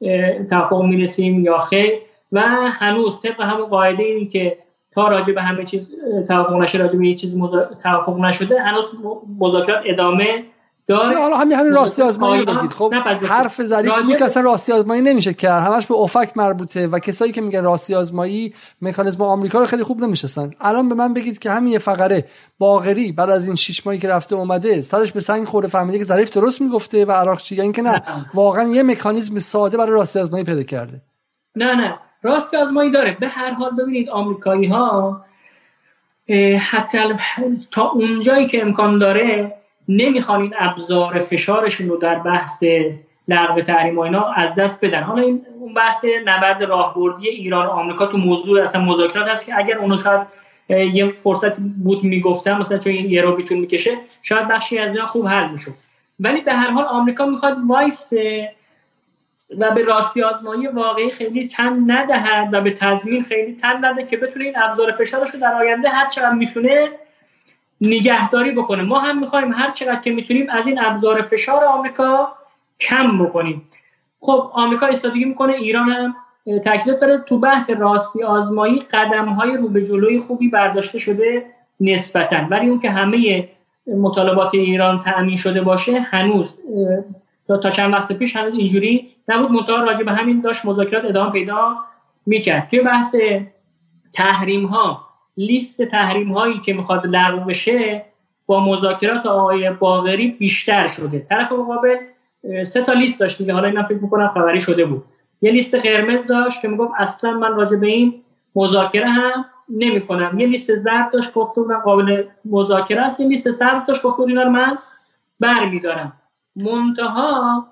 توافق میرسیم یا خیر، و هنوز طبق همون قاعده ای که تا راجع به همه چیز توافق نشه، راجع به یک چیز توافق نشده، هنوز مذاکرات ادامه داره. حالا همین همین راستی آزمایی رو بگید. خب حرف ظریف بود که اصلا راستی آزمایی نمیشه کرد، همش به افک مربوطه و کسایی که میگن راستی آزمایی مکانیزم آمریکا رو خیلی خوب نمیشناسن. الان به من بگید که همین یه فقره باقری بعد از این شش ماهی که رفته اومده سرش به سنگ خورده، فهمیده که ظریف درست میگفته و عراقچی، یعنی که نه واقعا یه مکانیزم ساده برای راستی آزمایی پیدا کرده. نه نه راستی آزمایی داره. به هر حال ببینید آمریکایی‌ها حتی تا اونجایی که امکان داره نمیخوان این ابزار فشارشون رو در بحث لغو تحریم و اینا از دست بدن. حالا این اون بحث نبرد راهبردی ایران و آمریکا تو موضوع اصلا مذاکرات هست که اگر اونو شاید یه فرصت بود میگفتم، مثلا چون یه رو بیتون میکشه، شاید بخشی از اینا خوب حل میشد. ولی به هر حال آمریکا میخواد وایسه و به راستی آزمایی واقعی خیلی تن ندهد و به تضمین خیلی تن نده که بتونه این ابزار فشارش رو در آینده هر چقدر میتونه نگهداری بکنه. ما هم میخوایم هر چقدر که میتونیم از این ابزار فشار آمریکا کم بکنیم. خب آمریکا ایستادگی میکنه، ایران هم تاکید داره تو بحث راستی آزمایی قدم‌های رو به جلوی خوبی برداشته شده نسبتاً، ولی اون که همه مطالبات ایران تأمین شده باشه هنوز تا چند وقت پیش هنوز اینجوری نبود. منتها راجع به همین داشت مذاکرات ادامه پیدا میکرد. توی بحث تحریم ها، لیست تحریم هایی که میخواد لغو بشه با مذاکرات آقای باقری بیشتر شده. طرف مقابل سه تا لیست داشت که حالا اینا فکر میکنم خبری شده بود. یه لیست قرمز داشت که میگفت اصلا من راجع به این مذاکره هم نمی کنم. یه لیست زرد داشت گفته بودن قابل مذاکره است. یه لیست سبز داشت گفته اینا رو من برمیدارم. منتها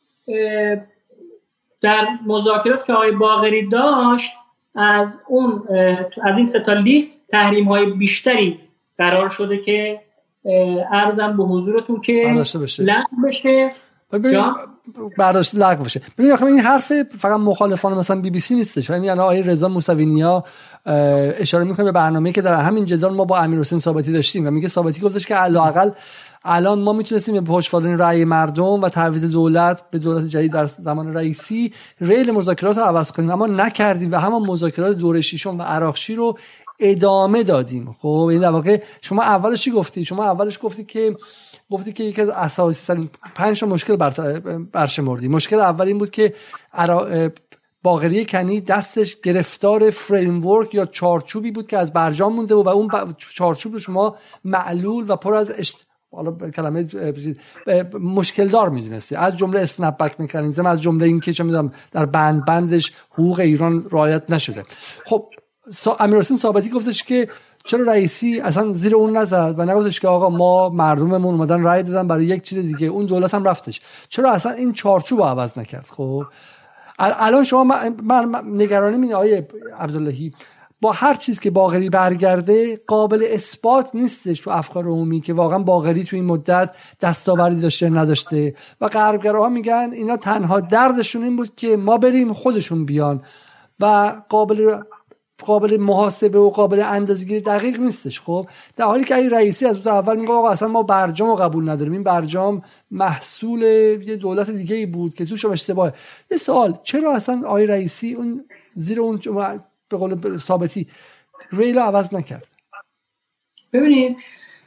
در مذاکرات که آقای باقری داشت از اون از این سه تا لیست تحریم های بیشتری قرار شده که عرضم به حضورتون که لغو بشه. برداشت لغو بشه. ببینید آخه این حرف فقط مخالفان مثلا بی بی سی نیستش. یعنی الان آقای رضا موسوی‌نیا اشاره میکنه به برنامه‌ای که در همین جدال ما با امیرحسین ثابتی داشتیم و میگه ثابتی گفتش که علاوه الان ما میتونستیم به پشتوانه رأی مردم و تعویض دولت به دولت جدید در زمان رئیسی ریل مذاکرات رو عوض کنیم، اما نکردیم و همون مذاکرات دوره ششم و عراقچی رو ادامه دادیم. خب این در واقع شما اولش چی گفتی؟ شما اولش گفتی که گفتی که یکی از اساسی پنج تا مشکل برشمردی. مشکل اول این بود که باقری کنی دستش گرفتار فریم ورک یا چارچوبی بود که از برجام مونده بود و اون چارچوب رو شما معلول و پر از اشت... حالا کلمه مشکل دار میدونستی، از جمله اسنپ بک مکانیزم، از جمله این که چه میدونم در بند بندش حقوق ایران رعایت نشده. خب امیرحسین ثابتی گفتش که چرا رئیسی اصلا زیر اون نزد و نگفتش که آقا ما مردممون اومدن رأی دادن برای یک چیز دیگه، اون دولت هم رفتش، چرا اصلا این چارچوب رو عوض نکرد؟ خب الان شما من, من نگرانی اینه آیه عبداللهی، با هر چیز که باقری برگرده قابل اثبات نیستش تو افکار عمومی که واقعا باقری تو این مدت دستاوردی داشته نداشته و غربگراها میگن اینا تنها دردشون این بود که ما بریم خودشون بیان و قابل قابل محاسبه و قابل اندازه‌گیری دقیق نیستش. خب در حالی که این رئیسی از اول میگه آقا اصلا ما برجام رو قبول نداریم، این برجام محصول یه دولت دیگه ای بود که توش اشتباهه. یه سوال، چرا اصلا آقای رئیسی اون زیر اون به قول ثابتی ریل عوض نکرد؟ ببینید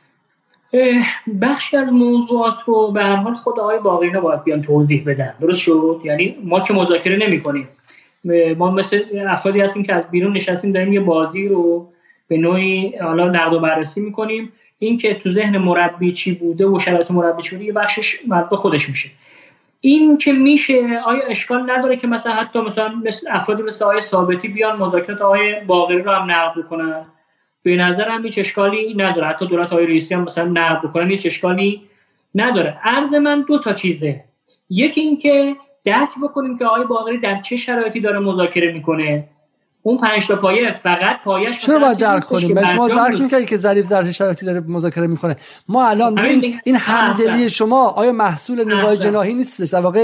بخشی از موضوعات رو به هر حال خود آقای باقری باید بیان توضیح بدن. درست شد؟ یعنی ما که مذاکره نمی‌کنیم، ما مثل افرادی هستیم که از بیرون نشستیم داریم یه بازی رو به نوعی حالا نقد و بررسی می‌کنیم. این که تو ذهن مربی چی بوده و شرایط مربی چی بوده یه بخشش مربوط به خودش میشه. این که میشه، آیا اشکال نداره که مثلا حتی مثلا مثل افرادی مثل آقای ثابتی بیان مذاکرات آقای باقری رو هم نقد کنن؟ به نظرم هیچ اشکالی نداره. حتی دولت آقای رئیسی هم مثلا نقد کنن هیچ اشکالی نداره. عرض من دو تا چیزه. یکی این که درک بکنیم که آقای باقری در چه شرایطی داره مذاکره میکنه. اون پنج تا پایه فقط پایش چرا باید درک کنیم؟ شما درک میکنید که ظریف در چه شرایطی داره مذاکره میکنه. ما الان این, این همدلی شما آیا محصول نگاه جناحی نیستش؟ در واقع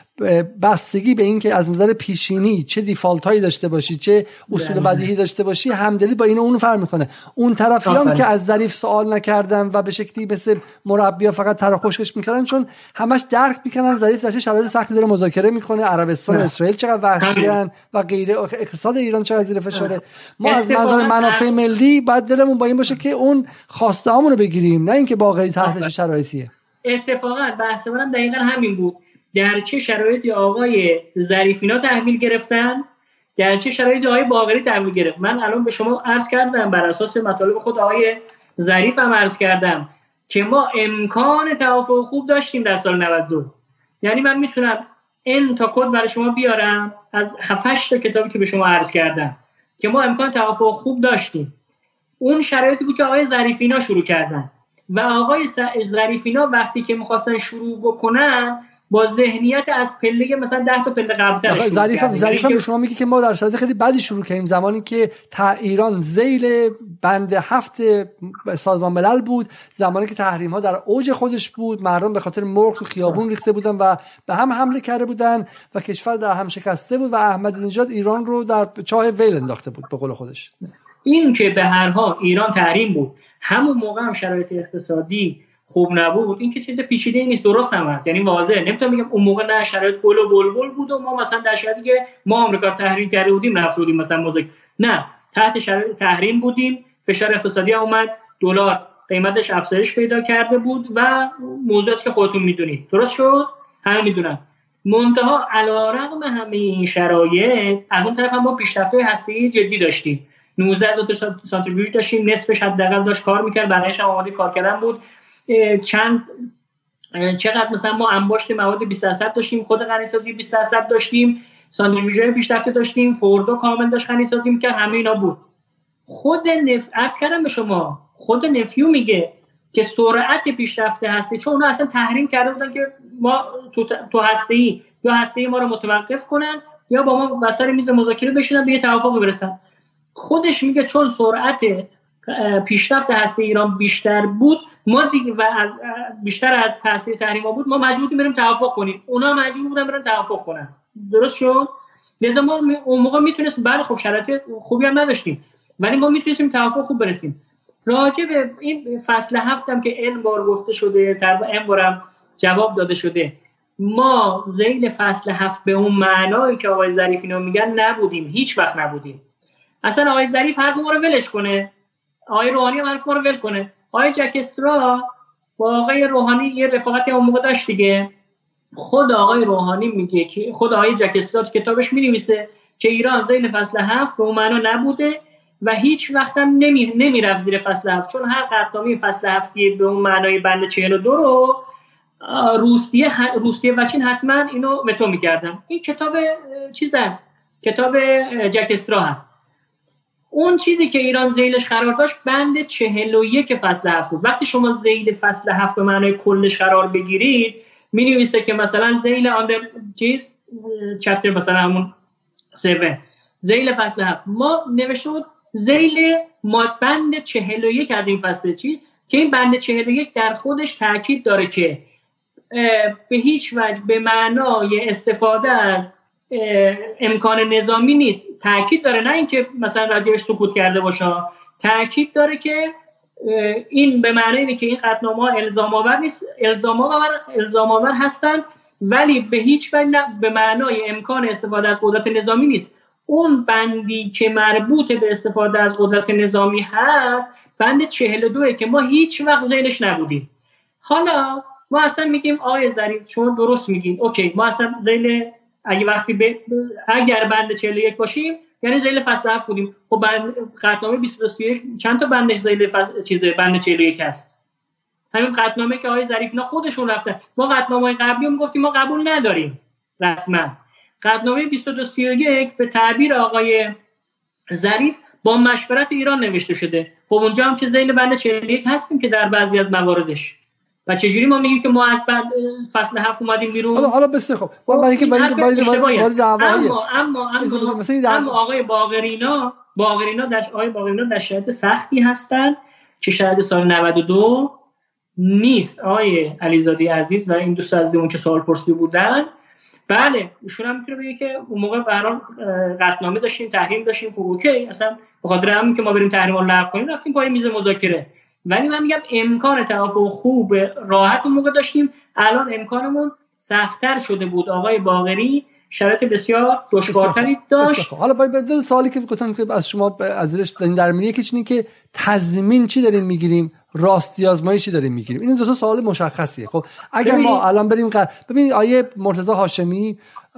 بستگی به این که از نظر پیشینی چه دیفالت هایی داشته باشی، چه اصول بدیهی داشته باشی، همدلی با این و اون فرق میکنه. اون طرفیام که از ظریف سوال نکردن و به شکلی مثل مربی‌ها فقط تر خوشش میکردن، چون همش درک میکنن ظریف در شرایط سختی داره مذاکره میکنه، عربستان و اسرائیل چقدر وحشیان و غیره، اقتصاد ایران چقدر زیر فشاره. ما از منظر منافع ملی باید دلمون با این باشه که اون خواسته هامون رو بگیریم، نه اینکه باقی تحت شرایطیه. اتفاقا بحث من دقیقاً همین بود. در چه شرایطی آقای ظریفینا تحویل گرفتن، در چه شرایطی آقای باقری تحویل گرفت. من الان به شما عرض کردم، بر اساس مطالب خود آقای ظریف هم عرض کردم که ما امکان توافق خوب داشتیم در سال نود و دو. یعنی من میتونم این تا کد برای شما بیارم از هفت هشت تا کتابی که به شما عرض کردم که ما امکان توافق خوب داشتیم. اون شرایطی بود که آقای ظریفینا شروع کردن و آقای ظریفینا وقتی که می‌خواستن شروع بکنن با ذهنیت از پله مثلا ده تا پله قبل‌تر. ظریفم ظریفم به شما میگه که ما در شرایط خیلی بدی شروع کردیم، زمانی که تا ایران ذیل بند هفت سازمان ملل بود، زمانی که تحریم ها در اوج خودش بود، مردم به خاطر مرغ تو خیابون ریخته بودن و به هم حمله کرده بودن و کشور در هم شکسته بود و احمدی نژاد ایران رو در چاه ویل انداخته بود به قول خودش. این که به هر حال ایران تحریم بود، همون موقع هم شرایط اقتصادی خوب نبود، این که چیز پیچیده‌ای نیست، درست هم هست، یعنی واضحه. نمیتونم بگم اون موقع نه شرایط گل و بلبل بود و ما مثلا در شرایطی که ما آمریکا تحریم کرده بودیم رفت بودیم مثلا مذاکره، نه، تحت شرایط تحریم بودیم، فشار اقتصادی اومد، دلار قیمتش افزایش پیدا کرده بود و موضوعاتی که خودتون میدونید درست شد، همه میدونن. منتها علیرغم همه این شرایط از اون طرف هم ما پیشرفت‌های هسته‌ای جدی داشتیم. نوزده تا سانتریفیوژ داشتیم، نصفش حداقل داشت کار میکرد، بقیه‌اش هم آماده کار کردن بود. چند چقدر مثلا ما انباشت مواد بیست درصد داشتیم، خود غنی‌سازی بیست درصد داشتیم، ساندویچ‌های پیشرفته داشتیم، فوردو کامل داشت غنی‌سازی میکرد، همه اینا بود. خود نف عرض کردم به شما، خود نفیو میگه که سرعت پیشرفت هسته، چون اونا اصلا تحریم کرده بودن که ما تو تو هسته‌ای یا هسته‌ای ما رو متوقف کنن یا با ما بسر میز مذاکره بشینن به یه توافقی برسن. خودش میگه چون سرعت پیشرفت هسته ایران بیشتر بود، ما دیگه و از بیشتر از تاثیر تحریما بود، ما مجبور بودیم بریم توافق کنیم، اونا مجبور بودن برن توافق کنن، درست شد؟ لذا ما اون موقع میتونستیم، بله خب شرایط خوبی هم نداشتیم ولی ما میتونستیم توافق خوب برسیم. راجع به این فصل هفتم که این بار گفته شده، تقریبا این بارم جواب داده شده، ما ذیل فصل هفت به اون معنایی که آقای ظریف اینو میگن نبودیم، هیچ وقت نبودیم. اصلا آقای ظریف حرف ما رو ولش کنه، آقای روحانی هم حرف ما رو ول کنه. آقای جک استرا با آقای روحانی یه رفاقتی اون موقع داشت دیگه. خود آقای روحانی میگه که خود آقای جک استرا کتابش می‌نویسه که ایران ذیل فصل هفت به اون معنا نبوده و هیچ وقت هم نمی نمیرفت زیر فصل هفت، چون هر قطعنامه فصل هفتی به اون معنای بند چهل و دو رو روسیه روسیه و چین حتما اینو متو می‌کردن. این کتاب چیز است، کتاب جک استرا هست. اون چیزی که ایران ذیلش قرار داشت بند چهل و یک فصل هفت بود. وقتی شما ذیل فصل هفت به معنای کلش قرار بگیرید، می‌نویسه که مثلا ذیل آندر چیز چپتر مثلا همون هفت ذیل فصل هفت ما نوشته بود ذیل ماد بند چهل و یک از این فصل چیز، که این بند چهل و یک در خودش تاکید داره که به هیچ وجه به معنای استفاده از امکان نظامی نیست، تاکید داره، نه اینکه مثلا راجعش سکوت کرده باشه، تاکید داره که این به معنی اینه که این قطعنامه‌ها الزام آور نیست، الزام آور الزام آور هستن ولی به هیچ وجه به معنای امکان استفاده از قدرت نظامی نیست. اون بندی که مربوط به استفاده از قدرت نظامی هست بند چهل و دو که ما هیچ وقت ذیلش نبودیم. حالا ما اصلا میگیم آقای ظریف شما درست میگین، اوکی ما اصلا ذیل اگه وقتی ب... اگر بند چهل و یک باشیم یعنی ذیل فصل هفت بودیم. خب بند قطعنامه بیست و یک چند تا بندش ذیل فصل چیزه بند چهل و یک هست، همین قطعنامه که آقای ظریف اینا خودشون رفتن. ما قطعنامه‌های قبلی رو میگفتیم ما قبول نداریم رسما. قطعنامه بیست و دو سی و یک به تعبیر آقای ظریف با مشورت ایران نوشته شده. خب اونجا هم که ذیل بند چهل و یک هستیم که در بعضی از مواردش، و چجوری ما میگیم که ما از فصل هفت اومدیم بیرون؟ حالا حالا بسیار خوب. برای اینکه برای اینکه دعوایی اما اما اما, اما آقای باقرینا باقرینا در آقای باقرینا در شرایط سختی هستن که شرایط سال نود و دو نیست. آقای علیزاده عزیز و این دوست عزیزمون که سوال پرسیده بودن، بله ایشون هم میتونه بگه که اون موقع به هر حال قطعنامه داشتیم، تحریم داشتیم، خب اوکی، اصلا به خاطر همین که ما بریم تحریم رو لغو کنیم رفتیم پای میز مذاکره. ولی من میگم امکان توافق خوب راحت اون موقع داشتیم، الان امکانمون سخت‌تر شده بود. آقای باقری شرایط بسیار دشوارتری داشت. حالا باید سوالی که گفتم که از شما از زیرش در میاد یکی اینه که تضمین چی داریم میگیریم، راستی آزمایی چی داریم میگیریم. این دو تا سوال مشخصیه. خب اگر ما الان بریم قر... ببینید آیه مرتضی هاشمی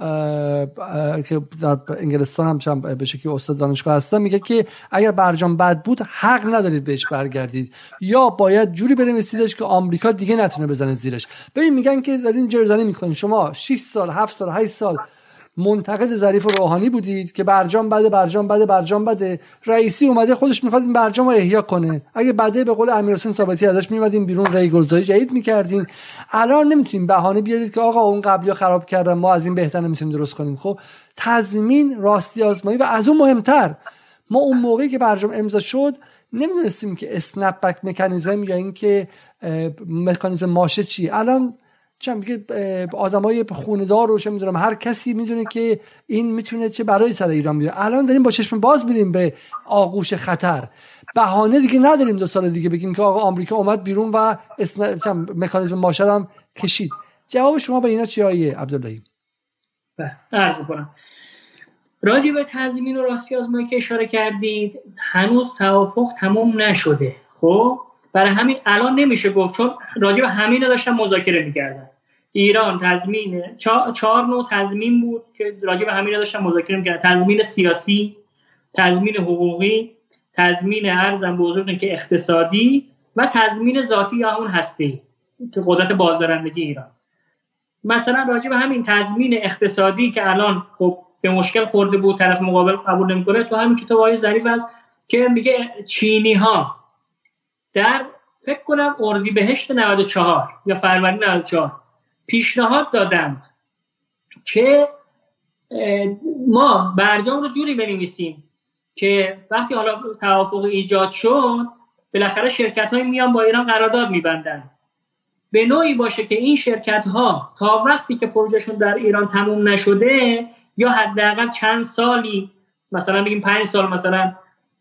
که در انگلستان هم چند به شکلی استاد دانشگاه هستن میگه که اگر برجام بد بود حق ندارید بهش برگردید، یا باید جوری بنویسیدش که آمریکا دیگه نتونه بزنه زیرش. ببین میگن که دارین جرزنی میکنین، شما شش سال هفت سال هشت سال منتقد ظریف و روحانی بودید که برجام بده برجام بده برجام بده، رئیسی اومده خودش میخواد این برجام رو احیا کنه، اگه بده به قول امیرحسین ثابتی ازش میومدین بیرون، ریگلزایی جدید میکردین. الان نمیتونیم بهانه بیارید که آقا اون قبلی‌ها خراب کردن ما از این بهتر نمیتونیم درست کنیم. خب تضمین، راستی آزمایی و از اون مهمتر ما اون موقعی که برجام امضا شد نمیدونستیم که اسنپ بک مکانیزم یا این که مکانیزم ماشه چی. الان چون میگه آدمای خونه‌دار رو چه میدونم هر کسی میدونه که این میتونه چه برای سر ایران بیاره. الان داریم با چشم باز میریم به آغوش خطر. بهانه دیگه نداریم دو سال دیگه بگیم که آقا آمریکا اومد بیرون و اسن... مکانیزم ماشه هم کشید. جواب شما به اینا چیه آیه عبداللهی؟ بله عرض می‌کنم. راجع به تضمین و راستی آزمایی که اشاره کردید هنوز توافق تمام نشده. خب برای همین الان نمیشه گفت، چون راجع به همین داشتن مذاکره می‌کردن. ایران تضمین چهار نوع تضمین بود که راجع به همین داشتن مذاکره می‌کردن: تضمین سیاسی، تضمین حقوقی، تضمین ارزم به حضورتون که اقتصادی و تضمین ذاتی یا همون هسته‌ای که قدرت بازدارندگی ایران. مثلا راجع به همین تضمین اقتصادی که الان خب به مشکل خورده بود، طرف مقابل قبول نمی‌کنه، تو همین کتاب آیه ظریف هست که میگه چینی‌ها در فکر کنم اردیبهشت نود و چهار یا فروردین نود و چهار پیشنهاد دادند که ما برجام رو جوری بنویسیم که وقتی حالا توافق ایجاد شد بالاخره شرکت‌های میان با ایران قرارداد می‌بندن، به نوعی باشه که این شرکت‌ها تا وقتی که پروژهشون در ایران تموم نشده یا حداقل چند سالی، مثلا بگیم پنج سال مثلا،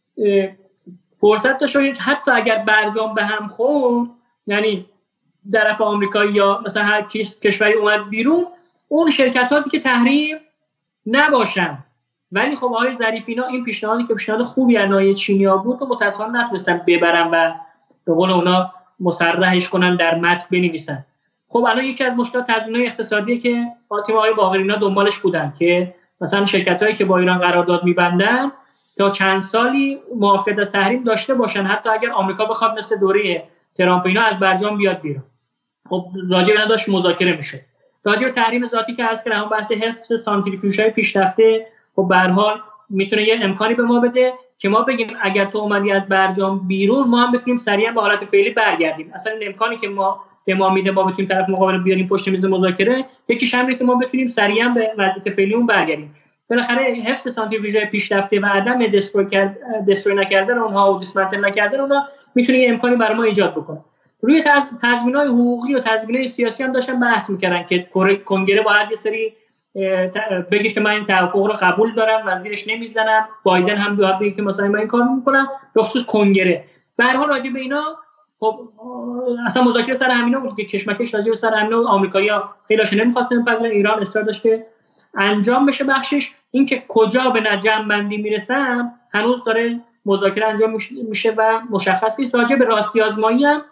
فرصت داشته باشه حتی اگر برجام به هم خورد، یعنی طرف آمریکایی یا مثلا هر کشوری اومد بیرون، اون شرکت‌ها دیگه تحریم نباشن. ولی خب آقای ظریف اینا این پیشنهادی که پیشنهاد خوبی از ناحیه چینی‌ها بود و متأسفانه نتونستن ببرن و به قول اونا مصرحش کنن در متن بنویسن. خب الان یکی از مشکلات تضمین‌های اقتصادی که فاطمه آقای باقری اینا دنبالش بودن که مثلا شرکت‌هایی که با ایران قرارداد می‌بندن تا چند سالی معافیت از تحریم داشته باشن، حتی اگر آمریکا بخواد مثل دوره ترامپ اینا از برجام بیاد بیرون. خب راجع به اینا داشت مذاکره میشه. راجع به تحریم ذاتی که عرض کردم، بحث حفظ سانتریفیوژهای پیشرفته خب به هر حال میتونه یه امکانی به ما بده که ما بگیم اگر تو اومدی از برجام بیرون ما هم بتونیم سریعا به حالت فعلی برگردیم. اصلا این امکانی که ما به ما میده ما بتونیم طرف مقابل بیاریم پشت میز مذاکره، یکیش همینه که ما بتونیم سریعا به وضعیت فعلیمون برگردیم. بالاخره حفظ سانتریفیوژهای پیشرفته و عدم دستروی کرد دستروی نکردن اونها و دیسمنتل نکردن اونها میتونه یه امکانی برای ما ایجاد بکنه. روی تضمین‌های حقوقی و تضمین‌های سیاسی هم داشتن بحث می‌کردن که کنگره باید یه سری بگه که من این توافق رو قبول دارم و زیرش نمیزنم، بایدن هم باید بگه که مثلا من این کارو می‌کنم، به خصوص کنگره. به هر حال راجع به اینا خب اصلا مذاکره سر همینا بود که کشمکش راجع به سر همینا آمریکایی‌ها خیلی‌هاش نمی‌خواستن بپذیرن، ایران اصرار داشت که انجام بشه. بخشش این که کجا به نجم بندی میرسن هنوز داره مذاکره انجام میشه و مشخص نیست. راجع به راستی آزمایی هم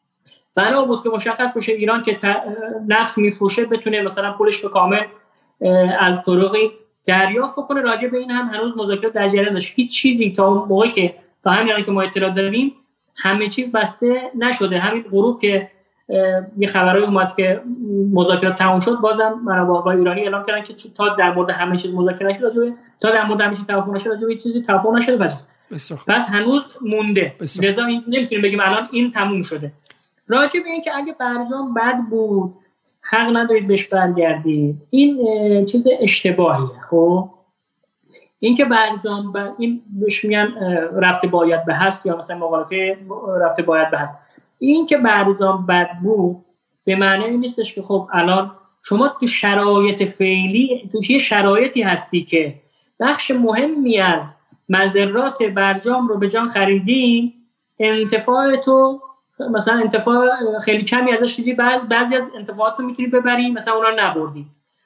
بنا بود که مشخص بشه ایران که نفت میفروشه بتونه مثلا پولش رو کامل از طرقی دریافت کنه. راجع به این هم هنوز مذاکره در جریان داشت. هیچ چیزی تا اون موقعی که تا همین الان که ما اطلاع داریم همه چیز بسته نشده. همین غروب که یه خبرایی اومد که مذاکرات تموم شد، بازم منابع ایرانی اعلام کردن که تا در مورد همه چیز مذاکره نشده، تا در مورد همه چیز توافق نشده، راجع به چیزی توافق نشده. پس پس هنوز مونده. لذا نمیتونیم بگیم الان این تموم شده. راجع به این که اگه برجام بد بود حق ندارید بهش برگردید، این چیز اشتباهیه. خب این که برجام بد، این بهش میگن ربط باید به هست یا مثلا مقالطه ربط باید به هست. این که برجام بد بود به معنی این نیستش که خب الان شما تو شرایط فعلی تو یه شرایطی هستی که بخش مهمی از مضرات برجام رو به جان خریدین، انتفاع تو مثلا انتفاع خیلی کمی ازش دیدی، بعد بعضی از انتفاعات رو میتونی ببری، مثلا اونا نبردی.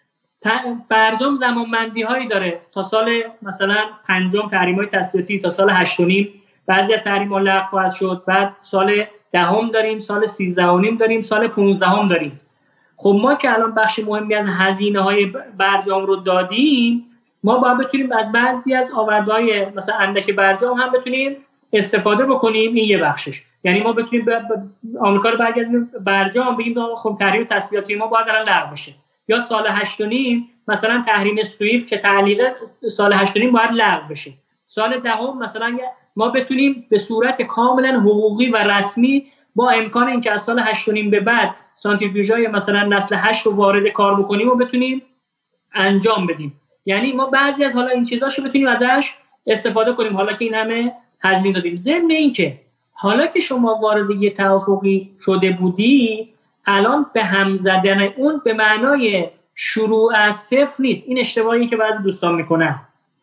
برجام زمانبندی هایی داره، تا سال مثلا پنجم تحریم های تسلیحاتی، تا سال هشت و نیم بعضی از تحریم ها لغو خواهد شد، بعد سال دهم داریم، سال سیزده و نیم داریم، سال پونزدهم داریم. خب ما که الان بخش مهمی از هزینه های برجام رو دادیم، ما باید بتونیم از بعضی از آوردهای مثلا اندک برجام هم بتونیم استفاده بکنیم. این یه بخشش، یعنی ما بتونیم آمریکا رو برگردیم برجام، بگیم خب تحریم تسلیحاتی ما باید الان لغو بشه، یا سال هشت و نیم مثلا تحریم سویفت که تعلیق سال هشت و نیم باید لغو بشه، سال دهم مثلا ما بتونیم به صورت کاملا حقوقی و رسمی با امکان اینکه از سال هشت و نیم به بعد سانتریفیوژهای مثلا نسل هشت رو وارد کار بکنیم و بتونیم انجام بدیم. یعنی ما بعضی از حالا این چیزاشو بتونیم ازش استفاده کنیم، حالا که این همه هزینه دادیم. ضمن اینکه حالا که شما وارد یه توافقی شده بودی، الان به هم زدن اون به معنای شروع از صفر نیست. این اشتباهی که بعضی دوستان میکنن.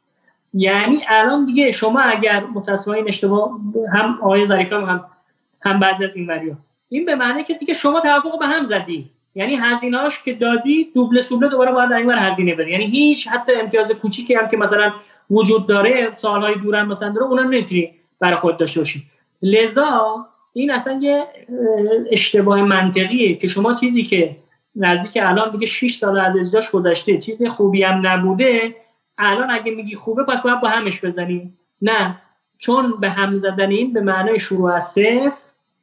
یعنی الان دیگه شما اگر متأسفانه این اشتباه هم آقای ظریفی هم هم بعضی از این وریا، این به معنی که دیگه شما توافق به هم زدی، یعنی هزینه‌اش که دادی دوبله سوبله دوباره باید اینور هزینه بدی، یعنی هیچ حتی امتیاز کوچیکی هم که مثلا وجود داره سالهای دور هم مثلا داره اونم نمیتونی برای خود داشته باشی. لذا این اصلا یه اشتباه منطقیه که شما چیزی که نزدیک الان دیگه شش سال از ازدواج گذشته چیز خوبی هم نبوده، الان اگه میگی خوبه پس باید با همش بزنیم. نه، چون به هم زدن این به معنای شروع از صفر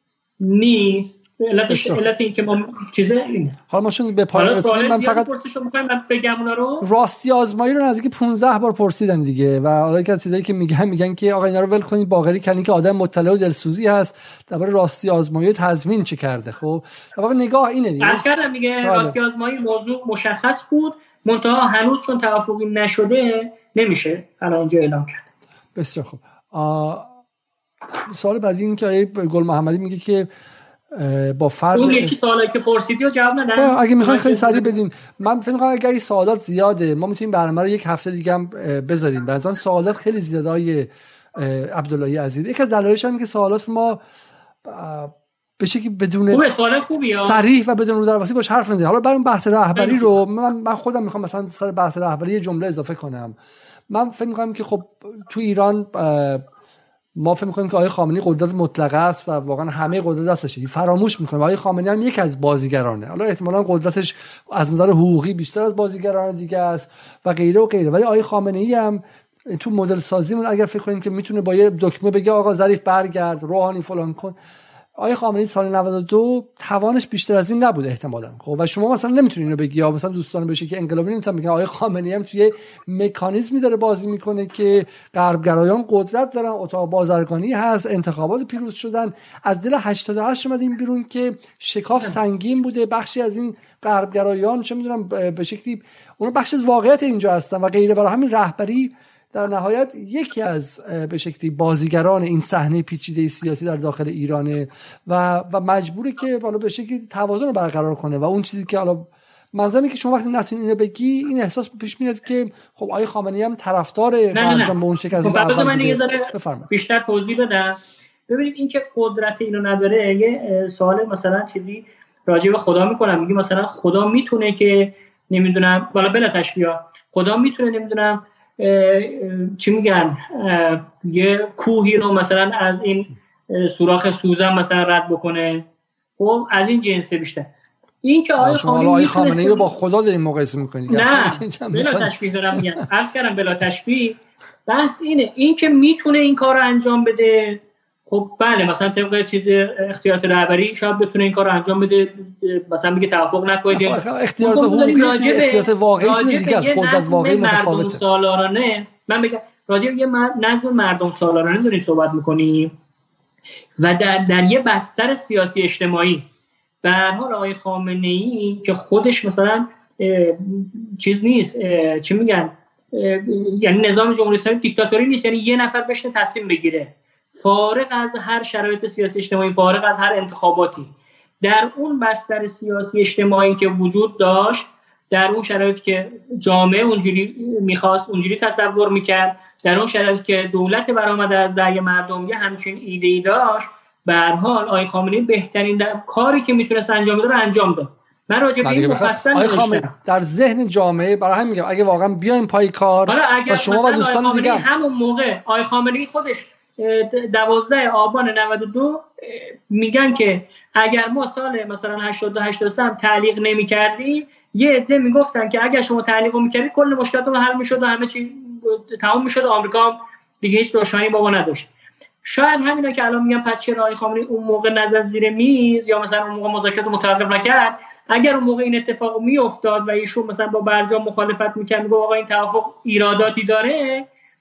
نیست. علت علت این که ما چیزه اینه. حالا ما چون به پایان رسیدیم، من فقط من بگم اونا رو. راستی آزمایی رو نزدیک پانزده بار پرسیدن دیگه، و حالا یک از چیزایی که میگن میگن که آقا اینا رو ول کنید، باقری کلین که آدم مطلع و دلسوزی هست درباره راستی آزمایی تضمین چه کرده. خب واقعا نگاه اینه دیگه. از کردم دیگه راستی آزمایی موضوع مشخص بود، منتها هنوز چون توافقی نشده نمیشه الان اینجا اعلام کرد. بسیار خوب. سوال بعدی این که آقای گل محمدی میگه که با فرض اون یکی سوالی که پرسیدی و جواب ندادم، اگه میخواین خیلی سریع بدیم. من فکر می‌کنم اگه این سوالات زیاده ما میتونیم برنامه رو یک هفته دیگه هم بذاریم، بعضی سوالات خیلی زیاده. های عبداللهی عزیز، یک از دلایلش اینه که سوالات ما به شکلی بدون خوبه، سوال خوبیه، صریح و بدون رو درواسی باش حرف نمیزنیم. حالا برای اون بحث رهبری رو من من خودم میخوام مثلا سر بحث رهبری یه جمله اضافه کنم. من فکر می‌کنم که خب تو ایران ما فکر می‌کنیم که آقای خامنه‌ای قدرت مطلقه است و واقعا همه قدرت دستشه. فراموش می‌کنیم آقای خامنه‌ای هم یک از بازیگرانه. حالا احتمالاً قدرتش از نظر حقوقی بیشتر از بازیگران دیگه است و غیره و غیره، ولی آقای خامنه‌ای هم تو مدل سازیمون اگر فکر کنیم که میتونه با یه دکمه بگه آقا ظریف برگرد، روحانی فلان کن، آقای خامنه‌ای سال نود و دو توانش بیشتر از این نبود احتمالاً. خب و شما مثلا نمیتونین اینو بگی، یا مثلا دوستان بشه که انقلابی نمیتونن بگن آقای خامنه‌ای هم توی مکانیزمی داره بازی میکنه که غربگرایان قدرت دارن، اتاق بازرگانی هست، انتخابات پیروز شدن، از دل هشتاد و هشت اومدیم بیرون که شکاف سنگین بوده، بخشی از این غربگرایان چه میدونم به شکلی اون بخش از واقعیت اینجا هستن و غیره. برای همین رهبری در نهایت یکی از به شکلی بازیگران این صحنه پیچیده سیاسی در داخل ایرانه و و مجبوره که حالا به شکلی توازن رو برقرار کنه. و اون چیزی که حالا منظوری که شما وقتی نتونید اینو بگی، این احساس پیش میاد که خب آقای خامنه‌ای هم طرفدار برجام به اون شکل از اول من یه ذره بیشتر توضیح بدم. ببینید این که قدرت اینو نداره، یه سوال مثلا چیزی راجع به خدا میکنم، میگه مثلا خدا میتونه که نمیدونم والا بلا تشبیه، خدا میتونه نمیدونم چی میگن یه کوهی رو مثلا از این سوراخ سوزن مثلا رد بکنه. خب از این جنسه بیشتر. این که آقای خامنه‌ای خامنه‌ای رو با خدا داریم مقایسه می‌کنید؟ نه بلا تشبیه دارم میگم، عرض کردم بلا تشبیه. بس اینه، این که میتونه این کار رو انجام بده، خب بله مثلا طبق چیز اختیارات رهبری شاید بتونه این کار رو انجام بده، مثلا میگه توافق نکنید. اختیارات حقوقی اختیارات واقعی چیز دیگه است، قدرت واقعی متفاوته. سالارانه من بگم راجع به یه نظم مردم سالارانه داریم صحبت می‌کنیم و در در یه بستر سیاسی اجتماعی. به هر حال آقای خامنه‌ای که خودش مثلا چیز نیست، چی میگن، یعنی نظام جمهوری اسلامی دیکتاتوری نیست، یعنی یه نفر بشینه تصمیم بگیره فارغ از هر شرایط سیاسی اجتماعی، فارغ از هر انتخاباتی. در اون بستر سیاسی اجتماعی که وجود داشت در اون شرایطی که جامعه اونجوری میخواست، اونجوری تصور میکرد، در اون شرایطی که دولت برآمده از رأی مردم یه همچین ایده‌ای داشت، به هر حال آقای خامنه‌ای بهترین کاری که میتونست انجام بده رو انجام داد. من راجع به این مفصل نوشتم. در ذهن جامعه برای همین میگم اگه واقعا بیایم پای کار و شما و دوستان دیگه همون موقع آقای خامنه‌ای خودش دوازده آبان نود و دو میگن که اگر ما سال مثلا هشتاد و هشت هم تعلیق نمی‌کردیم، یه عده میگفتن که اگر شما تعلیق می‌کردید کل مشکلاتمون حل می‌شد و همه چی تمام می‌شد، آمریکا دیگه هیچ دشمنی با ما نداشت. شاید همینا که الان میگن پس چرا آقای خامنه‌ای اون موقع نزد زیر میز یا مثلا اون موقع مذاکرات متوقف نکرد، اگر اون موقع این اتفاق میافتاد و ایشون مثلا با برجام مخالفت می‌کرد، میگه آقا این توافق ایراداتی داره،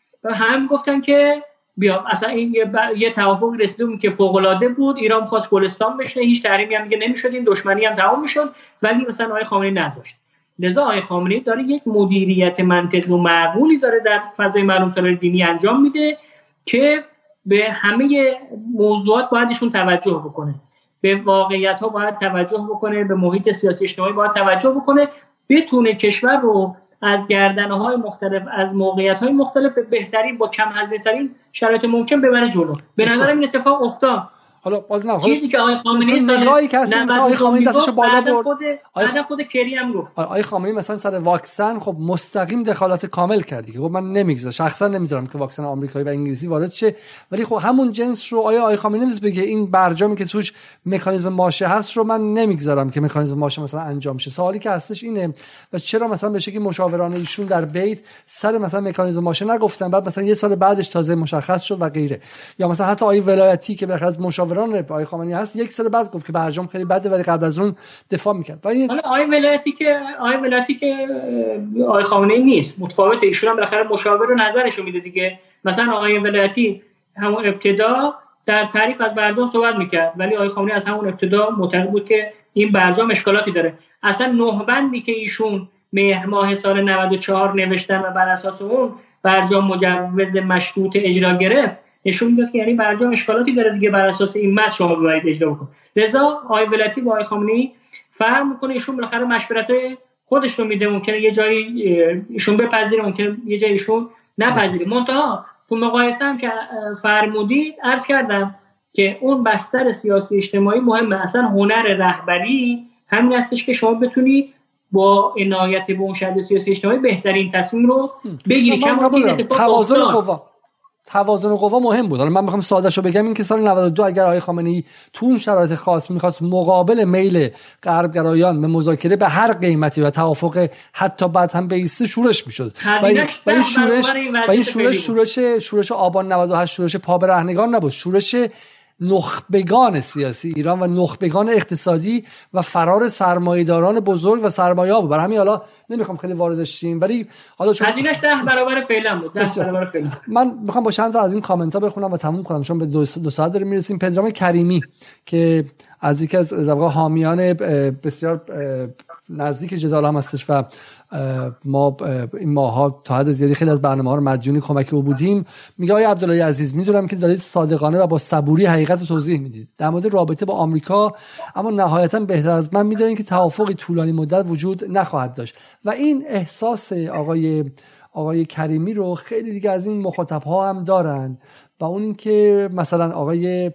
هم گفتن که بیا اصلا این یه, ب... یه توافق رسیدیم که فوق‌العاده بود، ایران خواست گلستان بشه، هیچ تحریمی هم دیگه نمی‌شد، این دشمنی هم تمام می‌شد، ولی مثلا آقای خامنه‌ای نذاشت. لذا آقای خامنه‌ای داره یک مدیریت منطقی و معقولی داره در فضای معلوم سالار دینی انجام میده که به همه موضوعات باید ایشون توجه بکنه، به واقعیت‌ها باید توجه بکنه، به محیط سیاسی اجتماعی باید توجه بکنه، بتونه کشور رو از گردنه‌های مختلف، از موقعیت‌های مختلف به بهترین با کم هزینه‌ترین شرایط ممکن ببره جلو. به نظرم این اتفاق افتاد. حالا باز نه چیزی که آقای خامنه‌ای نگاهی که هست آقای خامنه‌ای دستشو بالا برد، بعد خود کری هم گفت آقای خامنه‌ای مثلا سر واکسن خب مستقیم دخالت کامل کردی که خب من نمیگذارم، شخصا نمیذارم که واکسن آمریکایی و انگلیسی وارد شه، ولی خب همون جنس رو آیا آقای خامنه‌ای نمی‌تونه بگه این برجامی که توش مکانیزم ماشه هست رو من نمیگذارم که مکانیزم ماشه مثلا انجام شه؟ سوالی که هستش اینه و چرا مثلا به شکلی مشاوران ایشون در بیت سر مثلا مکانیزم ماشه نگفتن، بعد مثلا یه سال بعدش تازه مشخص شد و غیره، یا مثلا حتی آقای ولایتی که به خاطر مشاوران آقای خامنه‌ای هست یک سال بعد گفت که برجام خیلی بده ولی قبل از اون دفاع میکرد. ولی حالا آقای ولایتی که آقای ولایتی که آقای خامنه‌ای نیست، متفاوته، ایشون هم بالاخره مشاور و نظرشو میده دیگه. مثلا آقای ولایتی همون ابتدا در تعریف از برجام صحبت میکرد، ولی آقای خامنه‌ای از همون ابتدا معتقد بود که این برجام اشکالاتی داره. اصلا نه بندی که ایشون مهر ماه سال نود و چهار نوشتن و بر اساس اون برجام مجوز مشروط اجرا گرفت، نشون میده که یعنی برجام اشکالاتی داره دیگه، بر اساس این متن شما باید اجرا بکنید. لذا آقای ولایتی با آقای خامنه‌ای فهم میکنه، ایشون بالاخره مشورت‌های خودش رو میده، ممکنه یه جایی ایشون بپذیره، ممکنه یه جایی ایشون نپذیره. منتها تو مقایسه هم که فرمودید عرض کردم که اون بستر سیاسی اجتماعی مهمه. اصلا هنر رهبری همین هستش که شما بتونی با عنایت به اون شأن سیاسی اجتماعی بهترین تصمیم رو بگیری. کما این اتفاق توازن قوا توازن قوا مهم بود. حالا من میخوام سادهشو بگم، این که سال نود و دو اگر آقای خامنه‌ای تو اون شرایط خاص میخواست مقابل میل غربگرایان به مذاکره به هر قیمتی و توافق حتی بعد هم بیسته شورش میشد و این شورش و این شورش شورش شورش آبان نود و هشت شورش پا به رهنگان نبود، شورش نخبگان سیاسی ایران و نخبگان اقتصادی و فرار سرمایه‌داران بزرگ و سرمایه‌ها بود. برای همین حالا نمیخوام خیلی واردش شیم، ولی حالا چون هزینه‌اش ده برابر فعلا بود، ده برابر فعلا. من میخوام با چند تا از این کامنت‌ها بخونم و تموم کنم چون به دو, دو ساعت داریم میرسیم. پدرام کریمی که از یکی از در واقع حامیان بسیار نزدیک جدال هم هستش و ما این ماها تا حد زیادی خیلی از برنامه‌ها رو مدیون کمک او بودیم، میگه آقای عبداللهی عزیز میدونم که دارید صادقانه و با صبوری حقیقت رو توضیح میدید در مورد رابطه با آمریکا، اما نهایتاً بهتر از من میدونید که توافقی طولانی مدت وجود نخواهد داشت و این احساس آقای آقای کریمی رو خیلی دیگه از این مخاطب‌ها هم دارن و اون این که مثلا آقای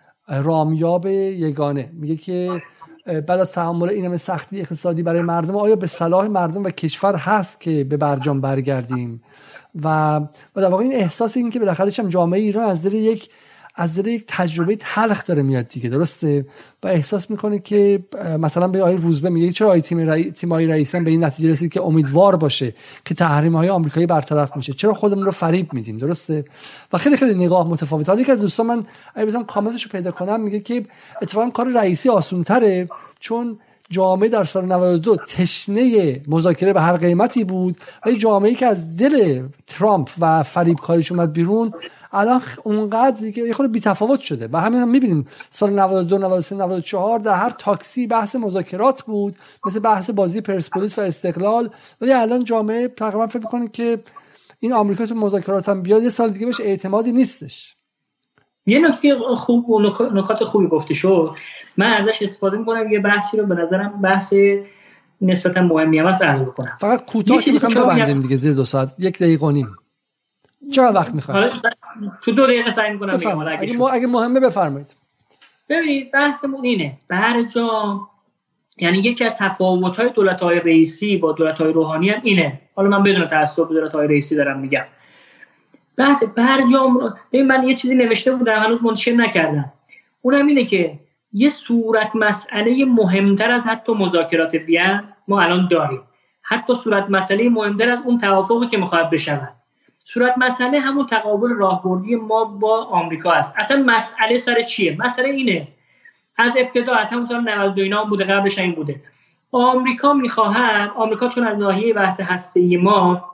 رامیاب یگانه میگه که بعد از تحمل این همه سختی اقتصادی برای مردم آیا به صلاح مردم و کشور هست که به برجام برگردیم و و در واقع این احساس این که بالاخره هم جامعه ایران از زیر یک از زیر یک تجربه تلخ داره میاد دیگه، درسته؟ و احساس میکنه که مثلا به آقای روزبه میگه چرا آقای تیم رئی... تیمای رئیسن به این نتیجه رسید که امیدوار باشه که تحریم‌های آمریکایی برطرف میشه، چرا خودمون رو فریب میدیم، درسته؟ و خیلی خیلی نگاه متفاوته. حالا یکی از دوستان من اگه بتونم کامنتشو پیدا کنم میگه که اتفاقا کار رئیسی آسان‌تره چون جامعه در سال نود و دو تشنه مذاکره به هر قیمتی بود و جامعه‌ای که از دل ترامپ و فریبکاریش اومد بیرون الان اونقدر دیگه یه خورده بی‌تفاوت شده و همین هم می‌بینیم سال نود و دو، نود و سه، نود و چهار در هر تاکسی بحث مذاکرات بود، مثل بحث بازی پرسپولیس و استقلال، ولی الان جامعه تقریبا فکر می‌کنه که این آمریکا تو مذاکرات هم بیاد یه سال دیگه بهش اعتمادی نیستش. یه نکته خوب و نکات خوبی گفته شد، من ازش استفاده می‌کنم. یه بحثی رو به نظرم بحث نسبتا مهمی هم است عرض بکنم. فقط کوتاه که میخوام ببندیم دیگه، زیر دو ساعت، یک دقیقه و نیم. چقدر وقت میخواید؟ تو دو دقیقه سعی میکنم بگم. اگه م... اگه مهمه بفرمایید. ببینید بحثمون اینه، برجام یعنی یکی از تفاوت‌های دولت‌های رئیسی با دولت‌های روحانی هم اینه. حالا من بدون تعصب به دولت‌های رئیسی دارم میگم. بحث برجام، ببین من یه چیزی نوشته بودم هنوز منتشر نکردم. اونم اینه که یه صورت مسئله مهمتر از حتی مذاکرات وین ما الان داریم. حتی صورت مسئله مهمتر از اون توافقی که می‌خواد بشه. صورت مسئله همون تقابل راهبردی ما با آمریکا است. اصلا مسئله سر چیه؟ مسئله اینه، از ابتدا از همون سال نود و دو اینا بوده، قبلش این بوده. آمریکا می‌خواهد، آمریکا چون از ناحیه بحث هسته‌ای ما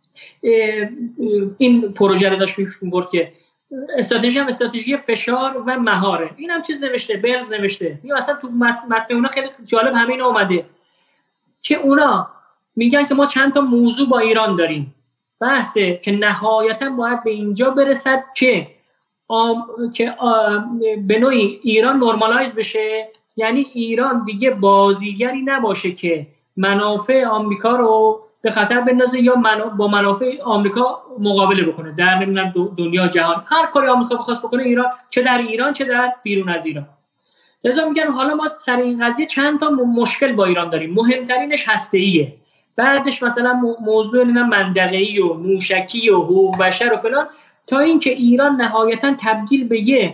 این پروژه رو داشت پیش می‌برد که استراتژی هم استراتژی فشار و مهاره. این هم چیز نوشته، برز نوشته. یا اصلا تو متن اونا خیلی جالب همین اومده که اونا میگن که ما چند تا موضوع با ایران داریم. بحثه که نهایتاً باید به اینجا برسد که آم... که آم... به نوعی ایران نورمالایز بشه، یعنی ایران دیگه بازیگری نباشه که منافع آمریکا رو به خطر بندازه یا منو... با منافع آمریکا مقابله بکنه در نمیدونم دنیا جهان. هر کاری آمریکا بخواست بکنه ایران، چه در ایران چه در بیرون از ایران. لذا میگن حالا ما سر این قضیه چند تا مشکل با ایران داریم، مهمترینش هسته‌ایه، بعدش مثلا موضوع منطقه‌ای و موشکی و حقوق بشر و فلان، تا اینکه ایران نهایتاً تبدیل به یه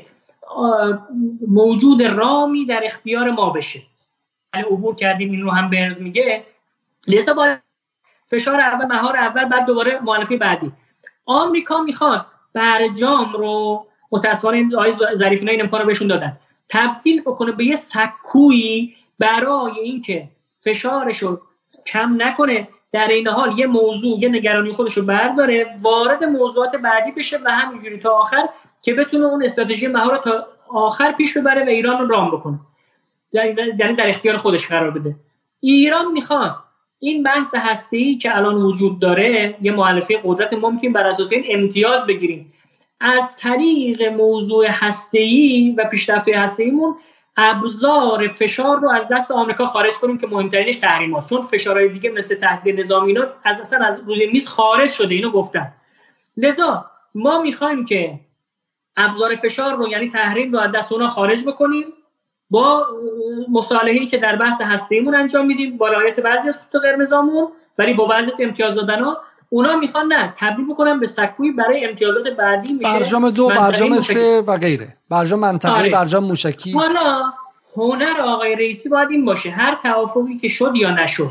موجود رامی در اختیار ما بشه. یعنی عبور کردیم، این رو هم برز میگه. لذا با فشار اول، مهار اول، بعد دوباره معالفه بعدی. آمریکا میخواد برجام رو، متأسفانه این آقای ظریفی این امکان رو بهشون دادن، تبدیل بکنه به یه سکویی برای اینکه فشارش رو کم نکنه، در این حال یه موضوع، یه نگرانی خودش رو برداره، وارد موضوعات بعدی بشه و همینجوری تا آخر که بتونه اون استراتژی مهار تا آخر پیش ببره و ایران رو رام بکنه، یعنی در اختیار خودش قرار بده. ایران میخواست این بحث هسته‌ای که الان وجود داره، یه مؤلفه قدرت ممکن بر اساس این امتیاز بگیریم، از طریق موضوع هسته‌ای و پیشرفت هسته‌ایمون ابزار فشار رو از دست آمریکا خارج کنیم که مهمترینش تحریمات، چون فشارهای دیگه مثل تهدید نظامی اینا از اصلا از روی میز خارج شده، اینو گفتن. لذا ما میخوایم که ابزار فشار رو، یعنی تحریم رو، از دست اونا خارج بکنیم با مصالحه‌ای که در بحث هسته‌ایمون انجام میدیم با رعایت بعضی از خطوط قرمزامون، ولی با بعضی امتیاز دادن‌ها. اونا میخوان نه، تبدیل بکنن به سکویی برای امتیازات بعدی، میشه برجام دو، برجام سه و غیره، برجام منطقه‌ای، آره. برجام موشکی. حالا هنر آقای رئیسی باید این باشه، هر توافقی که شد یا نشد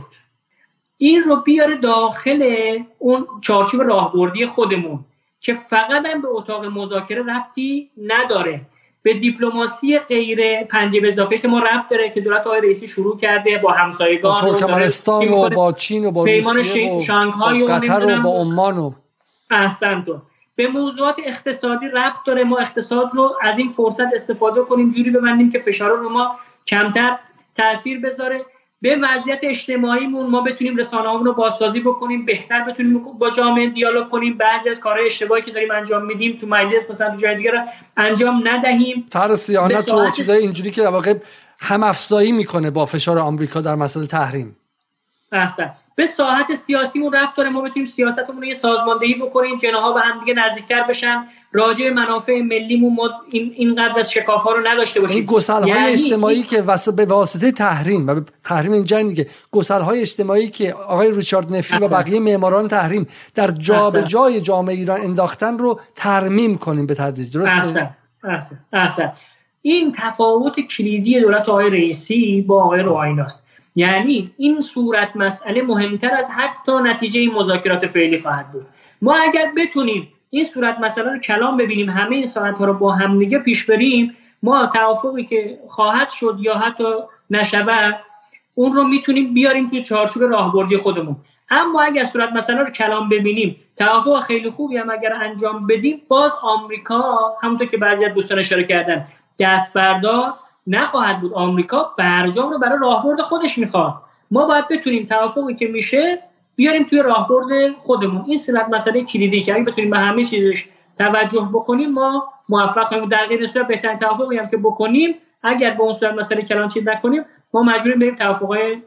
این رو بیاره داخل اون چارچوب راهبردی خودمون که فقط هم به اتاق مذاکره ربطی نداره، به دیپلماسی غیر پنجه اضافه که ما ربط داره که دولت آقای رئیسی شروع کرده با همسایگان، با ترکمنستان و با چین و با روسیه و شانگهای و قطر و با عمان و احسنتون. به موضوعات اقتصادی ربط داره، ما اقتصاد رو از این فرصت استفاده کنیم، جوری ببندیم که فشار رو ما کمتر تاثیر بذاره. به وضعیت اجتماعیمون ما بتونیم رسانه‌هامون رو بازسازی بکنیم، بهتر بتونیم با جامعه دیالوگ کنیم، بعضی از کارهای اشتباهی که داریم انجام میدیم تو مجلس مثلا جای دیگه رو انجام ندهیم. طرح صیانت و چیزای اینجوری که در واقع هم افزایی میکنه با فشار آمریکا در مسئله تحریم. احسن. به ساحت سیاسیمون ربط داره، ما بتونیم سیاستمون رو یه سازماندهی بکنیم، جناح‌ها به هم دیگه نزدیکتر بشن، راجع به منافع ملیمون ما این اینقدر از شکاف‌ها رو نداشته باشیم. این گسل‌های یعنی اجتماعی این... که واسه به واسطه تحریم و تحریم این جنگ دیگه، گسل‌های اجتماعی که آقای ریچارد نفی و بقیه معماران تحریم در جابجای جامعه ایران انداختن رو ترمیم کنیم به تدریج. درسته؟ احسن. احسن. احسن. این تفاوت کلیدی دولت آقای رئیسی با آقای روحانی است. یعنی این صورت مسئله مهمتر از حتی نتیجه این مذاکرات فعلی خواهد بود. ما اگر بتونیم این صورت مسئله رو کلام ببینیم، همه این ساعت‌ها رو با هم دیگه پیش بریم، ما توافقی که خواهد شد یا حتی نشود اون رو میتونیم بیاریم توی چارچوب راهبردی خودمون. اما اگر صورت مسئله رو کلام ببینیم، توافق خیلی خوبی هم اگر انجام بدیم، باز آمریکا همونطور که بعضی از دوستان اشاره کردن دست بردار نخواهد بود. آمریکا برجام رو برای راهبرد خودش میخواد. ما باید بتونیم توافقی که میشه بیاریم توی راهبرد خودمون. این صورت مسئله کلیدی که اگه بتونیم به همه چیزش توجه بکنیم ما موفق خواهیم. در غیر صورت بهترین توافقی هم که بکنیم، اگر به اون صورت مسئله کلان چیز نکنیم، ما مجبوریم بریم توافقای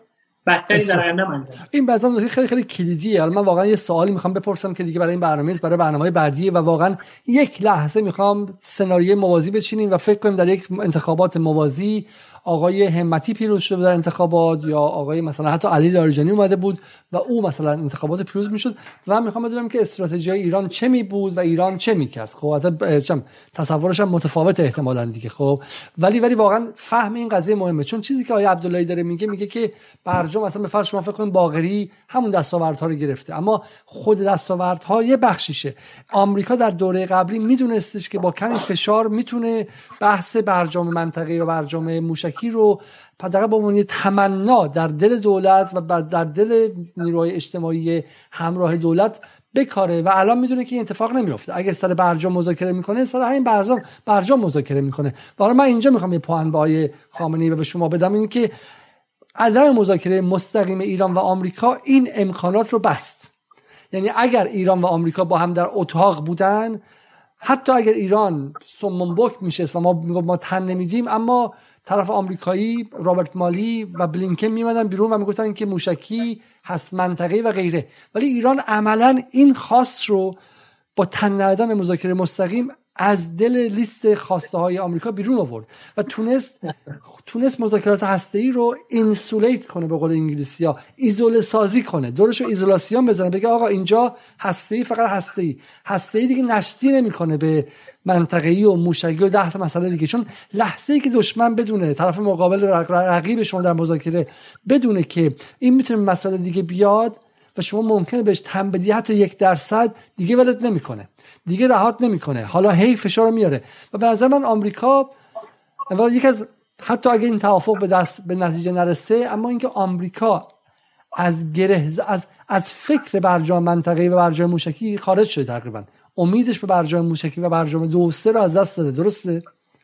بدتری در آینده من دارم. این بعضا خیلی خیلی کلیدیه. حالا من واقعا یه سوالی میخوام بپرسم که دیگه برای این برنامه است، برای برنامه‌های بعدی، و واقعا یک لحظه میخوام سناریوی موازی بچینیم و فکر کنیم در یک انتخابات موازی آقای همتی پیروز شده در انتخابات، یا آقای مثلا حتی علی لاریجانی اومده بود و او مثلا انتخابات پیروز میشد، و من میخوام بدونم که استراتژی ایران چه می بود و ایران چه میکرد. خب اصلا تصورش هم متفاوت احتمالاً دیگه. خب ولی ولی واقعا فهم این قضیه مهمه، چون چیزی که آقای عبداللهی داره میگه میگه که برجام مثلا به فرض شما فکر کنید باقری همون دستاوردها رو گرفته، اما خود دستاوردها یه بخشیشه. آمریکا در دوره قبلی میدونستش که با کمی فشار میتونه بحث برجام منطقه‌ای و برجام موشکی رو حداقل به عنوان تمنا در دل دولت و در دل نیروهای اجتماعی همراه دولت بکاره، و الان میدونه که این اتفاق نمیفته. اگر سر برجام مذاکره میکنه، سر همین برجام برجام مذاکره میکنه. والا من اینجا میخوام یه پوان به آقای خامنه‌ای و به شما بدم، این که عدم مذاکره مستقیم ایران و آمریکا این امکانات رو بست. یعنی اگر ایران و آمریکا با هم در اتاق بودن، حتی اگر ایران سمون بک میشه و ما ما تن نمیدیم، اما طرف آمریکایی رابرت مالی و بلینکن میمدن بیرون و میگفتن که موشکی هست، منطقه‌ای و غیره. ولی ایران عملاً این خواست رو با تن ندادن به مذاکره مستقیم از دل لیست خواسته های آمریکا بیرون آورد و تونست تونست مذاکرات هسته‌ای رو اینسولیت کنه، به قول انگلیسی‌ها ایزوله سازی کنه، دورش رو ایزولاسیون بزنه، بگه آقا اینجا هسته‌ای فقط هسته‌ای هسته‌ای دیگه نشتی نمی‌کنه به منطقه‌ای و موشکی و ده تا مسئله دیگه. چون لحظه‌ای که دشمن بدونه، طرف مقابل رقیب شما در مذاکره بدونه که این میتونه مسئله دیگه بیاد و شما ممکنه بهش تن بدی حتی یک درصد، دیگه ولت نمیکنه، دیگه رهات نمیکنه، حالا هی فشار میاره. و به نظر من آمریکا یک از، حتی اگه این توافق به دست به نتیجه نرسه، اما اینکه آمریکا از گره از از فکر برجام منطقه‌ای و برجام موشکی خارج شده، تقریبا امیدش به برجام موشکی و برجام دو و سه رو از دست داده. درسته؟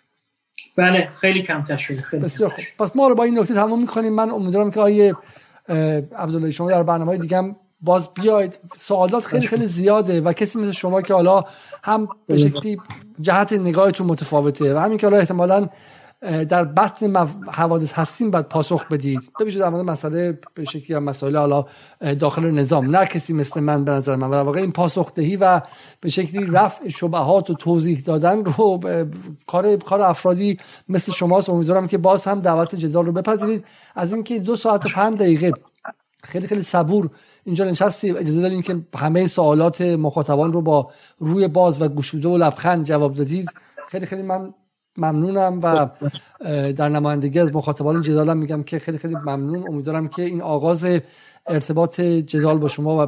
بله، خیلی کمتر شده. خیلی بسیار خوب. پس ما رو با این نکته تمام می‌کنیم. من امیدوارم که آیه عبداللهی شما در برنامه‌های دیگه هم باز بیاید. سوالات خیلی خیلی زیاده و کسی مثل شما که حالا هم به شکلی جهت نگاهتون متفاوته و همین که حالا احتمالاً در بطن حوادث هستیم باید پاسخ بدید، به ویژه در مورد مسئله به شکلی هم مسائل حالا داخل نظام، نه کسی مثل من به نظر من. و در واقع این پاسخ دهی و به شکلی رفع شبهات و توضیح دادن رو کار کار افرادی مثل شماست. امیدوارم که باز هم دعوت جدال رو بپذیرید. از اینکه دو ساعت و پنج دقیقه خیلی خیلی صبور اینجا نشستید، اجازه دادین که همه سوالات مخاطبان رو با روی باز و گشوده و لبخند جواب دادید. خیلی خیلی من ممنونم و در نمایندگی از مخاطبان جدالم میگم که خیلی خیلی ممنون. امیدوارم که این آغاز ارتباط جدال با شما و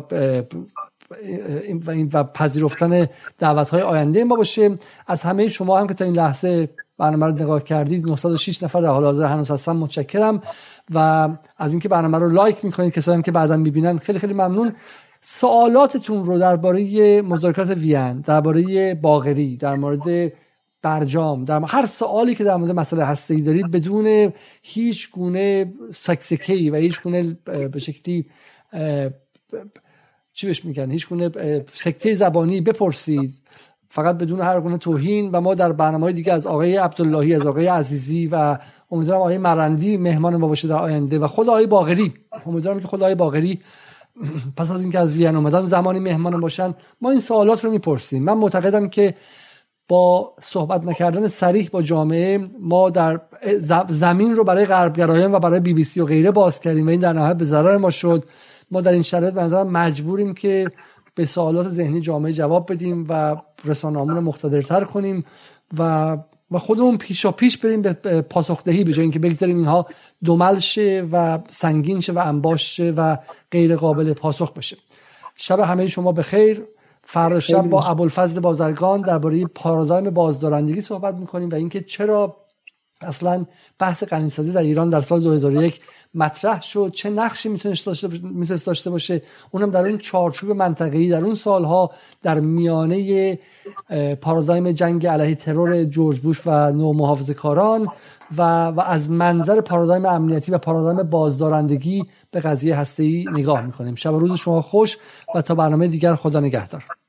و پذیرفتن دعوت‌های آینده ما باشه. از همه شما هم که تا این لحظه برنامه رو نگاه کردید، نهصد و شش نفر در حال حاضر هنوز هستن، متشکرم. و از اینکه برنامه رو لایک میکنید، کسایی هم که بعداً میبینن خیلی خیلی ممنون. سوالاتتون رو درباره مذاکرات وین، درباره باقری، در مورد برجام، در هر سوالی که در مورد مسئله هسته‌ای دارید، بدون هیچ گونه سکسکه‌ای و هیچ گونه به شکلی چی بهش میگن، هیچ گونه سکته زبانی بپرسید، فقط بدون هر گونه توهین. و ما در برنامه‌های دیگه از آقای عبداللهی، از آقای عزیزی و امیدوارم آقای مرندی مهمان ما باشه در آینده و خود آقای باقری، امیدوارم که خود آقای باقری پس از اینکه از وین اومدن زمانی مهمان باشن. ما این سوالات رو میپرسیم. من معتقدم که با صحبت نکردن صریح با جامعه ما در زمین رو برای غربگرایان و برای بی بی سی و غیره باز کردیم و این در نهایت به ضرر ما شد. ما در این شرایط به نظر مجبوریم که به سوالات ذهنی جامعه جواب بدیم و رسانه‌مون رو مقتدرتر کنیم و و خودمون پیشا پیش بریم به پاسخدهی، به جای اینکه بگذاریم اینها دمل شه و سنگین شه و انباش شه و غیر قابل پاسخ بشه. شب همه شما بخیر. فردا شب با ابوالفضل بازرگان درباره پارادایم بازدارندگی صحبت می‌کنیم و اینکه چرا اصلا بحث غنیسازی در ایران در سال دو هزار و یک مطرح شد، چه نقشی میتونه داشته میتونه داشته باشه، اونم در اون چارچوب منطقه‌ای در اون سالها در میانه پارادایم جنگ علیه ترور جورج بوش و نو محافظه‌کاران و و از منظر پارادایم امنیتی و پارادایم بازدارندگی به قضیه هسته‌ای نگاه می‌کنیم. شب و روز شما خوش و تا برنامه دیگر، خدا نگهدار.